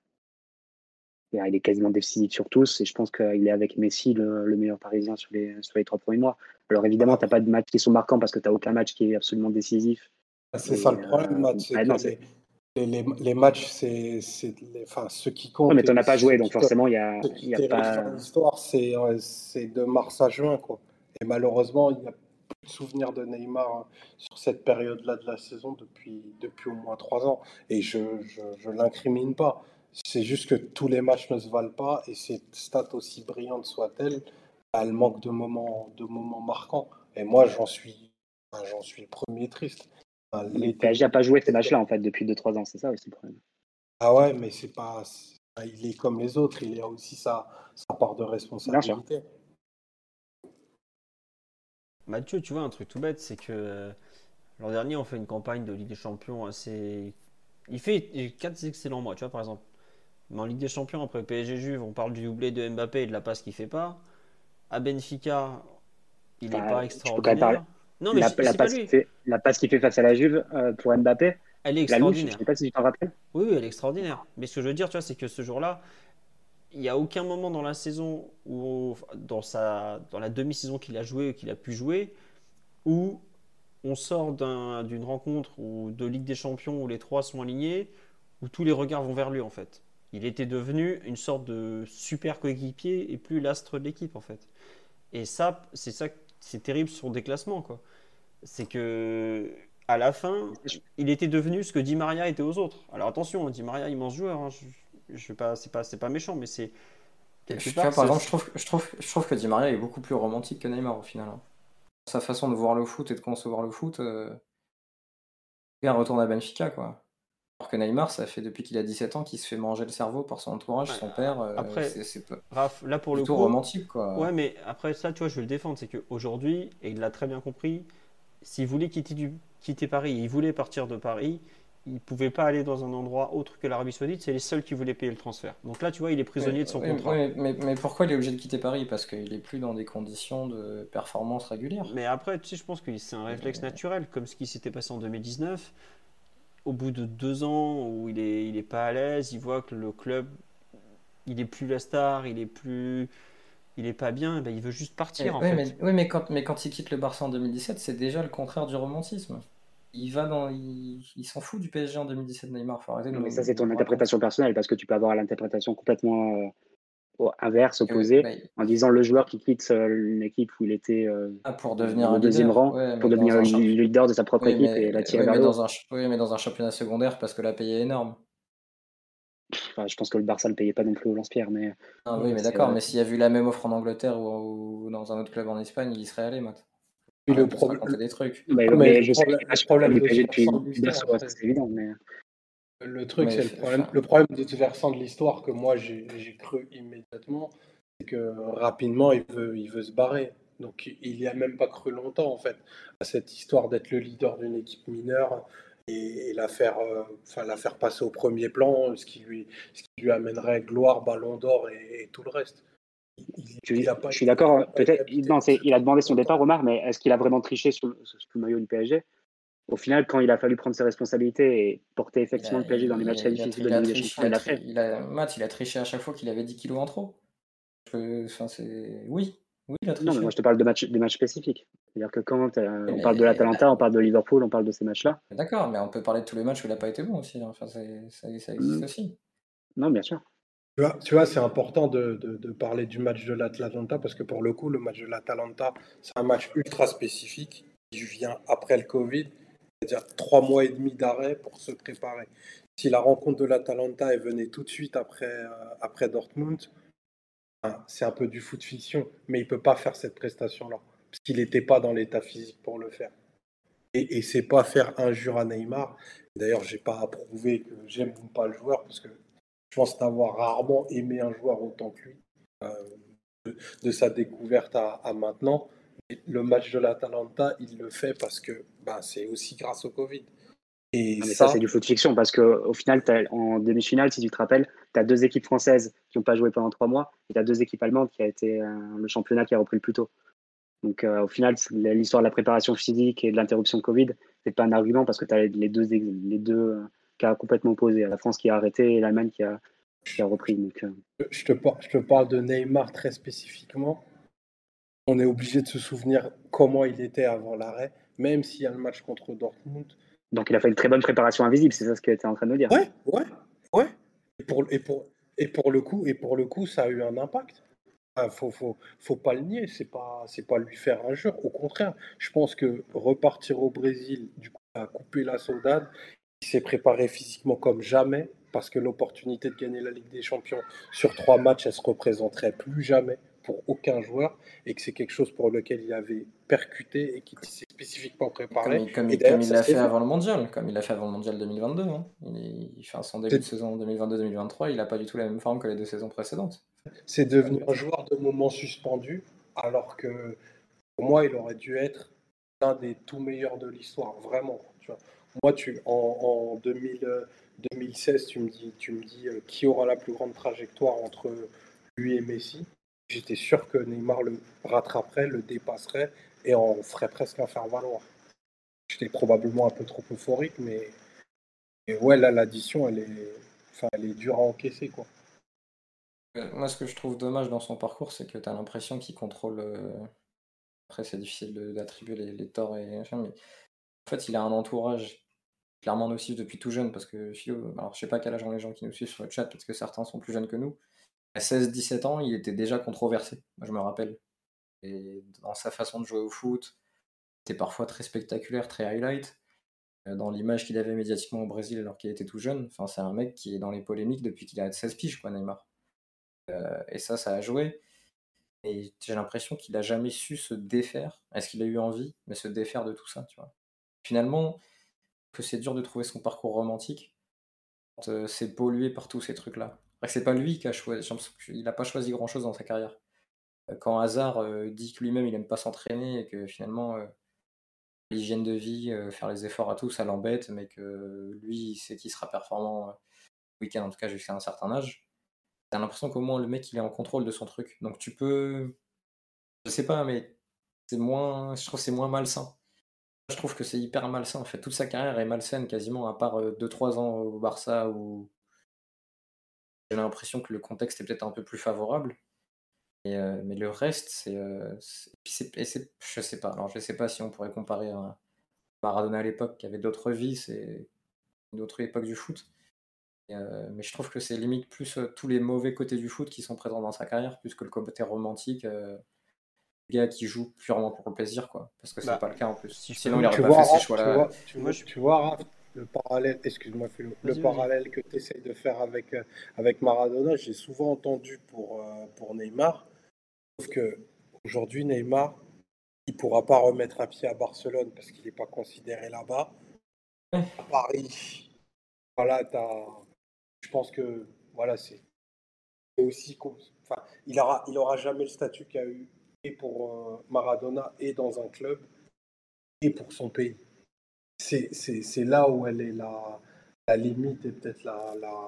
il est quasiment décisif sur tous. Et je pense qu'il est avec Messi le, le meilleur Parisien sur les, sur les trois premiers mois. Alors évidemment, tu n'as Après, pas de matchs qui sont marquants parce que tu n'as aucun match qui est absolument décisif. c'est ça Et, le problème, euh, Matt, c'est ah que non, c'est... les, les, les- les matchs, c'est, c'est les- enfin, ceux qui Non, mais comptent tu n'en et as pas ceux joué, donc qui te, forcément, il n'y a, ceux il qui y a t'héritent pas. dans l'histoire, c'est ouais, c'est de mars à juin, quoi. Et malheureusement, il n'y a plus de souvenirs de Neymar hein, sur cette période-là de la saison depuis, depuis au moins trois ans. Et je ne l'incrimine pas. C'est juste que tous les matchs ne se valent pas et cette stat aussi brillante soit-elle, elle manque de moments, de moments marquants. Et moi, j'en suis, enfin, j'en suis le premier triste. Enfin, Mais le l'été, P S G n'a pas joué ces matchs-là, en fait, depuis deux trois ans. C'est ça aussi le problème. ah ouais, mais c'est pas, c'est- il est comme les autres, il a aussi sa, sa part de Bien sûr. responsabilité. Mathieu, tu vois, un truc tout bête, c'est que euh, l'an dernier, on fait une campagne de Ligue des Champions assez. Il fait quatre excellents mois, tu vois, par exemple. Mais en Ligue des Champions, après P S G Juve, on parle du doublé de Mbappé et de la passe qu'il fait pas. À Benfica, il n'est Enfin, pas tu peux quand même parler. extraordinaire. Non, mais La, la c'est pas passe qu'il lui. fait, la passe qu'il fait face à la Juve euh, pour Mbappé, Elle est la louche, je ne sais extraordinaire. pas si tu t'en rappelles. Oui, oui, elle est extraordinaire. Mais ce que je veux dire, tu vois, c'est que ce jour-là, il n'y a aucun moment dans la saison ou dans, sa, dans la demi-saison qu'il a joué ou qu'il a pu jouer où on sort d'un- d'une rencontre ou de Ligue des Champions où les trois sont alignés, où tous les regards vont vers lui en fait. Il était devenu une sorte de super coéquipier et plus l'astre de l'équipe en fait. Et ça, c'est ça, c'est terrible sur des classements quoi. C'est que à la fin, il était devenu ce que Di Maria était aux autres. Alors attention, Di Maria immense joueur. Hein, je, je sais pas, c'est pas, c'est pas méchant, mais c'est quelque Tu vois, part par c'est exemple, je aussi. trouve, je trouve, je trouve que Di Maria est beaucoup plus romantique que Neymar au final, hein. Sa façon de voir le foot et de concevoir le foot, euh, et un retour à Benfica, quoi. Alors que Neymar, ça fait depuis qu'il a dix-sept ans qu'il se fait manger le cerveau par son entourage, Ouais, son père, euh, après, c'est c'est pas Raph, là pour du le tout coup, romantique, ouais, quoi. mais après ça, tu vois, je vais le défendre. C'est qu'aujourd'hui, et il l'a très bien compris, s'il voulait quitter, du, quitter Paris, il voulait partir de Paris, il ne pouvait pas aller dans un endroit autre que l'Arabie Saoudite, c'est les seuls qui voulaient payer le transfert. Donc là, tu vois, il est Oui, prisonnier de son oui, contrat. oui, mais, mais pourquoi il est obligé de quitter Paris? Parce qu'il est plus dans des conditions de performance régulières. Mais après, tu sais, je pense que c'est un réflexe Et- naturel, comme ce qui s'était passé en deux mille dix-neuf. Au bout de deux ans où il est, il est pas à l'aise, il voit que le club, il est plus la star, il est plus, il est pas bien, ben il veut juste partir et- en oui, fait. mais, oui, mais quand, mais quand il quitte le Barça en deux mille dix-sept, c'est déjà le contraire du romantisme. Il va dans, il, il s'en fout du P S G en deux mille dix-sept, Neymar. Faut arrêter de Non, mais nous, ça, c'est nous ton raconter. interprétation personnelle, parce que tu peux avoir l'interprétation complètement euh, au- inverse, Et ouais, opposée, bah, en disant le joueur qui quitte euh, une équipe où il était euh, ah, pour devenir au un deuxième leader. rang Ouais, pour mais devenir dans le un championnat. leader de sa propre Oui, équipe et mais, la tirer oui, vers mais le haut. dans un, ch- oui, mais dans un championnat secondaire parce que la paye est énorme. Enfin, je pense que le Barça ne le payait pas non plus au lance-pierre, mais. Ah oui, mais c'est, d'accord, euh, mais s'il y a vu la même offre en Angleterre ou, ou dans un autre club en Espagne, il y serait allé, Matt. Puis le Arrête de se problème, raconter des trucs. mais, non, mais mais le je sais qu'il problème, n'est pas le sur le problème du de P S G ce depuis, versant de depuis l'histoire, berceau, ça, c'est c'est évident. Mais... le truc, Mais c'est le f- problème. enfin, Le problème de ce versant de l'histoire que moi j'ai j'ai cru immédiatement, c'est que rapidement il veut, il veut se barrer. Donc il n'y a même pas cru longtemps en fait à cette histoire d'être le leader d'une équipe mineure et, et la faire, euh, enfin la faire passer au premier plan, ce qui lui, ce qui lui amènerait gloire, Ballon d'Or et, et tout le reste. Je, Il n'a pas je suis été, il a d'accord. pas été Peut-être, habité non, par c'est, ce il a truc demandé son longtemps. départ, Omar, mais est-ce qu'il a vraiment triché sur, le- sur le maillot du P S G? Au final, quand il a fallu prendre ses responsabilités et porter il effectivement a, le P S G dans les il, matchs très il a, difficiles tri- de il a Ligue des triché, Champions, il a il l'a tri- fait. il a, Matt, il a triché à chaque fois qu'il avait dix kilos en trop. Je- Enfin, c'est... Oui, oui, il a Non, mais moi, triché. je te parle de matchs, des matchs spécifiques. C'est-à-dire que quand euh, on parle de Mais, l'Atalanta, on parle de Liverpool, on parle de ces matchs-là. d'accord, mais on peut parler de tous les matchs où il n'a pas été bon aussi, hein. Enfin, c'est- ça, ça existe Hmm, aussi. non, bien sûr. Tu vois, tu vois, c'est important de, de- de parler du match de l'Atalanta parce que pour le coup, le match de l'Atalanta, c'est un match ultra spécifique qui vient après le Covid, c'est-à-dire trois mois et demi d'arrêt pour se préparer. Si la rencontre de l'Atalanta elle venait tout de suite après, euh, après Dortmund, hein, c'est un peu du foot fiction, mais il ne peut pas faire cette prestation-là parce qu'il n'était pas dans l'état physique pour le faire. Et, et c'est pas faire injure à Neymar. D'ailleurs, j'ai pas approuvé que j'aime ou pas le joueur parce que je pense d'avoir rarement aimé un joueur autant que lui, euh, de, de sa découverte à, à maintenant. Et le match de l'Atalanta, il le fait parce que bah, c'est aussi grâce au Covid. Et Non, mais ça, c'est ça, du foot fiction parce qu'au final, t'as- en demi-finale, si tu te rappelles, tu as deux équipes françaises qui n'ont pas joué pendant trois mois et tu as deux équipes allemandes qui a été euh, le championnat qui a repris le plus tôt. Donc, euh, au final, c'est- l'histoire de la préparation physique et de l'interruption Covid, c'est pas un argument parce que tu as les deux, ex- les deux euh, cas complètement opposés. La France qui a arrêté et l'Allemagne qui a, qui a repris. Donc, euh, je te, par- je te parle de Neymar très spécifiquement. On est obligé de se souvenir comment il était avant l'arrêt, même s'il y a le match contre Dortmund. donc, il a fait une très bonne préparation invisible, c'est ça ce que tu es en train de nous dire. Ouais, ouais, ouais. Et pour, et pour, et pour le coup, et pour le coup, ça a eu un impact. Ah, faut, faut, faut pas le nier, c'est pas, c'est pas lui faire injure. Au contraire, je pense que repartir au Brésil, du coup, à couper la saudade, il s'est préparé physiquement comme jamais, parce que l'opportunité de gagner la Ligue des Champions sur trois matchs, elle se représenterait plus jamais pour aucun joueur, et que c'est quelque chose pour lequel il avait percuté et qu'il s'est spécifiquement Comme préparé. il, comme Et il, comme d'ailleurs, il ça l'a s'est fait vu. avant le mondial, comme il l'a fait avant le mondial deux mille vingt-deux, hein. Il, est- il fait son début de C'est saison deux mille vingt-deux deux mille vingt-trois, il n'a pas du tout la même forme que les deux saisons précédentes. c'est devenu un joueur de moment suspendu, alors que pour moi, il aurait dû être l'un des tout meilleurs de l'histoire, vraiment. Tu vois. Moi, tu, en, en deux mille, euh, deux mille seize, tu me dis, tu me dis euh, qui aura la plus grande trajectoire entre lui et Messi. J'étais sûr que Neymar le rattraperait, le dépasserait et en ferait presque un faire-valoir. J'étais probablement un peu trop euphorique, mais et ouais, là, l'addition, elle est, enfin, elle est dure à encaisser, quoi. Euh, Moi, ce que je trouve dommage dans son parcours, c'est que tu as l'impression qu'il contrôle. euh, Après, c'est difficile de- d'attribuer les, les torts et machin, mais en fait, il a un entourage clairement nocif depuis tout jeune, parce que Philo, alors je sais pas quel âge ont les gens qui nous suivent sur le chat, parce que certains sont plus jeunes que nous. À seize dix-sept ans, il était déjà controversé, moi je me rappelle. Et dans sa façon de jouer au foot, c'était parfois très spectaculaire, très highlight. Euh, Dans l'image qu'il avait médiatiquement au Brésil alors qu'il était tout jeune, enfin, c'est un mec qui est dans les polémiques depuis qu'il a seize piges, quoi, Neymar. Euh, et ça, ça a joué. Et j'ai l'impression qu'il a jamais su se défaire. Est-ce qu'il a eu envie, mais se défaire de tout ça, tu vois. Finalement, que c'est dur de trouver son parcours romantique quand euh, c'est pollué par tous ces trucs-là. Après, c'est pas lui qui a choisi, j'ai l'impression qu'il n'a pas choisi grand-chose dans sa carrière. Euh, Quand Hazard euh, dit que lui-même il aime pas s'entraîner et que finalement euh, l'hygiène de vie, euh, faire les efforts à tout, ça l'embête, mais que lui, il sait qu'il sera performant euh, le week-end, en tout cas jusqu'à un certain âge. T'as l'impression qu'au moins le mec il est en contrôle de son truc. Donc tu peux, je sais pas, mais c'est moins, je trouve que c'est moins malsain. Je trouve que c'est hyper malsain en fait. Toute sa carrière est malsaine quasiment, à part deux trois ans au Barça où j'ai l'impression que le contexte est peut-être un peu plus favorable. Et, euh, mais le reste, c'est, euh, c'est- puis c'est- et c'est- je sais pas. Alors je sais pas si on pourrait comparer à Maradona à l'époque qui avait d'autres vies, c'est une autre époque du foot. Et, euh, mais je trouve que c'est limite plus euh, tous les mauvais côtés du foot qui sont présents dans sa carrière, plus que le côté romantique. Euh, le gars qui joue purement pour le plaisir, quoi. Parce que c'est Bah, pas le cas en plus. si je peux Sinon, il me- aurait Tu pas vois, fait ces Raph, tu choix-là. vois, tu Moi, vois, je- tu vois, Raph, le parallèle, excuse-moi, Philo, le Vas-y, vas-y. parallèle que tu essayes de faire avec, euh, avec Maradona, j'ai souvent entendu pour, euh, pour Neymar. Sauf que aujourd'hui, Neymar, il ne pourra pas remettre un pied à Barcelone parce qu'il n'est pas considéré là-bas. À Paris, voilà, t'as- je pense que voilà, c'est c'est aussi. com- Enfin, il aura, il aura jamais le statut qu'a eu et pour euh, Maradona et dans un club et pour son pays. C'est c'est- c'est là où elle est la, la limite et peut-être la, la,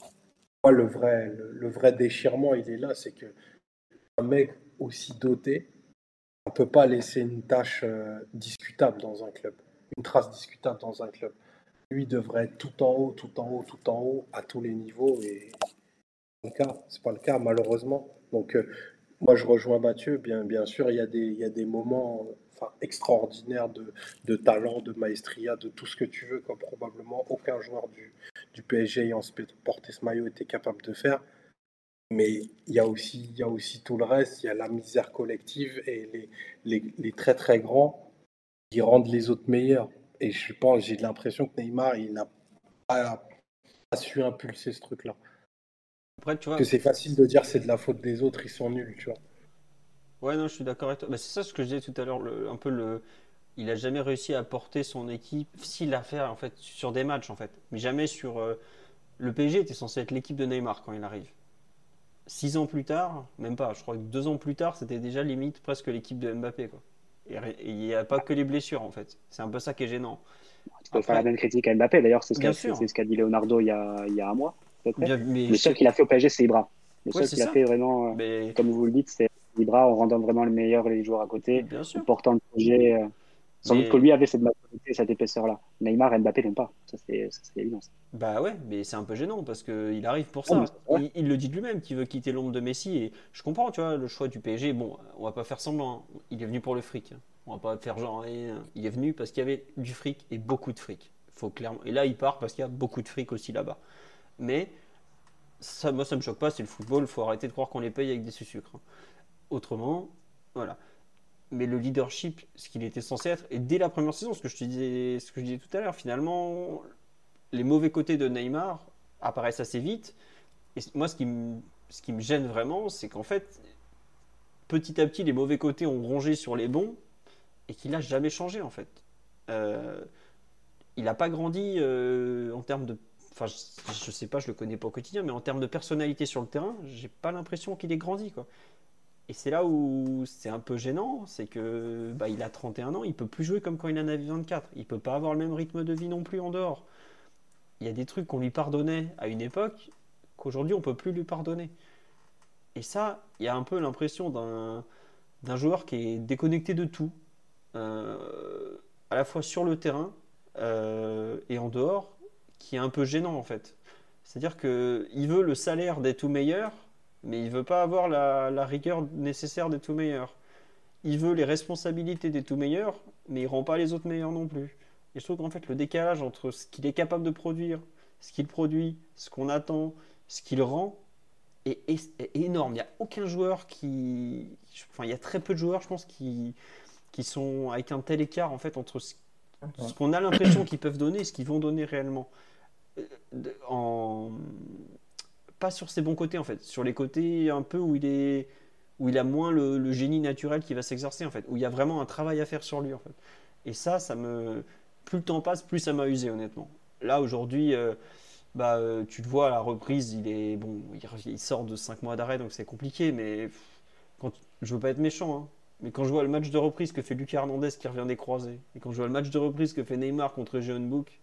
moi, le vrai, le, le vrai déchirement, il est là, c'est que un mec aussi doté, on ne peut pas laisser une tâche euh, discutable dans un club, une trace discutable dans un club. Lui devrait être tout en haut, tout en haut, tout en haut, à tous les niveaux, et c'est pas le cas, c'est pas le cas malheureusement. Donc euh, moi je rejoins Mathieu, bien, bien sûr il y a des, il y a des moments euh, enfin, extraordinaires de, de talent, de maestria, de tout ce que tu veux, comme probablement aucun joueur du, du P S G ayant porté ce maillot était capable de faire. Mais il y a aussi, il y a aussi tout le reste, il y a la misère collective et les, les, les très très grands qui rendent les autres meilleurs. Et je pense, j'ai l'impression que Neymar, il n'a pas, pas su impulser ce truc-là. Après, tu Que vois, c'est facile de dire c'est de la faute des autres, ils sont nuls, tu vois. ouais, non, je suis d'accord avec toi. Bah, c'est ça ce que je disais tout à l'heure, le- un peu le. Il a jamais réussi à porter son équipe, s'il l'a fait en fait, sur des matchs en fait, mais jamais sur. euh, Le P S G était censé être l'équipe de Neymar quand il arrive. Six ans plus tard, même pas, je crois que deux ans plus tard, c'était déjà limite presque l'équipe de Mbappé quoi. Et et il n'y a pas que les blessures en fait. C'est un peu ça qui est gênant. Tu peux faire la Après, même critique à Mbappé. D'ailleurs, c'est ce bien qu'a c'est sûr, ce qu'a dit Leonardo il y a, il y a un mois, à peu près. bien, mais Le je seul sais- qu'il a fait au P S G, c'est Ibra. Le ouais, seul c'est qu'il a ça. fait vraiment, euh, Mais comme vous le dites, c'est Ibra en rendant vraiment les meilleurs les joueurs à côté, bien en sûr. portant le projet. euh, Sans doute que Mais lui avait cette maturité, cette épaisseur-là. Neymar et Mbappé n'ont pas. Ça, c'est ça, c'est évident. bah ouais, mais c'est un peu gênant parce qu'il arrive pour Ah, mais ça. c'est vrai. Il, il le dit de lui-même qu'il veut quitter l'ombre de Messi et je comprends, tu vois, le choix du P S G. Bon, on va pas faire semblant, hein. Il est venu pour le fric, hein. On va pas faire genre, eh, il est venu parce qu'il y avait du fric et beaucoup de fric. Faut clairement. Et là, il part parce qu'il y a beaucoup de fric aussi là-bas. Mais ça, moi, ça me choque pas. C'est le football. Faut arrêter de croire qu'on les paye avec des sucres, hein. Autrement, voilà. Mais le leadership, ce qu'il était censé être, et dès la première saison, ce que je te disais, ce que je disais tout à l'heure, finalement, les mauvais côtés de Neymar apparaissent assez vite. Et moi, ce qui me, ce qui me gêne vraiment, c'est qu'en fait, petit à petit, les mauvais côtés ont rongé sur les bons et qu'il n'a jamais changé, en fait. Euh, il n'a pas grandi euh, en termes de. Enfin, je, je sais pas, je le connais pas au quotidien, mais en termes de personnalité sur le terrain, j'ai pas l'impression qu'il ait grandi, quoi. Et c'est là où c'est un peu gênant, c'est que bah, il a trente et un ans, il peut plus jouer comme quand il en avait vingt-quatre. Il peut pas avoir le même rythme de vie non plus en dehors. Il y a des trucs qu'on lui pardonnait à une époque qu'aujourd'hui on peut plus lui pardonner. Et ça, il y a un peu l'impression d'un, d'un joueur qui est déconnecté de tout, euh, à la fois sur le terrain euh, et en dehors, qui est un peu gênant en fait. C'est-à-dire qu'il veut le salaire des tout meilleurs, mais il veut pas avoir la, la rigueur nécessaire des tout meilleurs. Il veut les responsabilités des tout meilleurs, mais il rend pas les autres meilleurs non plus. Et je trouve qu'en fait, le décalage entre ce qu'il est capable de produire, ce qu'il produit, ce qu'on attend, ce qu'il rend, est, est- est énorme. Il n'y a aucun joueur qui. Enfin, il y a très peu de joueurs, je pense, qui, qui sont avec un tel écart en fait entre ce, ce qu'on a l'impression qu'ils peuvent donner et ce qu'ils vont donner réellement. Euh, de- En, pas sur ses bons côtés en fait, sur les côtés un peu où il est où il a moins le, le génie naturel qui va s'exercer en fait, où il y a vraiment un travail à faire sur lui en fait. Et ça, ça me plus le temps passe, plus ça m'a usé honnêtement. Là aujourd'hui, euh, bah euh, tu le vois à la reprise, il est bon, il, il sort de cinq mois d'arrêt donc c'est compliqué, mais pff, quand je veux pas être méchant, hein, mais quand je vois le match de reprise que fait Lucas Hernandez qui revient des croisés, et quand je vois le match de reprise que fait Neymar contre Jeonbuk,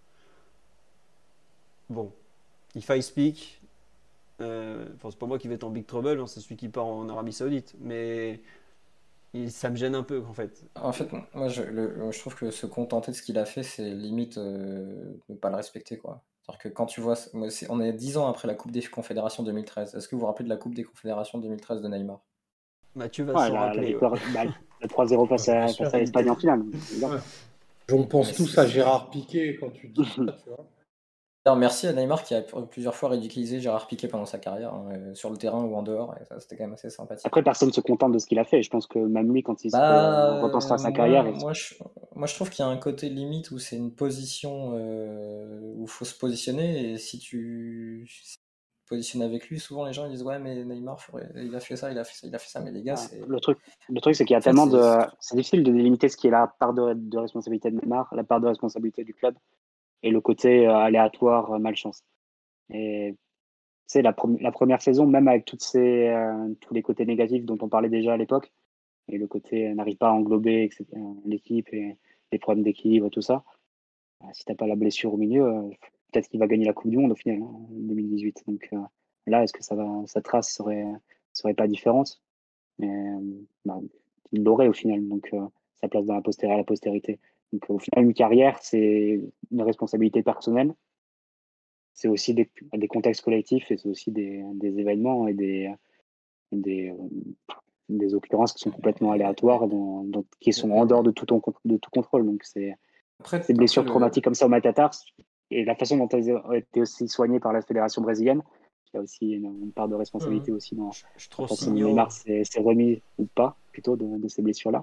bon, if I speak, euh, enfin, c'est pas moi qui vais être en big trouble, hein, c'est celui qui part en Arabie Saoudite. Mais il- ça me gêne un peu en fait. En fait, moi, je, le- je trouve que se contenter de ce qu'il a fait, c'est limite euh, ne pas le respecter, quoi. C'est-à-dire que quand tu vois, moi, c'est- on est dix ans après la Coupe des Confédérations deux mille treize. Est-ce que vous vous rappelez de la Coupe des Confédérations deux mille treize de Neymar? Mathieu va Ouais, s'en la, la rappeler. Ouais. victoire, bah, le trois zéro face Ouais, bien à, sûr. face à l'Espagne en finale. C'est évident. Ouais. On pense Mais tous c'est- à Gérard Piqué quand tu dis ça, tu vois. Alors, merci à Neymar qui a plusieurs fois ridiculisé Gérard Piqué pendant sa carrière, hein, euh, sur le terrain ou en dehors, et ça c'était quand même assez sympathique. Après, personne ne se contente de ce qu'il a fait. Je pense que même lui, quand il se Bah, repensera à sa moi, carrière, il se- moi, je, moi je trouve qu'il y a un côté limite où c'est une position euh, où il faut se positionner, et si tu si tu te positionnes avec lui, souvent les gens ils disent ouais mais Neymar faudrait- il a fait ça, il a fait ça, il a fait ça, mais les gars Ah, c'est le truc, le truc, c'est qu'il y a en fait tellement de, c'est c'est difficile de délimiter ce qui est la part de, de responsabilité de Neymar, la part de responsabilité du club et le côté euh, aléatoire, euh, malchance. Et tu sais, la, prom- la première saison, même avec toutes ces, euh, tous les côtés négatifs dont on parlait déjà à l'époque, et le côté euh, n'arrive pas à englober et cetera, euh, l'équipe et les problèmes d'équilibre, tout ça, euh, si t'as pas la blessure au milieu, euh, peut-être qu'il va gagner la Coupe du Monde au final, hein, en deux mille dix-huit. Donc euh, là, est-ce que ça va, sa trace serait, serait pas différente? Mais euh, bah, il l'aurait au final, donc euh, sa place dans la postérité à la postérité. Donc au final, une carrière, c'est une responsabilité personnelle, c'est aussi des, des contextes collectifs et c'est aussi des, des événements et des, des, euh, des occurrences qui sont complètement mais, mais, aléatoires, dans, dans- qui sont en dehors mais- de tout, ton, de tout contrôle. Donc c'est après ces après blessures le traumatiques comme ça au métatarse et la façon dont elles ont été aussi soignées par la fédération brésilienne, il y a aussi une, une part de responsabilité Mhm. aussi dans Je, je la trouve façon dont Signo. Neymar s'est s'est remis ou pas plutôt de, de ces blessures-là.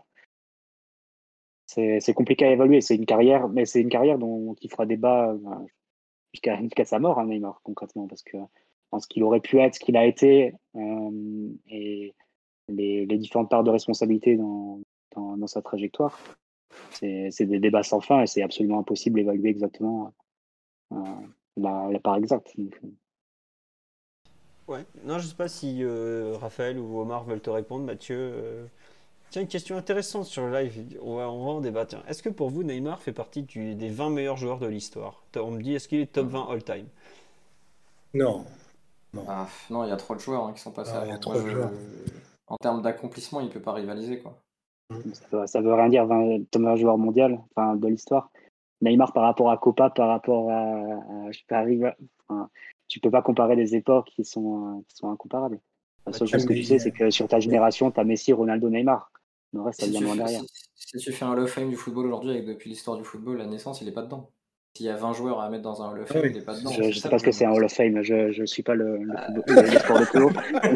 C'est c'est compliqué à évaluer. C'est une carrière, mais c'est une carrière dont qui fera débat euh, jusqu'à jusqu'à sa mort, hein, Neymar, concrètement, parce que je pense qu'il aurait pu être ce qu'il a été euh, et les, les différentes parts de responsabilité dans, dans, dans sa trajectoire. C'est c'est des débats sans fin et c'est absolument impossible d'évaluer exactement euh, la, la part exacte. Donc, euh, Ouais. Non, je sais pas si euh, Raphaël ou Omar veulent te répondre, Mathieu. euh. Tiens, une question intéressante sur le live. On va, on va en débattre. Tiens. Est-ce que pour vous, Neymar fait partie du- des vingt meilleurs joueurs de l'histoire? On me dit, est-ce qu'il est top vingt all-time? Non, non. ah, non il y a trop de joueurs, hein, qui sont passés Ah, il y a avant. Moi trop de je joueurs. en termes d'accomplissement il peut pas rivaliser quoi. ça, veut, ça veut rien dire, vingt meilleur joueur mondial, enfin, de l'histoire. Neymar par rapport à Copa, par rapport à, à je sais pas, Riva, enfin, tu peux pas comparer des époques qui sont, euh, qui sont incomparables. La seule Mathieu, chose que Mais, tu sais, c'est que sur ta mais- génération, tu as Messi, Ronaldo, Neymar. Le reste, ça Si vient tu loin fais, derrière. si, si tu fais un Hall of Fame du football aujourd'hui avec depuis l'histoire du football, la naissance, il est pas dedans. S'il y a vingt joueurs à mettre dans un Hall of ah Fame, il oui, est pas c'est dedans. Je ne C'est sais ça pas le ce que jeu. c'est un Hall of Fame. Je ne suis pas le, le, football, le, le sport de plus haut.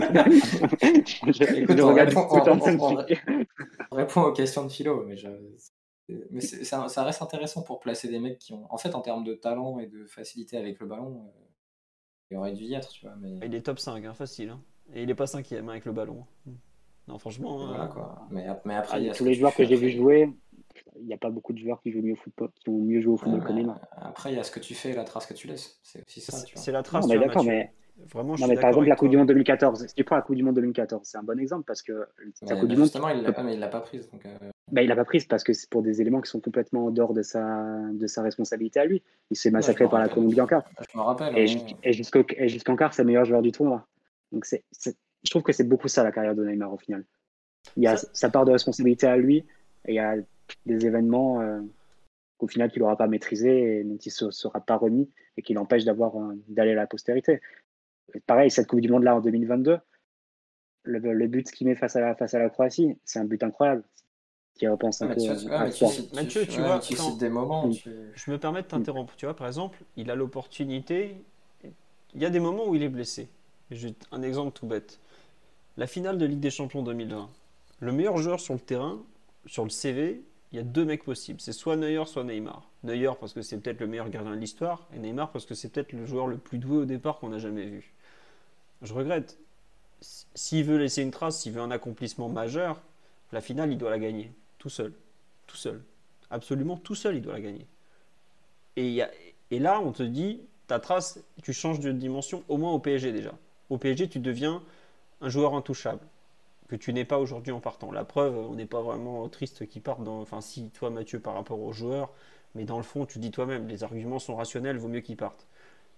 je, Écoute, je on regarde répond, du foot on, en on- on- Olympique. on répond aux questions de philo, mais, je, mais c'est- ça, ça reste intéressant pour placer des mecs qui ont, en fait, en termes de talent et de facilité avec le ballon, euh, il aurait dû y être, tu vois. Mais il est top cinq, hein, facile. Hein. Et il est pas cinquième avec le ballon. Non, franchement. voilà euh, quoi. Mais, ap- mais Ah, après, il y a ce tous que les tu joueurs fais que j'ai vu après. jouer, il n'y a pas beaucoup de joueurs qui jouent mieux au football, qui ont mieux joué au Ouais, football que mais Neymar. après, il y a ce que tu fais et la trace que tu laisses. C'est aussi ça, C'est tu vois. c'est la Non, trace, on tu est vois, d'accord, Mathieu. mais Vraiment, je non, suis mais par d'accord exemple, avec la Coupe toi. du Monde deux mille quatorze, si tu prends la Coupe du Monde deux mille quatorze, c'est un bon exemple parce que la Mais Coupe bah, du Monde, justement, il l'a ah, mais il l'a pas prise. Donc, euh, bah, il l'a pas prise parce que c'est pour des éléments qui sont complètement en dehors de sa, de sa responsabilité à lui. Il s'est ouais, je massacré me par la rappelle. Colombie en quart. Je me rappelle, Et, ouais. jusqu'- et jusqu'au, et jusqu'en quart, c'est le meilleur joueur du tournoi. Donc c'est, c'est- je trouve que c'est beaucoup ça la carrière de Neymar au final. Il y a Ça, sa part de responsabilité à lui et il y a des événements euh, qu'au final qu'il n'aura pas maîtrisé et dont il ne se sera pas remis et qui l'empêchent d'avoir, euh, d'aller à la postérité. Et pareil, cette Coupe du Monde-là en deux mille vingt-deux, le, le but qu'il met face à la, face à la Croatie, c'est un but incroyable qui repense Ouais, un mais peu tu, vois, euh, tu, ouais, à mais tu froid. cites, Mathieu, tu, tu ouais, mais vois, tu attends, cites des moments. Mm. Tu... je me permets de Mm. t'interrompre. Tu vois, par exemple, il a l'opportunité. Il y a des moments où il est blessé. J'ai un exemple tout bête. La finale de Ligue des Champions deux mille vingt. Le meilleur joueur sur le terrain, sur le C V, il y a deux mecs possibles. C'est soit Neuer, soit Neymar. Neuer parce que c'est peut-être le meilleur gardien de l'histoire, et Neymar parce que c'est peut-être le joueur le plus doué au départ qu'on a jamais vu. Je regrette. S'il veut laisser une trace, s'il veut un accomplissement majeur, la finale, il doit la gagner. Tout seul. Tout seul. Absolument tout seul, il doit la gagner. Et, y a, et là, on te dit, ta trace, tu changes de dimension, au moins au P S G déjà. Au P S G, tu deviens un joueur intouchable, que tu n'es pas aujourd'hui en partant. La preuve, on n'est pas vraiment triste qu'ils partent, dans, enfin si toi Mathieu par rapport aux joueurs, mais dans le fond, tu dis toi-même, les arguments sont rationnels, vaut mieux qu'ils partent.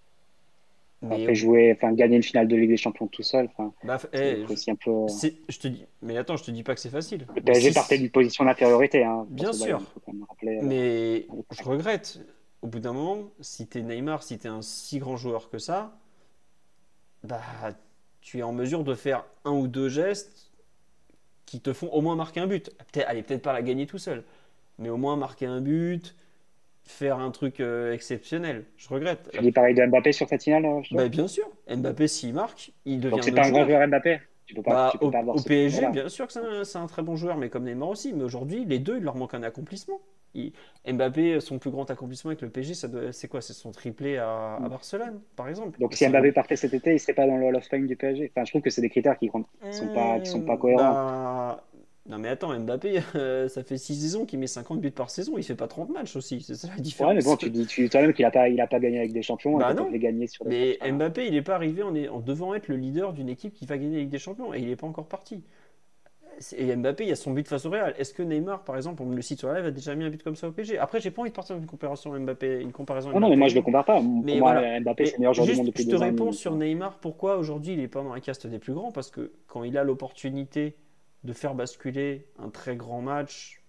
Mais Après jouer, enfin gagner une finale de Ligue des Champions tout seul, enfin, bah, c'est hey, faut aussi un peu. c'est, je te dis, mais attends, je te dis pas que c'est facile. Le Mais P S G si, partait d'une position d'infériorité, hein, bien face au Bayern, sûr. faut quand même rappeler. Mais euh, je regrette. Au bout d'un moment, si t'es Neymar, si t'es un si grand joueur que ça, bah tu es en mesure de faire un ou deux gestes qui te font au moins marquer un but. Peut-être, allez, peut-être pas la gagner tout seul, mais au moins marquer un but, faire un truc euh, exceptionnel. Je regrette. Tu dis pareil de Mbappé sur cette finale, euh, je Bah, bien sûr, Mbappé s'il marque, il devient Donc c'est un pas autre un grand joueur. joueur Mbappé. Tu peux pas, Bah, tu peux au, pas avoir au ce P S G, niveau-là. bien sûr que c'est un, c'est un très bon joueur, mais comme Neymar aussi. Mais aujourd'hui, les deux, il leur manque un accomplissement. Il- Mbappé, son plus grand accomplissement avec le P S G, ça doit- c'est quoi? C'est son triplé à, à Barcelone, par exemple. Donc si C'est- Mbappé partait cet été, il serait pas dans le Hall of Fame du P S G. Enfin, je trouve que c'est des critères qui comptent, qui sont pas, qui sont pas Hmm, cohérents. bah, non mais attends, Mbappé, euh, ça fait six saisons qu'il met cinquante buts par saison, il fait pas trente matchs aussi, c'est ça la Ouais, différence. mais bon, tu dis tu dis toi-même qu'il a pas, il a pas gagné avec des champions et Bah que peut-être non, les gagner sur des mais matchs. Enfin, Mbappé, il n'est pas arrivé en, est- en devant être le leader d'une équipe qui va gagner la Ligue des Champions, et il n'est pas encore parti. C'est- Et Mbappé, il y a son but face au Real. Est-ce que Neymar, par exemple, on me le cite sur la live, a déjà mis un but comme ça au P S G? Après, j'ai pas envie de partir dans une comparaison Mbappé, une comparaison Non, non, mais moi je le Mbappé. compare pas. Pour Mais moi, voilà. Mbappé c'est Mais le meilleur joueur du juste, monde depuis je te deux ans et réponds demi. sur Neymar, pourquoi aujourd'hui il n'est pas dans la caste des plus grands? Parce que quand il a l'opportunité de faire basculer un très grand match,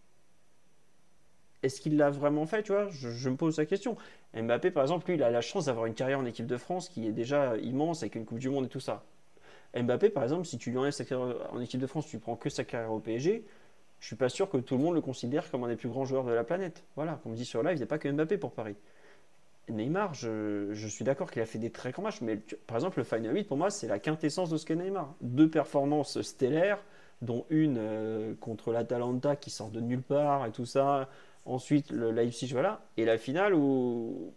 est-ce qu'il l'a vraiment fait, tu vois? je, je me pose la question. Mbappé, par exemple, lui, il a la chance d'avoir une carrière en équipe de France qui est déjà immense avec une Coupe du Monde et tout ça. Mbappé, par exemple, si tu lui enlèves sa carrière en équipe de France, tu prends que sa carrière au P S G, je suis pas sûr que tout le monde le considère comme un des plus grands joueurs de la planète. Voilà, comme dit sur live, il n'y a pas que Mbappé pour Paris. Neymar, je, je suis d'accord qu'il a fait des très grands matchs, mais tu- par exemple, le Final huit, pour moi, c'est la quintessence de ce qu'est Neymar. Deux performances stellaires, dont une euh, contre l'Atalanta qui sort de nulle part et tout ça. Ensuite, le Leipzig, voilà. Et la finale où.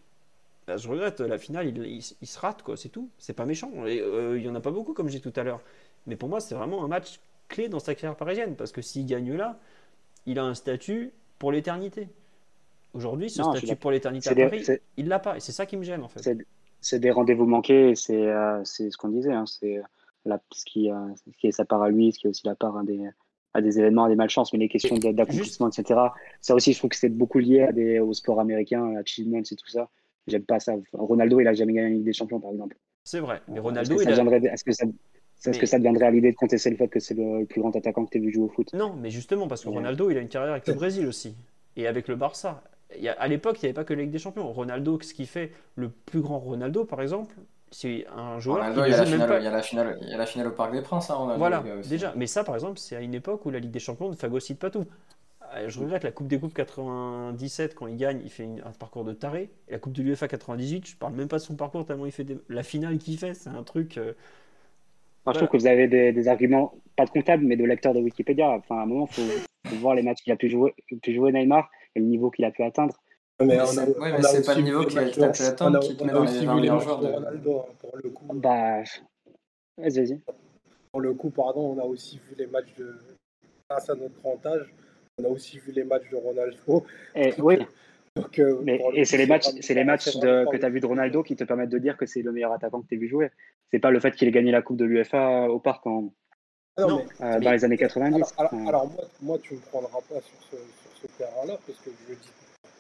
Bah, je regrette, la finale, il, il- il se rate, quoi, c'est tout. C'est pas méchant. Et, euh, il y en a pas beaucoup, comme j'ai dit tout à l'heure. Mais pour moi, c'est vraiment un match clé dans sa carrière parisienne, parce que s'il gagne là, il a un statut pour l'éternité. Aujourd'hui, ce Non, je suis statut d'accord. pour l'éternité à C'est des, Paris, c'est, il l'a pas. Et c'est ça qui me gêne, en fait. c'est, c'est des rendez-vous manqués. Et c'est, euh, c'est ce qu'on disait. Hein, c'est la, ce qui, euh, ce qui est sa part à lui, ce qui est aussi la part à des, à des événements, à des malchances, mais les questions Et de- juste, d'accomplissement, et cetera. Ça aussi, je trouve que c'est beaucoup lié à des, au sport américain, à achievements et tout ça. J'aime pas ça. Ronaldo, il a jamais gagné la Ligue des Champions, par exemple. c'est vrai. Mais Euh, Est-ce que Ronaldo, il ça a. viendrait, est-ce que ça, est-ce que Mais ça deviendrait à l'idée de contester le fait que c'est le, le plus grand attaquant que tu aies vu jouer au foot? non, mais justement, parce que Et, euh, Ronaldo, il a une carrière avec le Brésil aussi. Et avec le Barça. Il y a- à l'époque, il n'y avait pas que la Ligue des Champions. Ronaldo, ce qui fait le plus grand Ronaldo, par exemple, c'est un joueur qui Ronaldo, ne il y a la joue même finale, pas. il y a la finale, il y a la finale au Parc des Princes, hein, Ronaldo, les Voilà, gars, aussi. déjà. Mais ça, par exemple, c'est à une époque où la Ligue des Champions ne phagocyte pas tout. Euh, Je regrette la Coupe des Coupes quatre-vingt-dix-sept, quand il gagne, il fait une- un parcours de taré. Et la Coupe de l'UEFA quatre-vingt-dix-huit, je parle même pas de son parcours tellement il fait des- la finale qu'il fait, c'est un truc. euh, Moi, je trouve Voilà. que vous avez des, des arguments, pas de comptable, mais de lecteur de Wikipédia. Enfin, à un moment, il faut, faut voir les matchs qu'il a pu jouer, pu jouer Neymar et le niveau qu'il a pu atteindre. Mais Mais on a, c'est ouais, mais on a c'est pas aussi le vu niveau les qu'il a, matchs qu'il a de, pu on atteindre a, qui te on met a dans les aussi vingt vu les meilleurs matchs joueurs de de. Ronaldo, hein, pour le coup. Bah, vas-y, vas-y. Pour le coup, pardon, on a aussi vu les matchs de, grâce à notre grand âge, on a aussi vu les matchs de Ronaldo. Et, Donc, oui, euh, donc euh, mais, pour le et coup, c'est les c'est matchs, vraiment c'est les pas, matchs c'est vraiment de, pas que tu as vu de Wikipédia. Ronaldo qui te permettent de dire que c'est le meilleur attaquant que tu as vu jouer. C'est pas le fait qu'il ait gagné la Coupe de l'UEFA au Parc en, Ah non, Non, mais, euh, dans mais les années mais alors, quatre-vingt-dix. alors, Euh, alors moi, moi, tu me prendras pas sur ce, sur ce terrain-là, parce que je dis,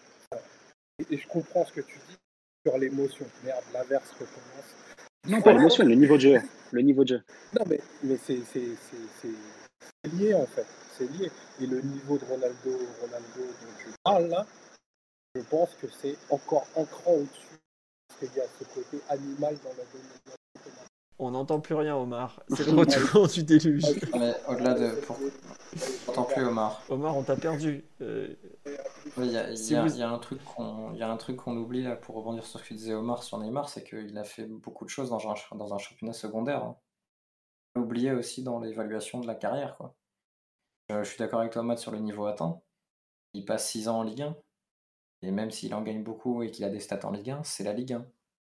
et, et je comprends ce que tu dis sur l'émotion. Merde, l'inverse recommence. non, pas l'émotion, le niveau de jeu. Le niveau de jeu. Non, mais, mais c'est, c'est, c'est, c'est, c'est lié en fait. C'est lié. Et le niveau de Ronaldo, Ronaldo dont tu parles là, je pense que c'est encore un cran au-dessus. Parce qu'il y a ce côté animal dans la domination. on n'entend plus rien, Omar. C'est le retour du déluge. Non, mais au-delà de. Pour... J'entends plus Omar. Omar, on t'a perdu. Euh, Oui, il y a, il si y a- vous... il y a un truc qu'on, il y a un truc qu'on oublie là pour rebondir sur ce que disait Omar sur Neymar, c'est qu'il a fait beaucoup de choses dans un, ch- dans un championnat secondaire, hein. On l'a oublié aussi dans l'évaluation de la carrière, quoi. Euh, je suis d'accord avec toi, Matt, sur le niveau atteint. Il passe six ans en Ligue un, et même s'il en gagne beaucoup et qu'il a des stats en Ligue un, c'est la Ligue un.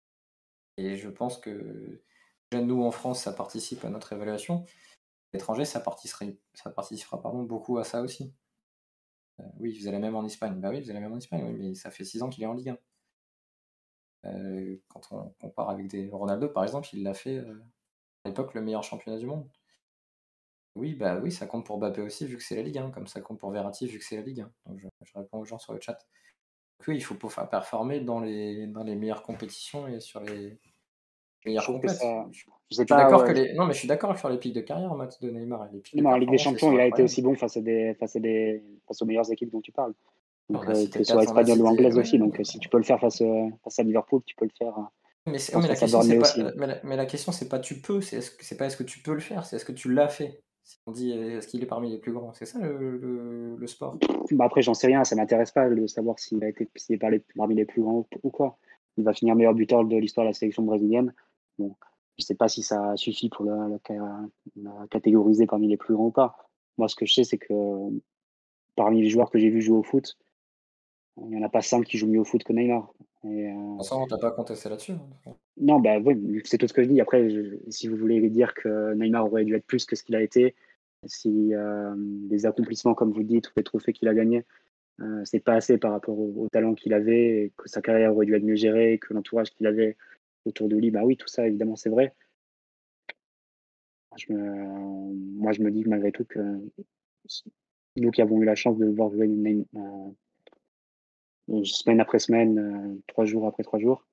Et je pense que déjà, nous en France, ça participe à notre évaluation. À l'étranger, ça participera, ça participera pardon, beaucoup à ça aussi. Euh, oui, il faisait la même en Espagne. Bah oui, il faisait la même en Espagne, oui, mais ça fait six ans qu'il est en Ligue un. Euh, quand on compare avec des Ronaldo, par exemple, il l'a fait euh, à l'époque le meilleur championnat du monde. Oui, bah oui, ça compte pour Mbappé aussi, vu que c'est la Ligue un, comme ça compte pour Verratti, vu que c'est la Ligue un. Donc je, je réponds aux gens sur le chat. Donc oui, il faut pouvoir performer dans les, dans les meilleures compétitions et sur les Je meilleures trouve que compètes. ça. Je, Je sais je suis pas. d'accord ouais, que je- les. Non, mais je suis d'accord sur les pics de carrière, Matt, de Neymar. Les pics de Non, en Ligue des performance, ils Champions, sont il a été incroyables. aussi bon face à des, face à des, face aux meilleures équipes dont tu parles. On Donc, a euh, cité que ce soit quatre, on a espagnole ou cité. anglaise Oui, aussi. oui, Donc, euh, si tu peux le faire face, euh, face à Liverpool, tu peux le faire euh, mais, c'est- je pense, mais la face à question, c'est Burnley pas. aussi. hein. Mais la, mais la question, c'est pas tu peux, c'est est-ce que c'est pas est-ce que tu peux le faire, c'est est-ce que tu l'as fait. Si on dit est-ce qu'il est parmi les plus grands, c'est ça le, le, le sport. Bah après, j'en sais rien, ça m'intéresse pas de savoir s'il a été s'il est parlé parmi les plus grands ou quoi. Il va finir meilleur buteur de l'histoire de la sélection brésilienne. Bon, je sais pas si ça suffit pour le, le, le catégoriser parmi les plus grands ou pas. Moi, ce que je sais, c'est que parmi les joueurs que j'ai vus jouer au foot, il n'y en a pas cinq qui jouent mieux au foot que Neymar. Et, euh... Ça, on t'a pas contesté là-dessus. Hein. Non, bah oui, c'est tout ce que je dis. Après, je, si vous voulez dire que Neymar aurait dû être plus que ce qu'il a été, si euh, les accomplissements, comme vous le dites, tous les trophées qu'il a gagnés, euh, c'est pas assez par rapport au, au talent qu'il avait, et que sa carrière aurait dû être mieux gérée, que l'entourage qu'il avait autour de lui, bah oui, tout ça, évidemment, c'est vrai. Je me, moi, je me dis malgré tout que nous qui avons eu la chance de le voir jouer une, euh, semaine après semaine, euh, trois jours après trois jours,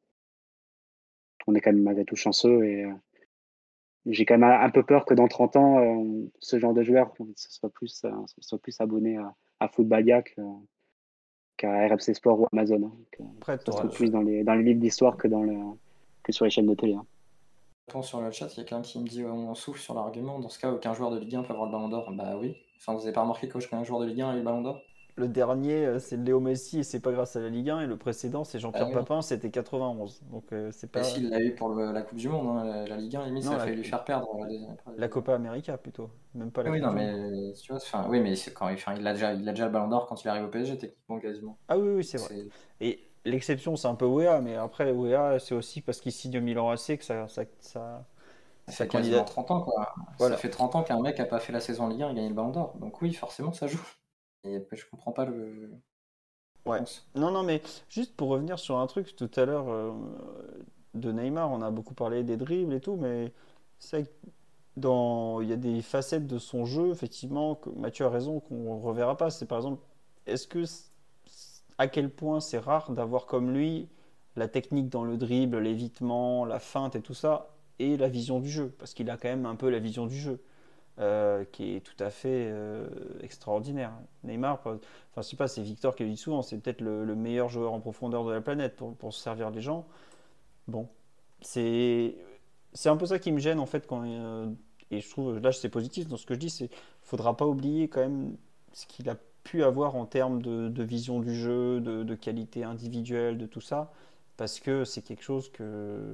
on est quand même malgré tout chanceux et euh, j'ai quand même un peu peur que dans trente ans, euh, ce genre de joueur ce soit plus, euh, soit plus abonné à, à Footballia que, qu'à R M C Sport ou Amazon. Hein, que, Après, ça se trouve plus dans les, dans les livres d'histoire que, dans le, que sur les chaînes de télé. Hein. Sur le chat, il y a quelqu'un qui me dit ouais, on souffle sur l'argument. Dans ce cas, aucun joueur de Ligue un peut avoir le ballon d'or. Bah oui. Enfin, vous avez pas remarqué qu'aucun joueur de Ligue un a eu le ballon d'or? Le dernier, c'est Léo Messi et c'est pas grâce à la Ligue un. Et le précédent, c'est Jean-Pierre ah, oui. Papin, c'était quatre-vingt-onze. Donc euh, c'est pas. Et s'il l'a eu pour le, la Coupe du Monde, hein, la, la Ligue un, limite, non, ça a failli lui faire perdre. La, deuxième, la Copa América plutôt, même pas la oui, Coupe non, du mais Monde. tu vois, enfin, oui, mais c'est quand, enfin, il a déjà, il a déjà le ballon d'or quand il arrive au P S G, techniquement, quasiment. Ah oui, oui, c'est, c'est... vrai. Et l'exception, c'est un peu O E A, mais après, O E A, c'est aussi parce qu'il signe au Milan A C que ça. ça, ça... Ça fait quasiment trente ans, quoi. Voilà. Ça fait trente ans qu'un mec n'a pas fait la saison en Ligue un et gagné le ballon d'or. Donc oui, forcément, ça joue. Et après, je comprends pas le... Ouais. Non, non, mais juste pour revenir sur un truc, tout à l'heure, euh, de Neymar, on a beaucoup parlé des dribbles et tout, mais c'est dans... il y a des facettes de son jeu, effectivement, que Mathieu a raison, qu'on ne reverra pas. C'est par exemple, est-ce que, à quel point c'est rare d'avoir comme lui la technique dans le dribble, l'évitement, la feinte et tout ça, et la vision du jeu, parce qu'il a quand même un peu la vision du jeu, euh, qui est tout à fait euh, extraordinaire. Neymar, enfin je sais pas, c'est Victor qui le dit souvent, c'est peut-être le, le meilleur joueur en profondeur de la planète pour, pour se servir les gens. Bon, c'est c'est un peu ça qui me gêne en fait quand euh, et je trouve là c'est positif dans ce que je dis, c'est faudra pas oublier quand même ce qu'il a pu avoir en termes de, de vision du jeu, de, de qualité individuelle, de tout ça, parce que c'est quelque chose que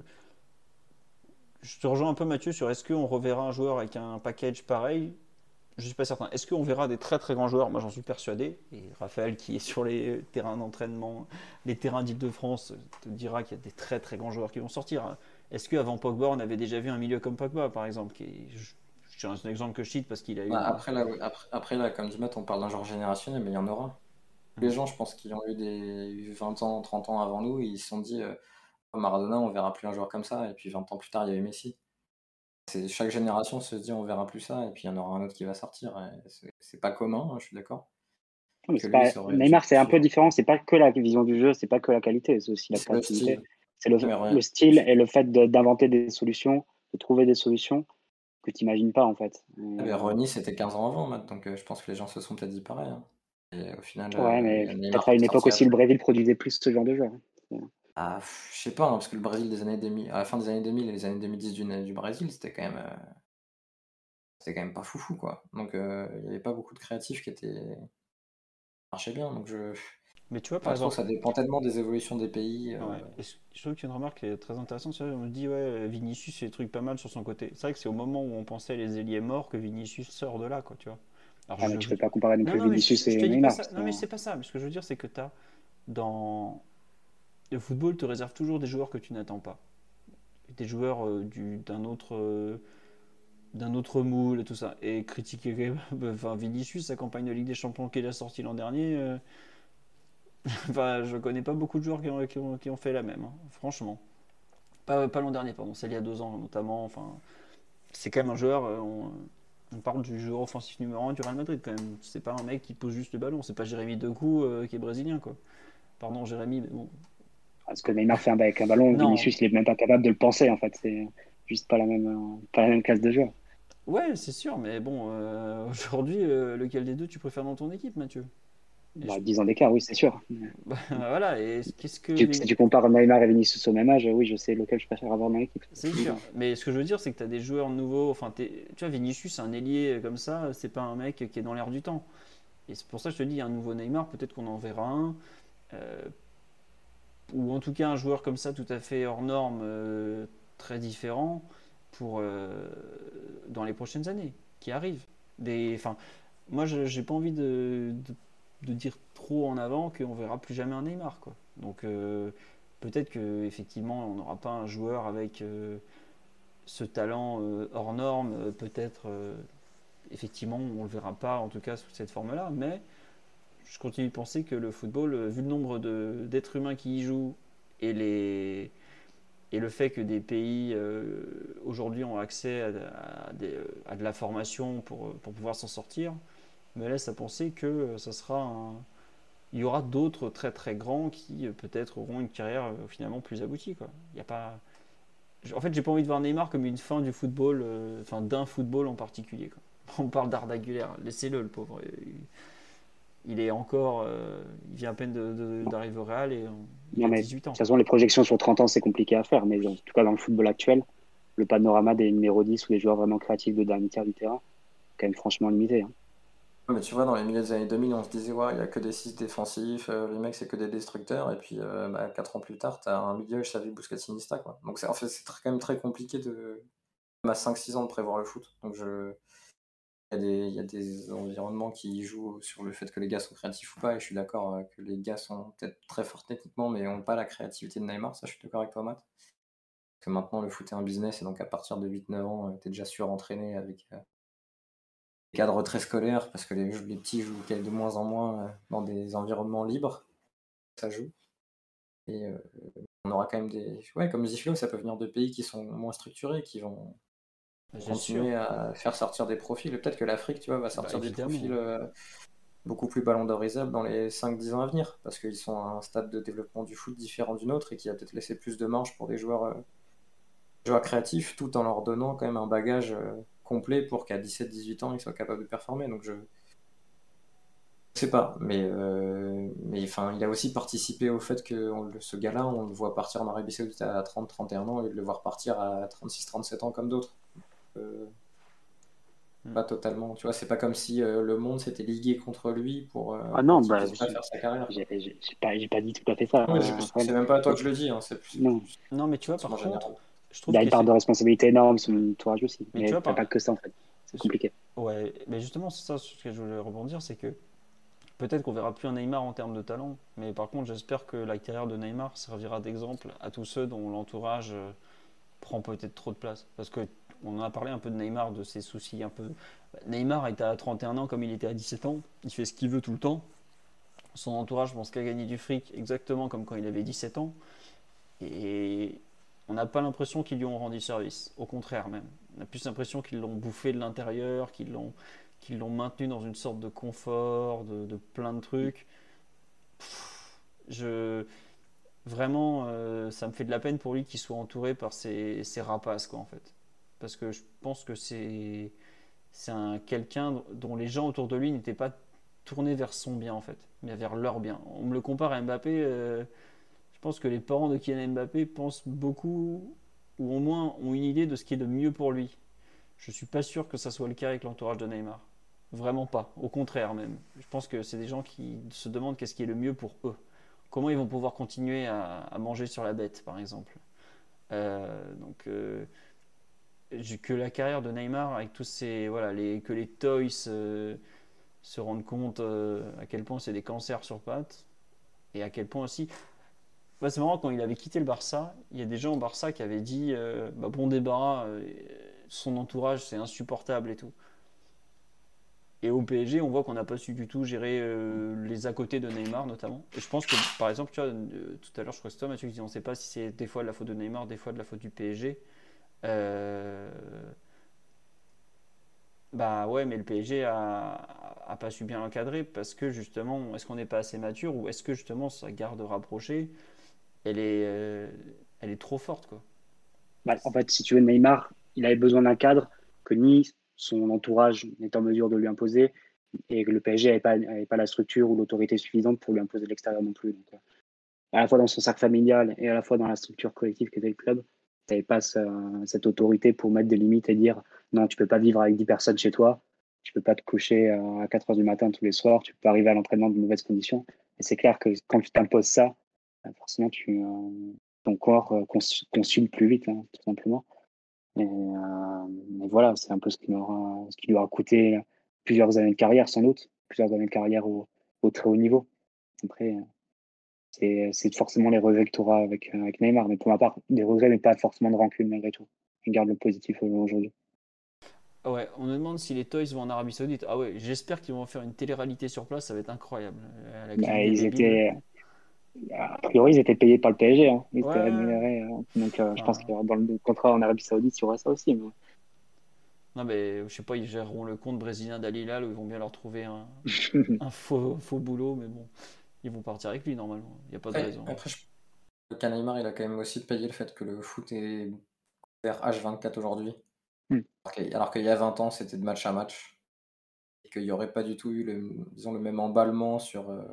je te rejoins un peu Mathieu sur est-ce qu'on reverra un joueur avec un package pareil. Je ne suis pas certain. Est-ce qu'on verra des très très grands joueurs? Moi j'en suis persuadé. Et Raphaël qui est sur les terrains d'entraînement, les terrains d'Île-de-France, te dira qu'il y a des très très grands joueurs qui vont sortir. Est-ce qu'avant Pogba on avait déjà vu un milieu comme Pogba par exemple qui est... C'est un exemple que je cite parce qu'il a eu... Bah, après, là, après, après là, comme dit Matt, on parle d'un genre générationnel, mais il y en aura. Mmh. Les gens, je pense, qui ont eu des vingt ans, trente ans avant nous, ils se sont dit... Euh... Maradona, on verra plus un joueur comme ça, et puis vingt ans plus tard, il y a eu Messi. C'est, chaque génération se dit on verra plus ça, et puis il y en aura un autre qui va sortir. C'est, c'est pas commun, hein, je suis d'accord. Oui, c'est pas... Neymar, c'est un peu différent, c'est pas que la vision du jeu, c'est pas que la qualité, c'est aussi la c'est créativité. Le c'est le, le style et le fait de, d'inventer des solutions, de trouver des solutions que tu n'imagines pas en fait. Mais euh... Ronny, c'était quinze ans avant, Matt, donc euh, je pense que les gens se sont peut-être dit pareil. Hein. Et au final, ouais, euh, mais peut-être à une époque aussi, à... le Brésil produisait plus ce genre de jeu. Hein. Ah, je sais pas, hein, parce que le Brésil des années deux mille, à la fin des années deux mille et les années deux mille dix du, du Brésil, c'était quand même, euh, c'était quand même pas foufou, quoi. Donc il euh, n'y avait pas beaucoup de créatifs qui étaient marchaient bien. Donc je. Mais tu vois, par exemple, ça dépend tellement des évolutions des pays. Euh... Ouais. Je trouve qu'il y a une remarque qui est très intéressante. On me dit ouais, Vinicius fait des trucs pas mal sur son côté. C'est vrai que c'est au moment où on pensait les ailiers morts que Vinicius sort de là, quoi, tu vois. Alors, ah, je... mais tu peux pas comparer non plus Vinicius et Neymar. Non, mais c'est pas ça. Mais ce que je veux dire, c'est que t'as dans le football te réserve toujours des joueurs que tu n'attends pas, des joueurs euh, du, d'un autre euh, d'un autre moule et tout ça. Et critiquer enfin, Vinicius, sa campagne de Ligue des Champions qu'il a sorti l'an dernier, euh... enfin, je connais pas beaucoup de joueurs qui ont, qui ont, qui ont fait la même, hein, franchement. Pas, pas l'an dernier, pardon, c'est il y a deux ans notamment. Enfin, c'est quand même un joueur. Euh, on, on parle du joueur offensif numéro un du Real Madrid quand même. C'est pas un mec qui pose juste le ballon. C'est pas Jérémy Decoux euh, qui est brésilien, quoi. Pardon Jérémy, mais bon. Parce que Neymar fait un avec un ballon, non. Vinicius il est même pas capable de le penser en fait, c'est juste pas la même, pas la même classe de joueur. Ouais, c'est sûr, mais bon, euh, aujourd'hui, euh, lequel des deux tu préfères dans ton équipe, Mathieu? Bah, dix ans d'écart, oui, c'est sûr. Bah, voilà, et qu'est-ce que... Tu, si tu compares Neymar et Vinicius au même âge, oui, je sais lequel je préfère avoir dans l'équipe. C'est sûr, mais ce que je veux dire, c'est que tu as des joueurs nouveaux. Enfin, tu vois, Vinicius, un ailier comme ça, c'est pas un mec qui est dans l'air du temps. Et c'est pour ça que je te dis, un nouveau Neymar, peut-être qu'on en verra un. Euh, ou en tout cas, un joueur comme ça, tout à fait hors norme, euh, très différent, pour, euh, dans les prochaines années, qui arrivent. Des, enfin, moi, je j'ai pas envie de, de, de dire trop en avant qu'on verra plus jamais un Neymar, quoi. Donc, euh, peut-être qu'effectivement, on n'aura pas un joueur avec euh, ce talent euh, hors norme, euh, peut-être, euh, effectivement, on ne le verra pas, en tout cas, sous cette forme-là, mais je continue de penser que le football, euh, vu le nombre de, d'êtres humains qui y jouent et, les, et le fait que des pays euh, aujourd'hui ont accès à, à, des, à de la formation pour, pour pouvoir s'en sortir, me laisse à penser que ça sera un, il y aura d'autres très très grands qui peut-être auront une carrière euh, finalement plus aboutie, quoi. Il y a pas... En fait, j'ai pas envie de voir Neymar comme une fin du football, euh, enfin d'un football en particulier, quoi. On parle d'Arda Güler, laissez-le le pauvre. Il est encore, euh, il vient à peine de, de, d'arriver au Real et il non, a mais, dix-huit ans. De toute façon, les projections sur trente ans, c'est compliqué à faire, mais en tout cas dans le football actuel, le panorama des numéros dix ou des joueurs vraiment créatifs de dernier tiers du terrain, est quand même franchement limité. Hein. Mais tu vois, dans les milieux des années deux mille, on se disait, ouais, il n'y a que des six défensifs, euh, les mecs, c'est que des destructeurs. Et puis, euh, bah, quatre ans plus tard, tu as un milieu, Xavi, Busquets, Iniesta, quoi. Donc, c'est, en fait, c'est très, quand même très compliqué de, à cinq six ans de prévoir le foot. Donc, je... il, y a des, il y a des environnements qui jouent sur le fait que les gars sont créatifs ou pas. Et je suis d'accord euh, que les gars sont peut-être très forts techniquement, mais n'ont pas la créativité de Neymar. Ça, je suis d'accord avec toi, Matt. Parce que maintenant, le foot est un business. Et donc, à partir de huit neuf ans, euh, tu es déjà surentraîné avec. Euh, cadre très scolaire parce que les, les petits jouent de moins en moins euh, dans des environnements libres, ça joue. Et euh, on aura quand même des. Ouais, comme Ziflo, ça peut venir de pays qui sont moins structurés, qui vont Bien continuer sûr. à faire sortir des profils. Et peut-être que l'Afrique, tu vois, va sortir Bah, des évidemment. profils euh, beaucoup plus ballon d'orisables dans les cinq dix ans à venir, parce qu'ils sont à un stade de développement du foot différent du nôtre et qui va peut-être laisser plus de marge pour des joueurs, euh, joueurs créatifs, tout en leur donnant quand même un bagage euh, complet pour qu'à dix-sept dix-huit ans, ils soient capables de performer. Donc je. Je sais pas, mais, euh, mais enfin, il a aussi participé au fait que on, ce gars-là, on le voit partir en Arabie Saoudite à trente trente et un ans et de le voir partir à trente-six trente-sept ans comme d'autres. Euh, Hmm. Pas totalement, tu vois, c'est pas comme si euh, le monde s'était ligué contre lui pour, euh, Ah non, pour qu'il bah, puisse pas faire sa carrière. j'ai, j'ai, j'ai pas, j'ai pas dit tout à fait ça. Non, mais euh, c'est Raphaël. c'est même pas à toi que je le dis, hein, c'est plus, Non. plus Non, mais tu vois, par sentiment contre, général. je Il trouve y a une part que de responsabilité énorme sur mon entourage aussi, mais mais tu vois, t'as par... pas que ça en fait. C'est compliqué. Ouais, mais justement, c'est ça sur ce que je voulais rebondir, c'est que peut-être qu'on verra plus un Neymar en termes de talent, mais par contre, j'espère que la carrière de Neymar servira d'exemple à tous ceux dont l'entourage euh, prend peut-être trop de place. Parce que on en a parlé un peu de Neymar, de ses soucis un peu. Neymar est à trente et un ans comme il était à dix-sept ans, il fait ce qu'il veut tout le temps. Son entourage pense qu'à gagner du fric exactement comme quand il avait dix-sept ans. Et on n'a pas l'impression qu'ils lui ont rendu service. Au contraire même. On a plus l'impression qu'ils l'ont bouffé de l'intérieur, qu'ils l'ont, qu'ils l'ont maintenu dans une sorte de confort, de, de plein de trucs. Pff, je... Vraiment, euh, ça me fait de la peine pour lui qu'il soit entouré par ces, ces rapaces, quoi, en fait. Parce que je pense que c'est, c'est un, quelqu'un dont les gens autour de lui n'étaient pas tournés vers son bien, en fait, mais vers leur bien. On me le compare à Mbappé. Euh, je pense que les parents de Kylian Mbappé pensent beaucoup, ou au moins ont une idée de ce qui est de mieux pour lui. Je suis pas sûr que ça soit le cas avec l'entourage de Neymar. Vraiment pas. Au contraire même. Je pense que c'est des gens qui se demandent qu'est-ce qui est le mieux pour eux. Comment ils vont pouvoir continuer à, à manger sur la bête, par exemple. Euh, donc euh, que la carrière de Neymar, avec tous ces voilà, les, que les toys euh, se rendent compte euh, à quel point c'est des cancers sur pattes et à quel point aussi. Ouais, c'est marrant, quand il avait quitté le Barça, il y a des gens au Barça qui avaient dit euh, bah, bon débarras, euh, son entourage c'est insupportable et tout. Et au P S G, on voit qu'on n'a pas su du tout gérer euh, les à côté de Neymar notamment. Et je pense que par exemple, tu vois, euh, tout à l'heure, je crois que c'est toi Mathieu qui disait on ne sait pas si c'est des fois de la faute de Neymar, des fois de la faute du P S G. Euh, Bah ouais, mais le P S G a, a pas su bien l'encadrer parce que justement, est-ce qu'on n'est pas assez mature ou est-ce que justement sa garde rapprochée, elle est, euh, elle est trop forte, quoi. Bah, en fait, si tu veux, Neymar, il avait besoin d'un cadre que ni son entourage n'est en mesure de lui imposer, et que le P S G n'avait pas, avait pas la structure ou l'autorité suffisante pour lui imposer de l'extérieur non plus. Donc, euh, à la fois dans son cercle familial et à la fois dans la structure collective qu'était le club, tu n'avais pas ce, cette autorité pour mettre des limites et dire non, tu peux pas vivre avec dix personnes chez toi, tu peux pas te coucher à quatre heures du matin tous les soirs, tu peux pas arriver à l'entraînement de mauvaises conditions. Et c'est clair que quand tu t'imposes ça, forcément tu, euh, ton corps euh, cons- consume plus vite, hein, tout simplement. Et, euh, et voilà, c'est un peu ce qui, aura, ce qui lui aura coûté plusieurs années de carrière, sans doute, plusieurs années de carrière au, au très haut niveau. Après, c'est, c'est forcément les regrets que tu auras avec, avec Neymar. Mais pour ma part, des regrets, mais pas forcément de rancune malgré tout. Je garde le positif aujourd'hui. Ouais, on me demande si les Toys vont en Arabie Saoudite. Ah ouais, j'espère qu'ils vont faire une télé-réalité sur place, ça va être incroyable. À la clique Bah, des ils débiles. étaient, a priori, ils étaient payés par le P S G. Hein. Ils Ouais, étaient ouais. rémunérés. Hein. Donc, euh, je pense Enfin, que dans le contrat en Arabie Saoudite, il y aura ça aussi. Mais... non mais je sais pas, ils géreront le compte brésilien d'Al Hilal où ils vont bien leur trouver un, un faux, faux boulot, mais bon, ils vont partir avec lui normalement. Il n'y a pas de Après, raison. après je... le cas Neymar, il a quand même aussi payé le fait que le foot est vers H vingt-quatre aujourd'hui. Hmm. Alors qu'il alors qu'il y a vingt ans, c'était de match à match. Et qu'il n'y aurait pas du tout eu le, disons, le même emballement sur euh,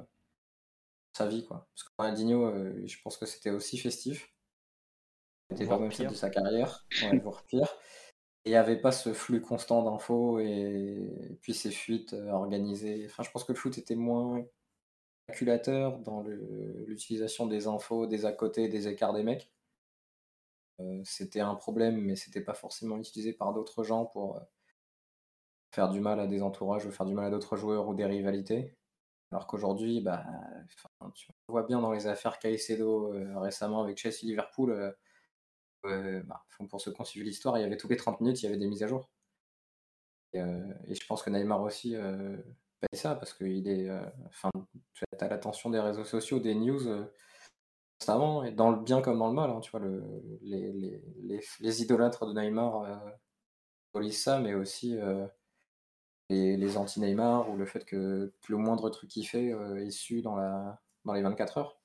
sa vie, quoi. Parce que Ronaldinho, euh, je pense que c'était aussi festif. C'était pas au Voire même stade pire. de sa carrière, ouais, voire pire. Et il n'y avait pas ce flux constant d'infos et... et puis ces fuites euh, organisées. Enfin, je pense que le foot était moins calculateur dans le- l'utilisation des infos, des à côté, des écarts des mecs. Euh, c'était un problème, mais c'était pas forcément utilisé par d'autres gens pour euh, faire du mal à des entourages ou faire du mal à d'autres joueurs ou des rivalités. Alors qu'aujourd'hui, bah, enfin, tu vois bien dans les affaires Caicedo euh, récemment avec Chelsea Liverpool, euh, euh, bah, enfin, pour ceux qui ont suivi l'histoire, il y avait toutes les trente minutes, il y avait des mises à jour. Et, euh, et je pense que Neymar aussi euh, paye ça parce qu'il est, euh, enfin, tu as l'attention des réseaux sociaux, des news euh, constamment, et dans le bien comme dans le mal. Hein, tu vois, le, les, les, les, les idolâtres de Neymar euh, polisent ça, mais aussi euh, les, les anti-Neymar ou le fait que le moindre truc qu'il fait euh, est su dans, la, dans les vingt-quatre heures.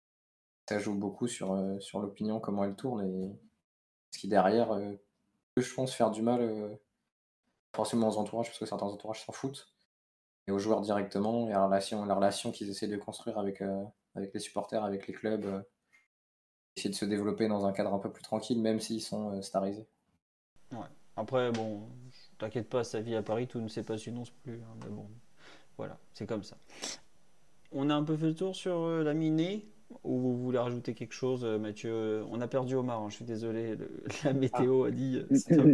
Ça joue beaucoup sur, euh, sur l'opinion, comment elle tourne, et ce qui derrière euh, peut, je pense, faire du mal, euh, forcément aux entourages, parce que certains entourages s'en foutent, et aux joueurs directement, et à la relation, la relation qu'ils essaient de construire avec, euh, avec les supporters, avec les clubs, euh, essayer de se développer dans un cadre un peu plus tranquille, même s'ils sont euh, starisés. Ouais. Après, bon, t'inquiète pas, sa vie à Paris, tout ne s'est pas su non plus. Hein, mais bon, voilà, c'est comme ça. On a un peu fait le tour sur euh, la minée. Ou vous voulez rajouter quelque chose, euh, Mathieu? On a perdu Omar, hein, je suis désolé. le- la météo a dit euh, stop.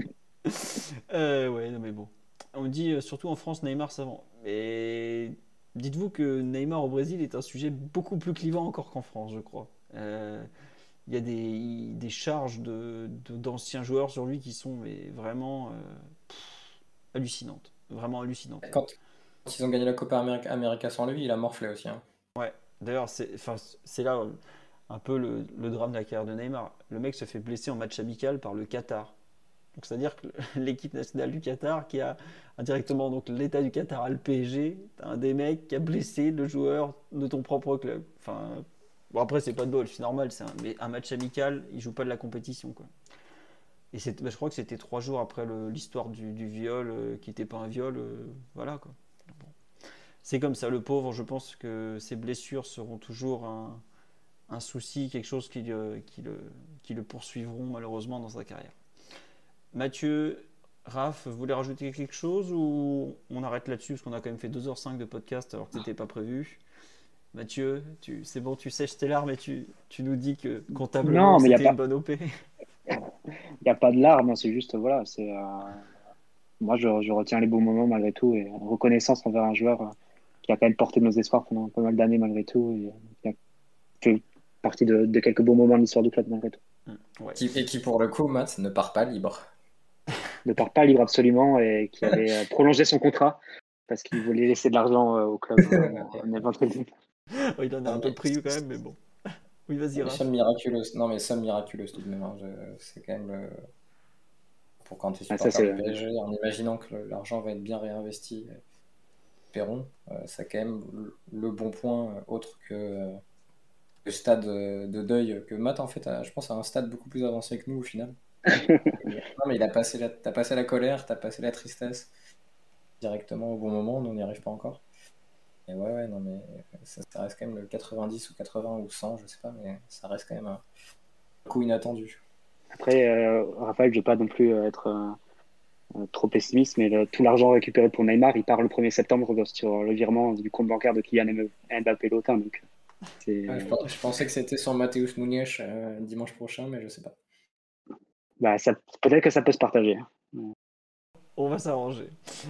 Euh, ouais, non mais bon. On dit euh, surtout en France, Neymar savant. Mais dites-vous que Neymar au Brésil est un sujet beaucoup plus clivant encore qu'en France, je crois. Euh, Il y a des, des charges de, de- d'anciens joueurs sur lui qui sont mais, vraiment euh, pff, hallucinantes. Vraiment hallucinantes. Quand ils ont gagné la Copa América, América sans lui, il a morflé aussi. Hein. Ouais, d'ailleurs, c'est, enfin, c'est là euh, un peu le, le drame de la carrière de Neymar. Le mec se fait blesser en match amical par le Qatar. Donc c'est-à-dire que l'équipe nationale du Qatar qui a indirectement donc l'État du Qatar a le P S G, t'as un des mecs qui a blessé le joueur de ton propre club. Enfin, bon après c'est pas de bol, c'est normal, c'est un, mais un match amical, il joue pas de la compétition quoi. Et c'est, bah, je crois que c'était trois jours après le, l'histoire du, du viol euh, qui n'était pas un viol, euh, voilà quoi. Bon. C'est comme ça, le pauvre, je pense que ses blessures seront toujours un, un souci, quelque chose qui, euh, qui, le, qui le poursuivront malheureusement dans sa carrière. Mathieu, Raph, vous voulez rajouter quelque chose ou on arrête là-dessus parce qu'on a quand même fait deux heures cinq de podcast alors que c'était pas prévu. Mathieu, tu, c'est bon, tu sèches tes larmes et tu, tu nous dis que comptablement Non, mais il n'y a c'était pas, une bonne O P. y a pas de larmes, hein, c'est juste, voilà, c'est, euh, moi je, je retiens les beaux moments malgré tout et en reconnaissance envers un joueur euh, qui a quand même porté nos espoirs pendant pas mal d'années malgré tout et euh, qui a fait partie de, de quelques beaux moments de l'histoire du club malgré tout. Ouais. Qui, et qui, pour le coup, Matt, ne part pas libre. Ne part pas libre absolument et qui avait euh, prolongé son contrat parce qu'il voulait laisser de l'argent euh, au club euh, en éventuel. Oh, il en a un peu pris quand même, mais bon. Oui, vas-y, Raph. Somme miraculeuse. Non, mais somme miraculeuse tout de même. Hein. Je- C'est quand même le... pour quand tu es Ah, ça, supporter c'est, du P S G, en imaginant que le- l'argent va être bien réinvesti, euh, espérons, euh, c'est quand même le, le bon point, euh, autre que euh, le stade euh, de deuil que Matt, en fait, a, je pense, à un stade beaucoup plus avancé que nous au final. Non, mais il a passé la, t'as passé la colère, t'as passé la tristesse. directement au bon moment, nous on n'y arrive pas encore. Et ouais, ouais, non, mais ça, ça reste quand même le quatre-vingt-dix ou quatre-vingts ou cent, je sais pas, mais ça reste quand même un coup inattendu. Après, euh, Raphaël, je ne vais pas non plus être euh, trop pessimiste, mais le, tout l'argent récupéré pour Neymar, il part le premier septembre sur le virement du compte bancaire de Kylian Mbappé Lotin. Donc, c'est, ouais, je, je pensais que c'était sur Mateusz Nunes euh, dimanche prochain, mais je sais pas. Bah, ça, peut-être que ça peut se partager. On va s'arranger.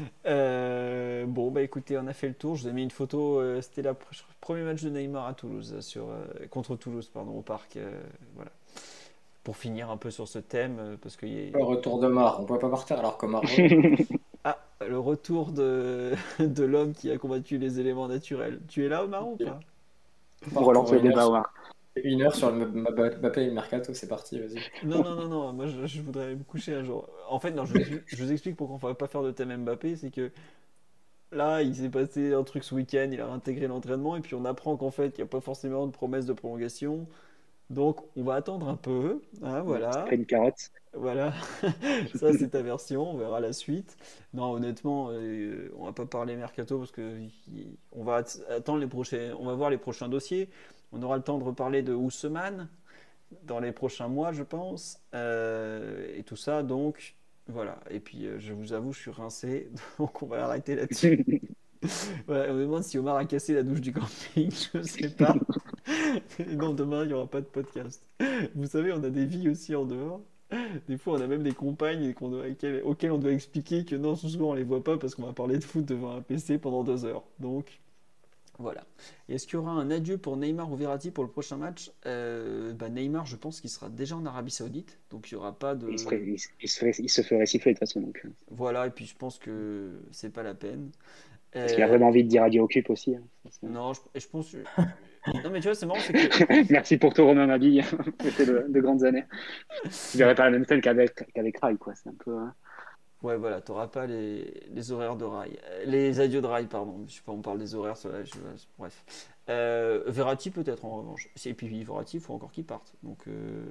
Euh, bon, bah écoutez, on a fait le tour. Je vous ai mis une photo. Euh, c'était le pr- premier match de Neymar à Toulouse, sur, euh, contre Toulouse, pardon, au parc. Euh, voilà. Pour finir un peu sur ce thème, euh, parce qu'il y a... Le retour de Mar, on ne peut pas partir alors que Mar. Ah, le retour de, de l'homme qui a combattu les éléments naturels. Tu es là, Omar, ou pas? On relance le débat, Omar. Une heure sur le Mbappé et le Mercato, c'est parti, vas-y. Non, non, non, non, moi je, je voudrais me coucher un jour. En fait, non, je, je vous explique pourquoi on ne va pas faire de thème Mbappé, c'est que là, il s'est passé un truc ce week-end, il a intégré l'entraînement, et puis on apprend qu'en fait, il n'y a pas forcément de promesse de prolongation. Donc, on va attendre un peu, hein, voilà. Une carotte. Voilà, ça c'est ta version, on verra la suite. Non, honnêtement, euh, on va pas parler Mercato parce que y, on va attendre les prochains, on va voir les prochains dossiers. On aura le temps de reparler de Ousmane dans les prochains mois, je pense, euh, et tout ça. Donc voilà. Et puis, euh, je vous avoue, je suis rincé, donc on va arrêter là-dessus. Ouais, on me demande si Omar a cassé la douche du camping, je sais pas. Non, demain il n'y aura pas de podcast. Vous savez, on a des vies aussi en dehors. Des fois, on a même des compagnes qu'on doit, auxquelles, auxquelles on doit expliquer que non, souvent on les voit pas parce qu'on va parler de foot devant un P C pendant deux heures. Donc, voilà. Et est-ce qu'il y aura un adieu pour Neymar ou Verratti pour le prochain match? euh, bah, Neymar, je pense qu'il sera déjà en Arabie Saoudite, donc il n'y aura pas de. Il se, ferait, il, il, se ferait, il se ferait siffler de toute façon. Donc. Voilà, et puis je pense que c'est pas la peine. Parce euh... qu'il a vraiment envie de dire adieu au cube aussi. Hein. Non, je, je pense. Non, mais tu vois, c'est marrant, c'est que. Merci pour tout, Romain Mabille. C'était de, de grandes années. Je verrai pas la même scène qu'avec, qu'avec Rai, quoi. C'est un peu. Hein... Ouais, voilà, t'auras pas les, les horaires de Rai. Les adieux de Rai, pardon. Je sais pas, on parle des horaires, cela, je... bref. Euh, Verratti, peut-être, en revanche. Et puis, Verratti, il faut encore qu'il parte. Donc, euh...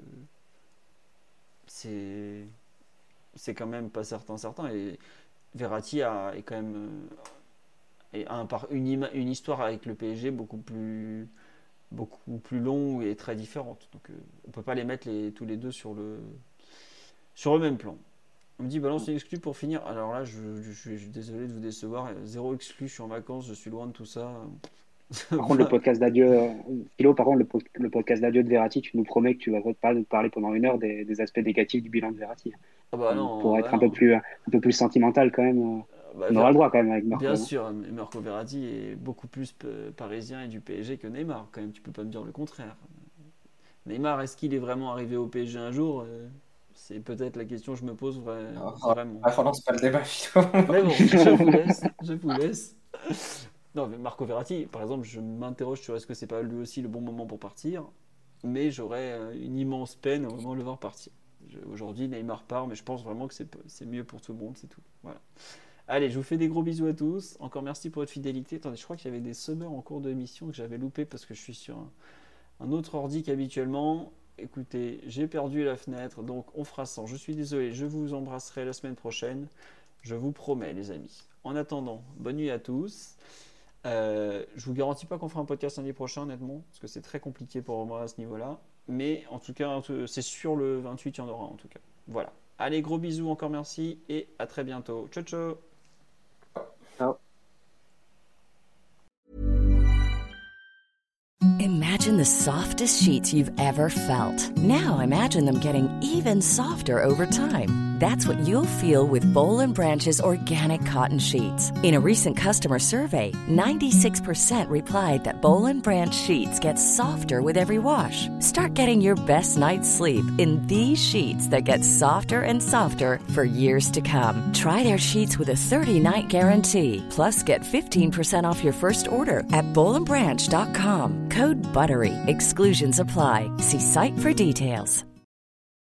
c'est. C'est quand même pas certain, certain. Et Verratti a, est quand même. Et un, une, ima, une histoire avec le P S G beaucoup plus, beaucoup plus longue et très différente. Donc, euh, on ne peut pas les mettre les, tous les deux sur le, sur le même plan. On me dit balance une exclue pour finir. Alors là, je, je, je, je suis désolé de vous décevoir. Zéro exclu, je suis en vacances, je suis loin de tout ça. Par contre, le podcast d'adieu, Philo, par contre, le, le podcast d'adieu de Verratti, tu nous promets que tu vas pas parler pendant une heure des, des aspects négatifs du bilan de Verratti. Ah bah non, pour bah être non. un peu plus, un peu plus sentimental quand même. Bah, on aura le droit quand même avec Marco. Bien hein. sûr, Marco Verratti est beaucoup plus parisien et du P S G que Neymar. Quand même, tu peux pas me dire le contraire. Neymar, est-ce qu'il est vraiment arrivé au P S G un jour? C'est peut-être la question que je me pose vrai, oh, vraiment. Ah, relance pas le débat. Mais bon, je vous laisse. Je vous laisse. Non, mais Marco Verratti, par exemple, je m'interroge sur est-ce que c'est pas lui aussi le bon moment pour partir, mais j'aurais une immense peine au moment de le voir partir. Je, aujourd'hui, Neymar part, mais je pense vraiment que c'est, c'est mieux pour tout le monde, c'est tout. Voilà. Allez, je vous fais des gros bisous à tous. Encore merci pour votre fidélité. Attendez, je crois qu'il y avait des summers en cours de émission que j'avais loupé parce que je suis sur un, un autre ordi qu'habituellement. Écoutez, j'ai perdu la fenêtre, donc on fera sans. Je suis désolé, je vous embrasserai la semaine prochaine. Je vous promets, les amis. En attendant, bonne nuit à tous. Euh, je vous garantis pas qu'on fera un podcast lundi prochain, honnêtement, parce que c'est très compliqué pour moi à ce niveau-là. Mais en tout cas, c'est sûr le vingt-huit, il y en aura en tout cas. Voilà. Allez, gros bisous, encore merci et à très bientôt. Ciao, ciao. Ciao. Imagine the softest sheets you've ever felt. Now imagine them getting even softer over time. That's what you'll feel with Boll and Branch's organic cotton sheets. In a recent customer survey, ninety-six percent replied that Boll and Branch sheets get softer with every wash. Start getting your best night's sleep in these sheets that get softer and softer for years to come. Try their sheets with a thirty-night guarantee. Plus, get fifteen percent off your first order at boll and branch dot com. Code BUTTERY. Exclusions apply. See site for details.